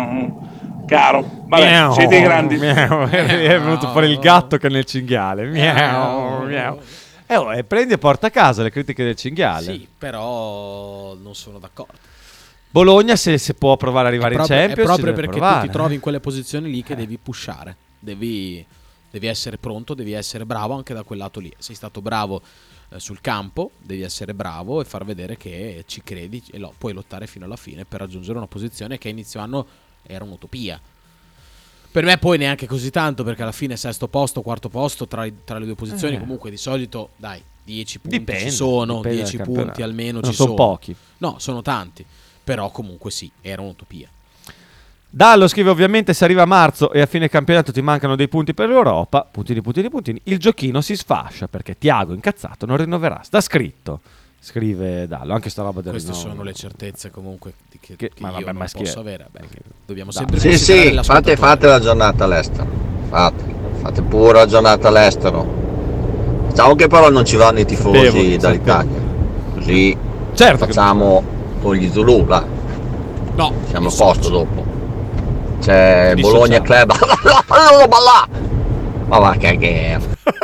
Speaker 11: caro. Vabbè,
Speaker 3: Miau,
Speaker 11: siete i grandi.
Speaker 3: Miau, è venuto fuori il gatto che è nel cinghiale. Miau, miau. Eh, oh, e prendi e porta a casa le critiche del cinghiale.
Speaker 4: Sì, però non sono d'accordo.
Speaker 3: Bologna se, se può provare ad arrivare
Speaker 4: È proprio,
Speaker 3: in Champions
Speaker 4: è proprio
Speaker 3: si deve
Speaker 4: perché
Speaker 3: provare.
Speaker 4: tu ti trovi in quelle posizioni lì che devi pushare, devi, devi essere pronto, devi essere bravo anche da quel lato lì. Sei stato bravo eh, sul campo, devi essere bravo e far vedere che ci credi e lo, puoi lottare fino alla fine per raggiungere una posizione che a inizio anno era un'utopia. Per me poi neanche così tanto, perché alla fine sesto posto, quarto posto tra, tra le due posizioni
Speaker 3: Eh.
Speaker 4: comunque di solito dai dieci punti
Speaker 3: Dipende,
Speaker 4: ci sono,
Speaker 3: dipende
Speaker 4: dieci
Speaker 3: dal
Speaker 4: punti
Speaker 3: campionato.
Speaker 4: almeno
Speaker 3: Non
Speaker 4: ci
Speaker 3: sono
Speaker 4: sono.
Speaker 3: pochi.
Speaker 4: No, sono tanti, però comunque sì, era un'utopia.
Speaker 3: Dallo scrive ovviamente se arriva a marzo e a fine campionato ti mancano dei punti per l'Europa, puntini puntini puntini, il giochino si sfascia perché Tiago incazzato non rinnoverà. Sta scritto, scrive Dallo, anche sta roba del
Speaker 4: Queste
Speaker 3: rinnovo.
Speaker 4: sono le certezze comunque di che,
Speaker 3: Che-
Speaker 4: che
Speaker 3: ma
Speaker 4: io
Speaker 3: vabbè,
Speaker 4: non
Speaker 3: ma schi-
Speaker 4: posso avere. Beh, che dobbiamo
Speaker 3: Dai.
Speaker 4: sempre
Speaker 15: Sì,
Speaker 4: considerare
Speaker 15: sì, fate,
Speaker 4: l'ascoltatore.
Speaker 15: fate la giornata all'estero. Fate, fate pure la giornata all'estero. Diciamo che però non ci vanno i tifosi
Speaker 3: Sapevo,
Speaker 15: dall'Italia. Così
Speaker 3: Certo che-
Speaker 15: facciamo con gli Zulu là.
Speaker 4: No,
Speaker 15: Siamo a
Speaker 4: mi
Speaker 15: posto
Speaker 4: dissocio.
Speaker 15: dopo. C'è
Speaker 3: Ti
Speaker 15: Bologna
Speaker 3: dissociamo.
Speaker 15: Club. Ma va che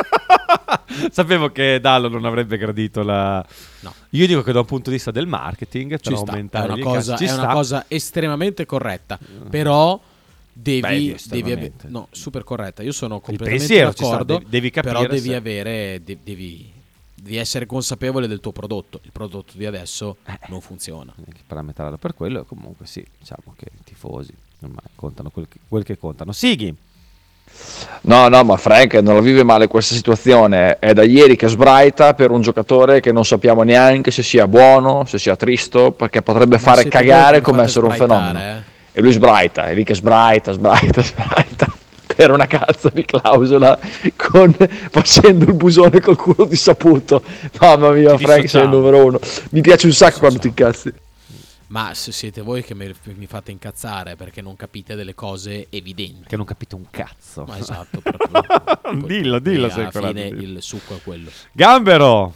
Speaker 3: Sapevo che Dallo non avrebbe gradito la...
Speaker 4: No.
Speaker 3: Io dico che da un punto di vista del marketing per
Speaker 4: Ci sta, è
Speaker 3: aumentare
Speaker 4: una
Speaker 3: gli
Speaker 4: cosa,
Speaker 3: incassi, ci
Speaker 4: è una
Speaker 3: sta.
Speaker 4: cosa estremamente corretta, però devi,
Speaker 3: Beh,
Speaker 4: devi
Speaker 3: estremamente.
Speaker 4: ave- no, super corretta. Io sono completamente
Speaker 3: pensiero ci sta,
Speaker 4: d'accordo,
Speaker 3: devi- devi capire
Speaker 4: però devi
Speaker 3: se-
Speaker 4: avere de- devi, devi essere consapevole del tuo prodotto. Il prodotto di adesso
Speaker 3: Eh.
Speaker 4: non funziona.
Speaker 3: Parametrarlo per quello, comunque sì, diciamo che i tifosi ormai contano quel che, quel che contano. Sighi,
Speaker 16: No, no, ma Frank non la vive male questa situazione. È da ieri che sbraita per un giocatore che non sappiamo neanche se sia buono, se sia tristo, perché potrebbe
Speaker 4: Ma
Speaker 16: fare
Speaker 4: siete voi
Speaker 16: cagare
Speaker 4: che
Speaker 16: come
Speaker 4: fate
Speaker 16: essere un
Speaker 4: sbraitare,
Speaker 16: fenomeno.
Speaker 4: eh?
Speaker 16: E lui sbraita, è lì che sbraita, sbraita, sbraita per una cazzo di clausola, con, facendo il busone col culo di saputo. Mamma mia,
Speaker 3: Ti
Speaker 16: Frank, sei il
Speaker 3: dissociamo.
Speaker 16: numero uno. Mi piace un sacco quando ti incazzi.
Speaker 4: Ma se siete voi che mi, mi fate incazzare perché non capite delle cose evidenti.
Speaker 3: che non capite un cazzo.
Speaker 4: Ma esatto, proprio.
Speaker 3: dillo, dillo
Speaker 4: E
Speaker 3: se
Speaker 4: alla
Speaker 3: ancora
Speaker 4: fine
Speaker 3: dillo.
Speaker 4: il succo è quello.
Speaker 3: Gambero,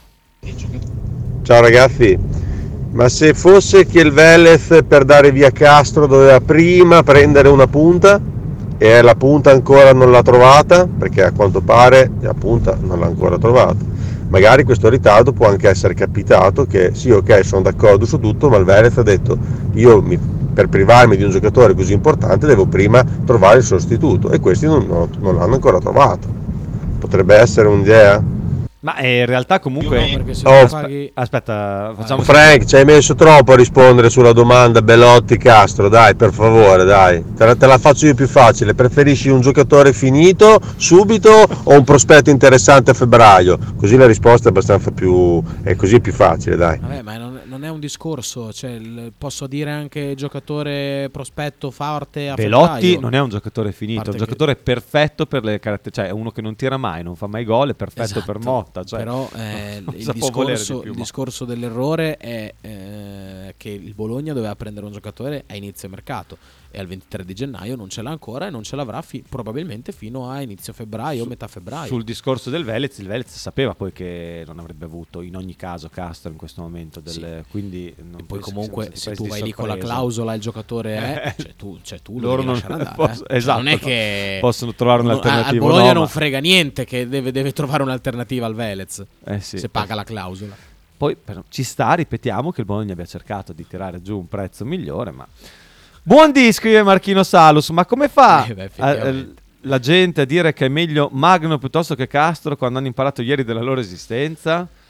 Speaker 17: Ciao ragazzi, ma se fosse che il Vélez per dare via Castro doveva prima prendere una punta e la punta ancora non l'ha trovata, perché a quanto pare la punta non l'ha ancora trovata, magari questo ritardo può anche essere capitato che sì, ok, sono d'accordo su tutto, ma il Vélez ha detto io mi, per privarmi di un giocatore così importante devo prima trovare il sostituto e questi non, non- non l'hanno ancora trovato. Potrebbe essere un'idea?
Speaker 3: ma eh, in realtà comunque...
Speaker 4: No, perché se
Speaker 17: Oh,
Speaker 4: tu
Speaker 3: aspe-
Speaker 4: paghi-
Speaker 3: aspetta, facciamo...
Speaker 17: Frank, ci hai messo troppo a rispondere sulla domanda Belotti-Castro, dai, per favore, dai. Te la, te la faccio io più facile. Preferisci un giocatore finito subito o un prospetto interessante a febbraio? Così la risposta è abbastanza più... è così più facile, dai.
Speaker 4: Vabbè, ma non, non è un discorso, cioè, il- posso dire anche giocatore prospetto forte a
Speaker 3: Belotti
Speaker 4: febbraio.
Speaker 3: non è un giocatore finito, è
Speaker 4: Parte
Speaker 3: un
Speaker 4: che-
Speaker 3: giocatore perfetto per le caratteristiche, cioè è uno che non tira mai, non fa mai gol, è perfetto
Speaker 4: Esatto,
Speaker 3: per Motta. Cioè,
Speaker 4: però eh, il,
Speaker 3: cosa può volere di
Speaker 4: discorso,
Speaker 3: più,
Speaker 4: il
Speaker 3: Motta?
Speaker 4: discorso dell'errore è eh, che il Bologna doveva prendere un giocatore a inizio mercato e al ventitré di gennaio non ce l'ha ancora e non ce l'avrà fi- probabilmente fino a inizio febbraio o metà febbraio.
Speaker 3: Sul discorso del Velez, il Velez sapeva poi che non avrebbe avuto in ogni caso Castro in questo momento, delle, quindi non
Speaker 4: E poi
Speaker 3: penso
Speaker 4: comunque
Speaker 3: che siano
Speaker 4: se
Speaker 3: stati
Speaker 4: tu
Speaker 3: presi
Speaker 4: vai
Speaker 3: di
Speaker 4: lì con la
Speaker 3: sorpresa.
Speaker 4: clausola il giocatore è,
Speaker 3: Eh,
Speaker 4: cioè tu, cioè tu
Speaker 3: loro
Speaker 4: lo devi
Speaker 3: non
Speaker 4: lasciare andare.
Speaker 3: possono-
Speaker 4: eh.
Speaker 3: esatto,
Speaker 4: non è che
Speaker 3: possono trovare
Speaker 4: non-
Speaker 3: un'alternativa,
Speaker 4: Al Bologna
Speaker 3: no,
Speaker 4: non
Speaker 3: ma-
Speaker 4: frega niente che deve, deve trovare un'alternativa al Velez
Speaker 3: Eh sì,
Speaker 4: se paga la clausola.
Speaker 3: Poi però, ci sta, ripetiamo che il Bologna abbia cercato di tirare giù un prezzo migliore, ma buon dì, scrive Marchino Salus, ma come fa
Speaker 4: Eh, beh,
Speaker 3: a-
Speaker 4: effettivamente.
Speaker 3: a- la gente a dire che è meglio Magno piuttosto che Castro quando hanno imparato ieri della loro esistenza?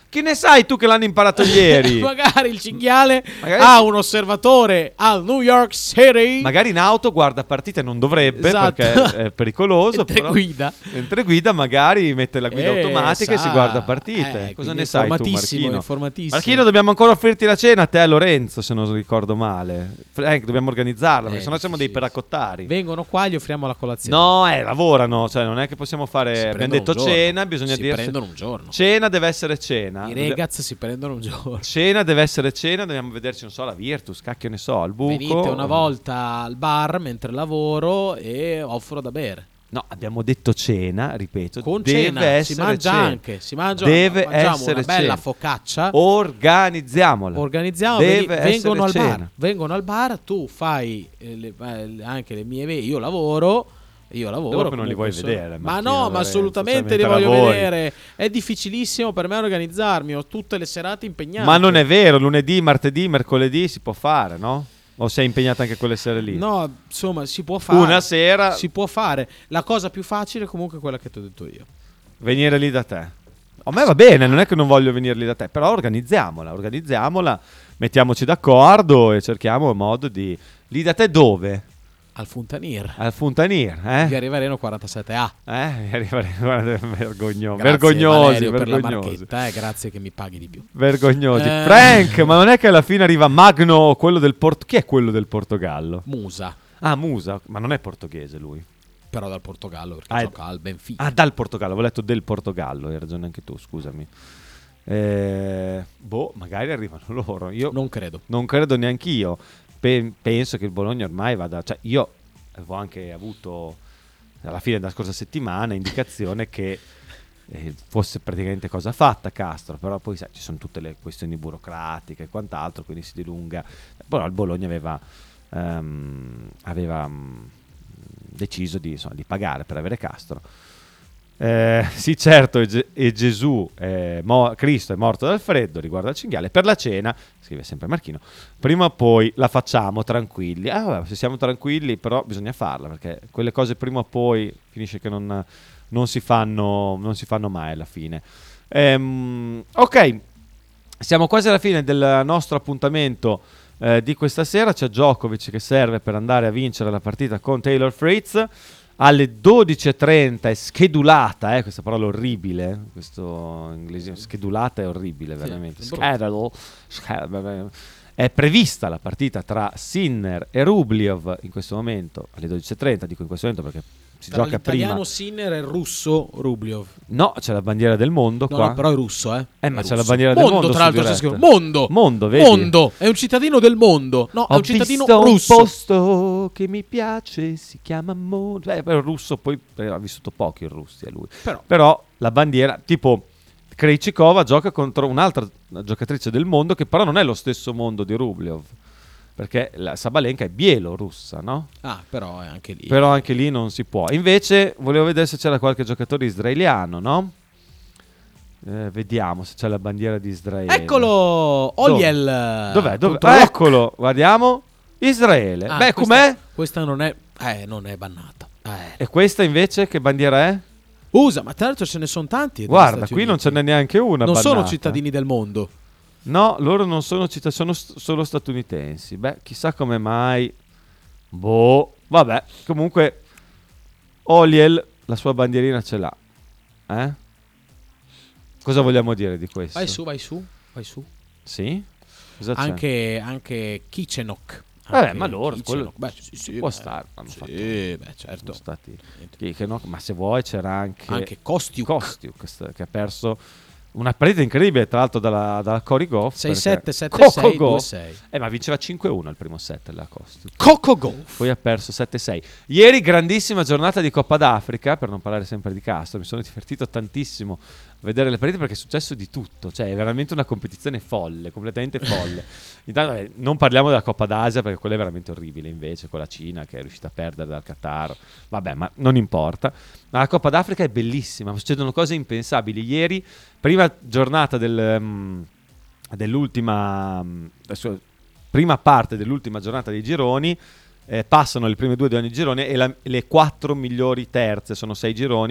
Speaker 3: Che ne sai tu che l'hanno imparato ieri?
Speaker 4: Magari il cinghiale
Speaker 3: Magari-
Speaker 4: ha un osservatore al New York City.
Speaker 3: Magari in auto guarda partite, non dovrebbe
Speaker 4: Esatto.
Speaker 3: perché è pericoloso.
Speaker 4: Mentre
Speaker 3: però,
Speaker 4: guida.
Speaker 3: mentre guida magari mette la guida
Speaker 4: Eh,
Speaker 3: automatica e
Speaker 4: sa.
Speaker 3: si guarda partite.
Speaker 4: Eh,
Speaker 3: Cosa
Speaker 4: quindi
Speaker 3: ne sai tu,
Speaker 4: informatissimo,
Speaker 3: Marchino?
Speaker 4: informatissimo.
Speaker 3: Marchino, dobbiamo ancora offrirti la cena a te e a Lorenzo, se non ricordo male. Frank, dobbiamo organizzarla, perché
Speaker 4: Eh,
Speaker 3: sennò siamo dei peracottari.
Speaker 4: Vengono qua, gli offriamo la colazione.
Speaker 3: No, eh, lavorano, cioè non è che possiamo fare.
Speaker 4: Si
Speaker 3: Abbiamo
Speaker 4: prendono
Speaker 3: detto
Speaker 4: un giorno.
Speaker 3: cena, bisogna
Speaker 4: Si
Speaker 3: dire.
Speaker 4: prendono un giorno.
Speaker 3: Cena deve essere cena.
Speaker 4: I ragazzi si prendono un giorno.
Speaker 3: Cena deve essere cena, dobbiamo vederci, non so, la Virtus, cacchio ne so, al buco.
Speaker 4: Venite una volta al bar mentre lavoro e offro da bere.
Speaker 3: No, abbiamo detto cena, ripeto.
Speaker 4: Con
Speaker 3: deve
Speaker 4: cena,
Speaker 3: essere
Speaker 4: si mangia
Speaker 3: cena.
Speaker 4: anche, si mangia,
Speaker 3: deve
Speaker 4: mangiamo
Speaker 3: essere
Speaker 4: una bella
Speaker 3: cena.
Speaker 4: focaccia.
Speaker 3: Organizziamola.
Speaker 4: Organizziamo,
Speaker 3: Deve
Speaker 4: veni- vengono al
Speaker 3: essere
Speaker 4: bar,
Speaker 3: cena.
Speaker 4: vengono al bar, tu fai eh, le- eh, anche le mie, io lavoro, io lavoro.
Speaker 3: Dopo non li vuoi
Speaker 4: comunque
Speaker 3: vedere,
Speaker 4: sono- Ma
Speaker 3: Marchino,
Speaker 4: no, ma
Speaker 3: Lorenzo,
Speaker 4: assolutamente
Speaker 3: cioè,
Speaker 4: li
Speaker 3: mentre
Speaker 4: voglio
Speaker 3: lavori.
Speaker 4: vedere. È difficilissimo per me organizzarmi, ho tutte le serate impegnate.
Speaker 3: Ma non è vero, lunedì, martedì, mercoledì si può fare, no? O sei impegnata anche quelle sere lì?
Speaker 4: No, insomma, si può fare.
Speaker 3: Una sera
Speaker 4: Si può fare. La cosa più facile comunque è quella che ti ho detto io.
Speaker 3: venire lì da te. A me va bene, non è che non voglio venire lì da te, però organizziamola, organizziamola, mettiamoci d'accordo e cerchiamo un modo di... Lì da te dove?
Speaker 4: Al Funtanir.
Speaker 3: Al Funtanir, eh?
Speaker 4: Via Rivareno quarantasette A.
Speaker 3: Eh, Via Rivareno, guarda, vergogno-
Speaker 4: Grazie,
Speaker 3: vergognosi,
Speaker 4: Valerio, per la
Speaker 3: vergognosi.
Speaker 4: marchetta, eh, grazie che mi paghi di più.
Speaker 3: Vergognosi.
Speaker 4: Eh.
Speaker 3: Frank, ma non è che alla fine arriva Magno, quello del Porto... Chi è quello del Portogallo?
Speaker 4: Musa.
Speaker 3: Ah, Musa, ma non è portoghese lui.
Speaker 4: Però dal Portogallo, perché
Speaker 3: Ah, è-
Speaker 4: gioca al Benfica.
Speaker 3: Ah, dal Portogallo, avevo letto del Portogallo, hai ragione anche tu, scusami. Eh, boh, magari arrivano loro. Io
Speaker 4: non credo.
Speaker 3: Non credo neanch'io. Pe- penso che il Bologna ormai vada... Cioè, io avevo anche avuto, alla fine della scorsa settimana, indicazione che eh, fosse praticamente cosa fatta Castro, però poi sai, ci sono tutte le questioni burocratiche e quant'altro, quindi si dilunga. Però il Bologna aveva... ehm, aveva... mm, deciso di, insomma, di pagare per avere Castro. Eh, sì, certo, e, Ge- e Gesù, è mo- Cristo è morto dal freddo, riguardo al cinghiale. Per la cena, scrive sempre Marchino, prima o poi la facciamo tranquilli. Ah, vabbè, se siamo tranquilli, però bisogna farla, perché quelle cose prima o poi finisce che non, non si fanno, non si fanno mai alla fine. Ehm, ok, siamo quasi alla fine del nostro appuntamento eh, di questa sera. C'è Djokovic che serve per andare a vincere la partita con Taylor Fritz. Alle dodici e trenta è schedulata, eh, questa parola orribile, eh, questo inglese, schedulata è orribile veramente.
Speaker 4: Sì,
Speaker 3: Schedule, schedule. È prevista la partita tra Sinner e Rublev in questo momento alle dodici e trenta, dico in questo momento perché si
Speaker 4: Tra
Speaker 3: gioca prima.
Speaker 4: l'italiano Sinner e il russo Rublev.
Speaker 3: No, c'è la bandiera del mondo
Speaker 4: No,
Speaker 3: qua.
Speaker 4: no, però è russo, eh.
Speaker 3: Eh, ma
Speaker 4: È
Speaker 3: c'è la
Speaker 4: russo.
Speaker 3: bandiera del mondo
Speaker 4: tra
Speaker 3: su
Speaker 4: l'altro c'è
Speaker 3: diretta.
Speaker 4: scritto. Mondo.
Speaker 3: Mondo, vedi?
Speaker 4: Mondo. È un cittadino del mondo. No, è
Speaker 3: Ho
Speaker 4: un cittadino
Speaker 3: visto
Speaker 4: russo.
Speaker 3: un posto che mi piace, si chiama Mondo. Eh, però il russo poi eh, ha vissuto poco in Russia lui.
Speaker 4: Però.
Speaker 3: Però la bandiera, tipo Krejcikova gioca contro un'altra giocatrice del mondo che però non è lo stesso mondo di Rublev. Perché la Sabalenka è bielorussa, no?
Speaker 4: Ah, però è anche lì.
Speaker 3: Però anche lì non si può. Invece volevo vedere se c'era qualche giocatore israeliano, no? Eh, vediamo se c'è la bandiera di Israele.
Speaker 4: Eccolo! Oliel.
Speaker 3: Dov'è? Dov'è?
Speaker 4: Contro
Speaker 3: Ah,
Speaker 4: Locke.
Speaker 3: eccolo, guardiamo. Israele.
Speaker 4: Ah,
Speaker 3: Beh,
Speaker 4: questa-
Speaker 3: com'è?
Speaker 4: Questa non è eh, non è bannata. Eh.
Speaker 3: E questa invece che bandiera è?
Speaker 4: Usa, ma tra l'altro ce ne sono tanti. degli
Speaker 3: Guarda,
Speaker 4: Stati
Speaker 3: qui non
Speaker 4: Uniti.
Speaker 3: ce n'è neanche una
Speaker 4: Non sono
Speaker 3: bannata.
Speaker 4: cittadini del mondo.
Speaker 3: No, loro non sono cittadini, sono st- solo statunitensi. Beh, chissà come mai. Boh, vabbè, comunque Oliel la sua bandierina ce l'ha. Eh? Cosa vogliamo dire di questo?
Speaker 4: Vai su, vai su, vai su.
Speaker 3: Sì? Cosa c'è?
Speaker 4: Anche, anche Kichenok.
Speaker 3: Vabbè,
Speaker 4: Anche
Speaker 3: ma loro
Speaker 4: Kichenok.
Speaker 3: quello
Speaker 4: Beh, sì, sì,
Speaker 3: può
Speaker 4: beh,
Speaker 3: stare. Hanno
Speaker 4: sì,
Speaker 3: fatto,
Speaker 4: beh, certo.
Speaker 3: sono stati che, che no, ma se vuoi c'era anche
Speaker 4: Anche Kostiuk.
Speaker 3: Kostiuk, st- che ha perso una partita incredibile, tra l'altro dalla, dalla Cory Goff.
Speaker 4: sei
Speaker 3: perché
Speaker 4: sette, sette
Speaker 3: Coco
Speaker 4: sei,
Speaker 3: Gauff-
Speaker 4: due sei.
Speaker 3: Eh, ma vinceva cinque a uno al primo set la Kostiuk.
Speaker 4: Coco Gauff.
Speaker 3: Poi ha perso sette a sei. Ieri grandissima giornata di Coppa d'Africa, per non parlare sempre di Castro, mi sono divertito tantissimo a vedere le partite perché è successo di tutto, cioè è veramente una competizione folle, completamente folle. Intanto eh, non parliamo della Coppa d'Asia perché quella è veramente orribile invece, con la Cina che è riuscita a perdere dal Qatar. Vabbè, ma non importa. Ma la Coppa d'Africa è bellissima, succedono cose impensabili. Ieri, prima giornata del, um, dell'ultima um, adesso, prima parte dell'ultima giornata dei gironi, eh, passano le prime due di ogni girone e la- le quattro migliori terze, sono sei gironi,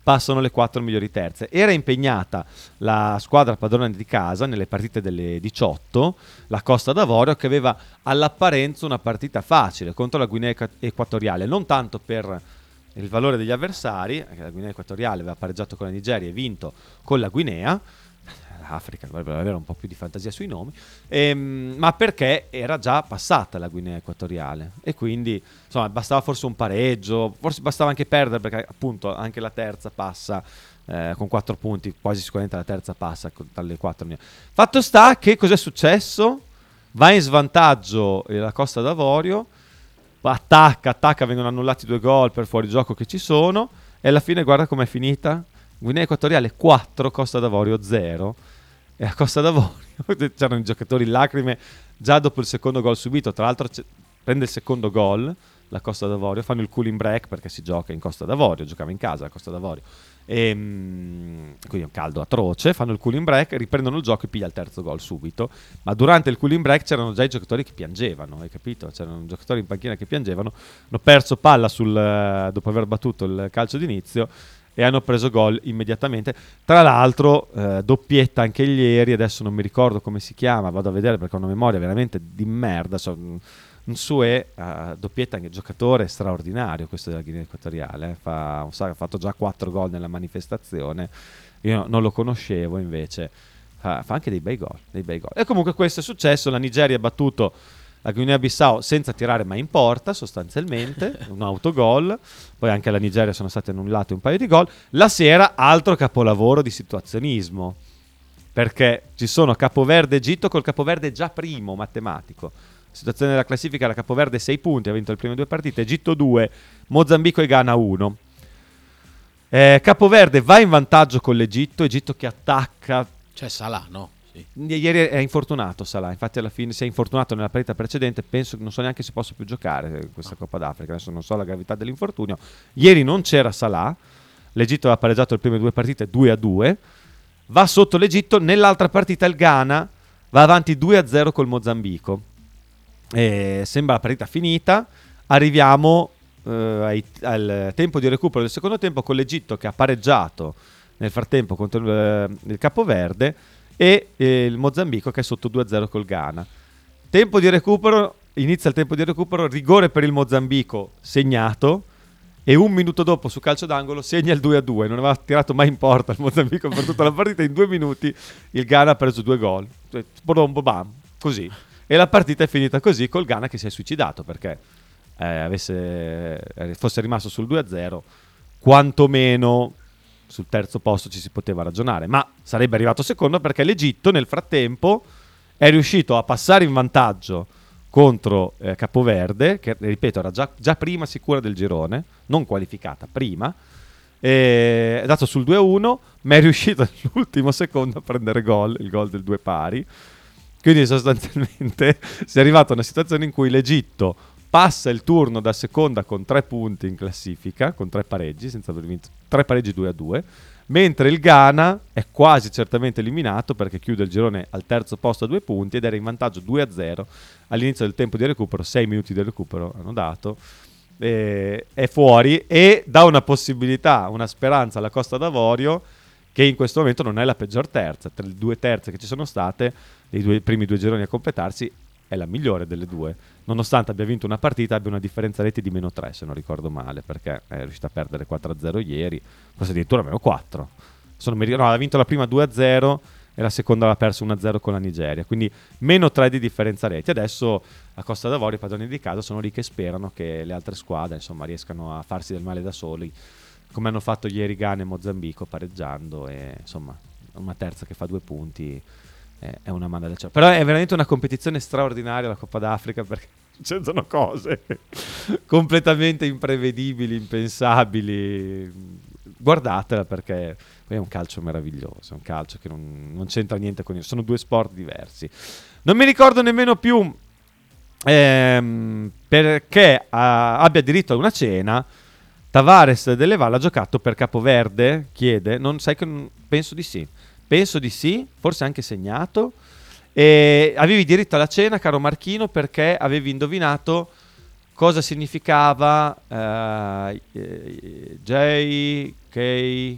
Speaker 3: passano le quattro migliori terze. Era impegnata la squadra padrona di casa nelle partite delle diciotto, la Costa d'Avorio, che aveva all'apparenza una partita facile contro la Guinea Equatoriale, non tanto per il valore degli avversari, la Guinea Equatoriale aveva pareggiato con la Nigeria e vinto con la Guinea, l'Africa dovrebbe avere un po' più di fantasia sui nomi, ehm, ma perché era già passata la Guinea Equatoriale e quindi insomma bastava forse un pareggio, forse bastava anche perdere, perché appunto anche la terza passa eh, con quattro punti, quasi sicuramente la terza passa con, dalle quattro. Fatto sta che cos'è successo? Va in svantaggio la Costa d'Avorio, attacca, attacca, vengono annullati due gol per fuorigioco che ci sono e alla fine guarda com'è finita. Guinea Equatoriale quattro, Costa d'Avorio zero, e a Costa d'Avorio c'erano i giocatori in lacrime già dopo il secondo gol subito. Tra l'altro prende il secondo gol la Costa d'Avorio, fanno il cooling break perché si gioca in Costa d'Avorio, giocava in casa la Costa d'Avorio, e, quindi è un caldo atroce, fanno il cooling break, riprendono il gioco e piglia il terzo gol subito, ma durante il cooling break c'erano già i giocatori che piangevano, hai capito? C'erano giocatori in panchina che piangevano, hanno perso palla sul, dopo aver battuto il calcio d'inizio e hanno preso gol immediatamente. Tra l'altro eh, doppietta anche ieri, adesso non mi ricordo come si chiama, vado a vedere perché ho una memoria veramente di merda. So, un Sue uh, doppietta anche giocatore straordinario questo della Guinea Equatoriale, eh. Fa, sa, ha fatto già quattro gol nella manifestazione, io no, non lo conoscevo invece, fa, fa anche dei bei gol, dei bei gol. E comunque questo è successo, la Nigeria ha battuto la Guinea-Bissau senza tirare mai in porta sostanzialmente, un autogol, poi anche alla Nigeria sono state annullate un paio di gol. La sera altro capolavoro di situazionismo, perché ci sono Capoverde Egitto col Capoverde già primo matematico, situazione della classifica, la Capoverde sei punti, ha vinto le prime due partite, Egitto due, Mozambico e Ghana uno. eh, Capoverde va in vantaggio con l'Egitto, Egitto che attacca,
Speaker 4: c'è Salah, no? Sì.
Speaker 3: Ieri è infortunato Salah, infatti alla fine si è infortunato nella partita precedente, penso che non so neanche se possa più giocare questa Coppa d'Africa, adesso non so la gravità dell'infortunio. Ieri non c'era Salah, l'Egitto aveva pareggiato le prime due partite due a due, va sotto l'Egitto, nell'altra partita il Ghana va avanti due a zero col Mozambico, e sembra la partita finita. Arriviamo eh, ai, al tempo di recupero del secondo tempo con l'Egitto che ha pareggiato nel frattempo contro il, eh, il Capoverde, e eh, il Mozambico che è sotto due a zero col Ghana. Tempo di recupero, inizia il tempo di recupero, rigore per il Mozambico segnato, e un minuto dopo su calcio d'angolo segna il due a due. Non aveva tirato mai in porta il Mozambico per tutta la partita, in due minuti il Ghana ha preso due gol, così, e la partita è finita così, col Ghana che si è suicidato perché eh, avesse, fosse rimasto sul due a zero, quantomeno sul terzo posto ci si poteva ragionare, ma sarebbe arrivato secondo perché l'Egitto nel frattempo è riuscito a passare in vantaggio contro eh, Capoverde, che ripeto era già, già prima sicura del girone, non qualificata prima, e è dato sul due a uno, ma è riuscito all'ultimo secondo a prendere gol, il gol del due pari, quindi sostanzialmente si è arrivato a una situazione in cui l'Egitto passa il turno da seconda con tre punti in classifica, con tre pareggi, senza aver vinto, tre pareggi due a due, mentre il Ghana è quasi certamente eliminato perché chiude il girone al terzo posto a due punti ed era in vantaggio due a zero all'inizio del tempo di recupero, sei minuti di recupero hanno dato, e è fuori e dà una possibilità, una speranza alla Costa d'Avorio che in questo momento non è la peggior terza, tra le due terze che ci sono state, i due, primi due gironi a completarsi, è la migliore delle due, nonostante abbia vinto una partita, abbia una differenza reti di meno tre se non ricordo male, perché è riuscita a perdere quattro a zero ieri, forse addirittura meno quattro, Sono meri- no, ha vinto la prima due a zero e la seconda l'ha persa uno a zero con la Nigeria, quindi meno tre di differenza reti. Adesso la Costa d'Avorio, i padroni di casa, sono lì che sperano che le altre squadre insomma riescano a farsi del male da soli, come hanno fatto ieri Ghana e Mozambico pareggiando, e insomma una terza che fa due punti è una mano del cielo. Però è veramente una competizione straordinaria la Coppa d'Africa, perché succedono cose completamente imprevedibili, impensabili. Guardatela perché è un calcio meraviglioso, è un calcio che non, non c'entra niente con il, sono due sport diversi. Non mi ricordo nemmeno più ehm, perché a, abbia diritto a una cena. Tavares delle Valle ha giocato per Capoverde? Chiede. Non sai che non, penso di sì. Penso di sì, forse anche segnato. E avevi diritto alla cena, caro Marchino, perché avevi indovinato cosa significava uh, J ok.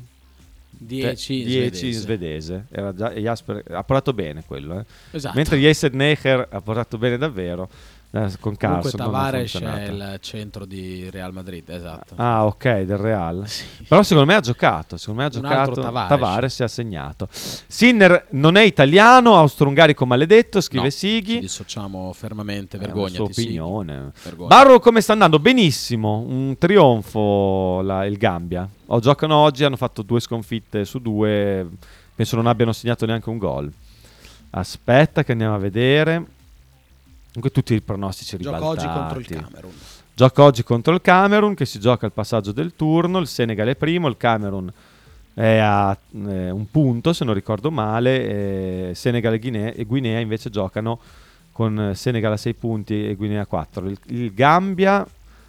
Speaker 4: dieci
Speaker 3: dieci
Speaker 4: in
Speaker 3: svedese. Era già, e Jasper ha portato bene quello. Eh.
Speaker 4: Esatto.
Speaker 3: Mentre Jesse ha portato bene davvero. Con
Speaker 4: Comunque
Speaker 3: Carson
Speaker 4: Tavares è il centro di Real Madrid, esatto.
Speaker 3: Ah, ok, del Real. Sì. Però secondo me ha giocato, secondo me ha
Speaker 4: Un
Speaker 3: giocato
Speaker 4: altro Tavares.
Speaker 3: Tavares si è segnato. Sinner non è italiano, austro-ungarico maledetto, scrive
Speaker 4: No,
Speaker 3: Sighi.
Speaker 4: ci dissociamo fermamente,
Speaker 3: È la
Speaker 4: vergognati.
Speaker 3: sua opinione.
Speaker 4: Vergogna.
Speaker 3: Barro come sta andando? Benissimo, un trionfo la, il Gambia. O giocano oggi, hanno fatto due sconfitte su due, penso non abbiano segnato neanche un gol. Aspetta che andiamo a vedere. Comunque tutti i pronostici
Speaker 4: Gioca
Speaker 3: ribaltati.
Speaker 4: oggi contro il Camerun.
Speaker 3: Gioca oggi contro il Camerun, che si gioca il passaggio del turno. Il Senegal è primo, il Camerun è a eh, un punto, se non ricordo male. Eh, Senegal e Guinea, e Guinea invece giocano con Senegal a sei punti e Guinea a quattro. Il, il Gambia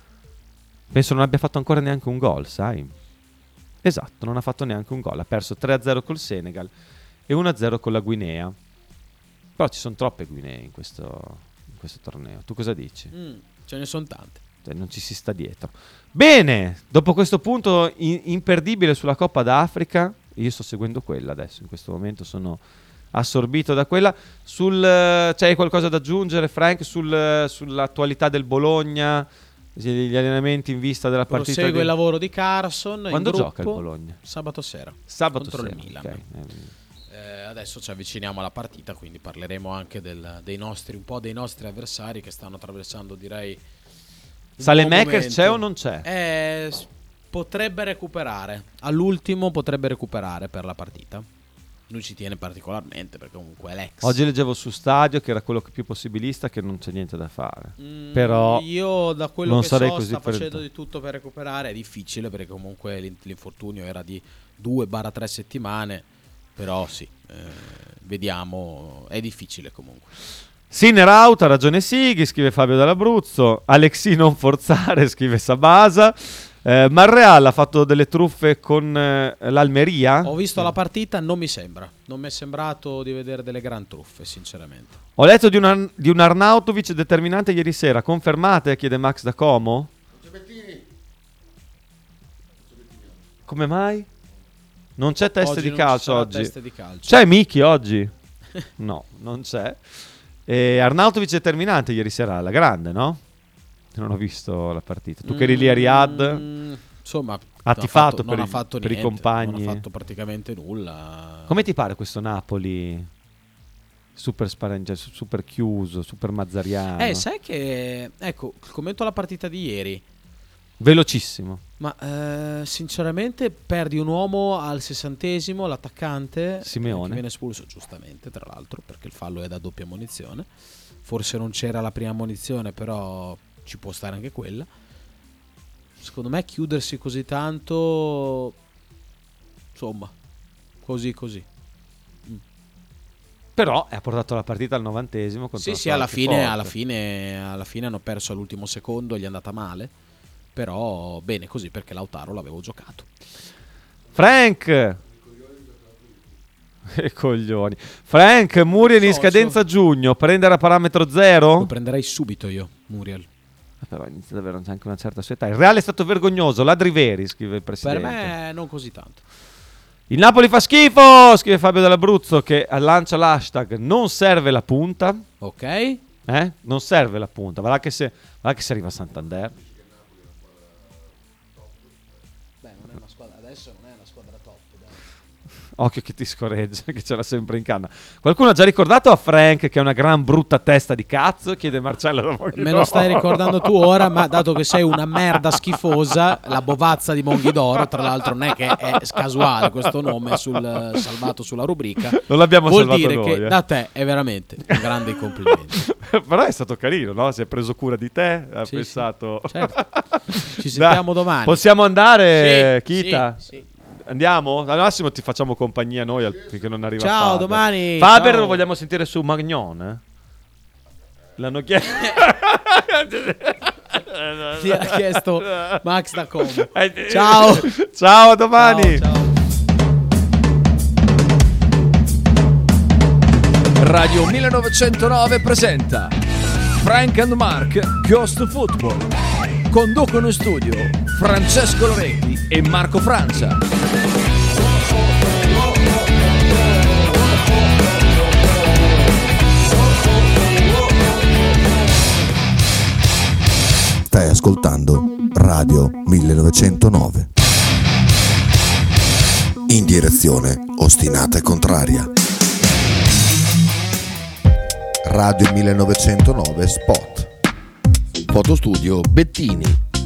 Speaker 3: penso non abbia fatto ancora neanche un gol, sai? Esatto, non ha fatto neanche un gol. Ha perso tre a zero col Senegal e uno a zero con la Guinea. Però ci sono troppe Guinee in questo... questo torneo. Tu cosa dici?
Speaker 4: Mm, ce ne sono tante.
Speaker 3: Cioè, non ci si sta dietro. Bene, dopo questo punto in- imperdibile sulla Coppa d'Africa, io sto seguendo quella adesso, in questo momento sono assorbito da quella. Sul, c'hai qualcosa da aggiungere, Frank, sul, sull'attualità del Bologna, gli allenamenti in vista della partita?
Speaker 4: Prosegue
Speaker 3: di...
Speaker 4: il lavoro di Carson.
Speaker 3: Quando
Speaker 4: in
Speaker 3: gioca il
Speaker 4: gruppo,
Speaker 3: Bologna?
Speaker 4: Sabato sera.
Speaker 3: Sabato
Speaker 4: contro
Speaker 3: sera,
Speaker 4: il Milan.
Speaker 3: okay.
Speaker 4: Eh, adesso ci avviciniamo alla partita, quindi parleremo anche del, dei nostri, un po' dei nostri avversari che stanno attraversando, direi.
Speaker 3: Saelemaekers c'è o non c'è?
Speaker 4: Eh, potrebbe recuperare. All'ultimo potrebbe recuperare per la partita. Lui ci tiene particolarmente perché comunque è l'ex.
Speaker 3: Oggi leggevo su Stadio che era quello che più possibilista, che non c'è niente da fare.
Speaker 4: Mm,
Speaker 3: Però
Speaker 4: io da quello
Speaker 3: non
Speaker 4: che
Speaker 3: sarei
Speaker 4: so
Speaker 3: così
Speaker 4: sta facendo
Speaker 3: per...
Speaker 4: di tutto per recuperare. È difficile perché comunque l'infortunio era di due tre settimane. Però sì, eh, vediamo, è difficile comunque.
Speaker 3: Sinner out, ha ragione Sighi, scrive Fabio dall'Abruzzo. Alexì non forzare, scrive Sabasa. eh, Marreal ha fatto delle truffe con eh, l'Almeria.
Speaker 4: Ho visto la partita, non mi sembra. Non mi è sembrato di vedere delle gran truffe, sinceramente.
Speaker 3: Ho letto di un, Ar- di un Arnautovic determinante ieri sera. Confermate? Chiede Max da Como. Come mai? Non c'è teste
Speaker 4: Oggi
Speaker 3: di
Speaker 4: non
Speaker 3: calcio
Speaker 4: ci sarà
Speaker 3: oggi.
Speaker 4: teste di calcio.
Speaker 3: C'è Miki oggi? No, non c'è. E Arnautovic determinante ieri sera alla grande, no? Non ho visto la partita. Tu che eri lì a Riyadh,
Speaker 4: Mm, insomma,
Speaker 3: ha
Speaker 4: non
Speaker 3: tifato
Speaker 4: fatto-
Speaker 3: per,
Speaker 4: non
Speaker 3: i,
Speaker 4: ha fatto
Speaker 3: per i
Speaker 4: niente,
Speaker 3: compagni.
Speaker 4: Non ha fatto praticamente nulla.
Speaker 3: Come ti pare questo Napoli? Super spareggia, super chiuso, super mazzariano.
Speaker 4: Eh, sai che... Ecco, commento alla partita di ieri.
Speaker 3: Velocissimo.
Speaker 4: Ma eh, sinceramente perdi un uomo al sessantesimo, l'attaccante
Speaker 3: Simeone.
Speaker 4: che viene espulso giustamente, tra l'altro, perché il fallo è da doppia munizione. Forse non c'era la prima munizione, però ci può stare anche quella. Secondo me chiudersi così tanto, insomma, così così. Mm.
Speaker 3: Però ha portato la partita al novantesimo contro
Speaker 4: Sì,
Speaker 3: una
Speaker 4: sì, alla
Speaker 3: squadra più
Speaker 4: fine,
Speaker 3: forte.
Speaker 4: alla fine, alla fine hanno perso all'ultimo secondo, gli è andata male. Però bene così perché Lautaro l'avevo giocato.
Speaker 3: Frank! Che coglioni. Frank, Muriel in
Speaker 4: So,
Speaker 3: scadenza
Speaker 4: so.
Speaker 3: a giugno, prendere a parametro zero?
Speaker 4: Lo prenderei subito io, Muriel.
Speaker 3: Però inizia ad avere anche una certa sua età. Il Reale è stato vergognoso, ladri veri, scrive il
Speaker 4: Per
Speaker 3: presidente.
Speaker 4: me non così tanto.
Speaker 3: Il Napoli fa schifo, scrive Fabio dall'Abruzzo, che lancia l'hashtag non serve la punta.
Speaker 4: Ok.
Speaker 3: Eh? Non serve la punta. Va là che se, va là che se arriva a Santander.
Speaker 4: Beh, non è una squadra, adesso non è una squadra top. Dai.
Speaker 3: Occhio che ti scorreggia, che ce l'ha sempre in canna. Qualcuno ha già ricordato a Frank che è una gran brutta testa di cazzo? Chiede Marcello da Monghidoro.
Speaker 4: Me lo stai ricordando tu ora, ma dato che sei una merda schifosa, la bovazza di Monghidoro, tra l'altro non è che è casuale questo nome sul, salvato sulla rubrica.
Speaker 3: Non l'abbiamo
Speaker 4: Vuol
Speaker 3: salvato
Speaker 4: dire
Speaker 3: noi,
Speaker 4: che
Speaker 3: eh.
Speaker 4: da te è veramente un grande complimento.
Speaker 3: Però è stato carino, no? Si è preso cura di te, ha
Speaker 4: Sì,
Speaker 3: pensato...
Speaker 4: sì, certo. Ci sentiamo
Speaker 3: Dai,
Speaker 4: domani.
Speaker 3: Possiamo andare,
Speaker 4: Sì,
Speaker 3: Kita?
Speaker 4: sì, sì.
Speaker 3: Andiamo? Al massimo ti facciamo compagnia noi al- finché non arriva
Speaker 4: Ciao,
Speaker 3: Faber.
Speaker 4: domani,
Speaker 3: Faber
Speaker 4: ciao.
Speaker 3: lo vogliamo sentire su Magnon, eh? L'hanno chiesto...
Speaker 4: Ti ha chiesto Max da Como.
Speaker 3: Eh,
Speaker 4: Ciao.
Speaker 3: Ciao, a domani.
Speaker 4: Ciao, ciao.
Speaker 1: Radio millenovecentonove presenta Frank and Mark Ghost Football. Conducono in studio Francesco Loretti e Marco Francia.
Speaker 6: Stai ascoltando Radio millenovecentonove. In direzione ostinata e contraria. Radio millenovecentonove Spot. Fotostudio Bettini.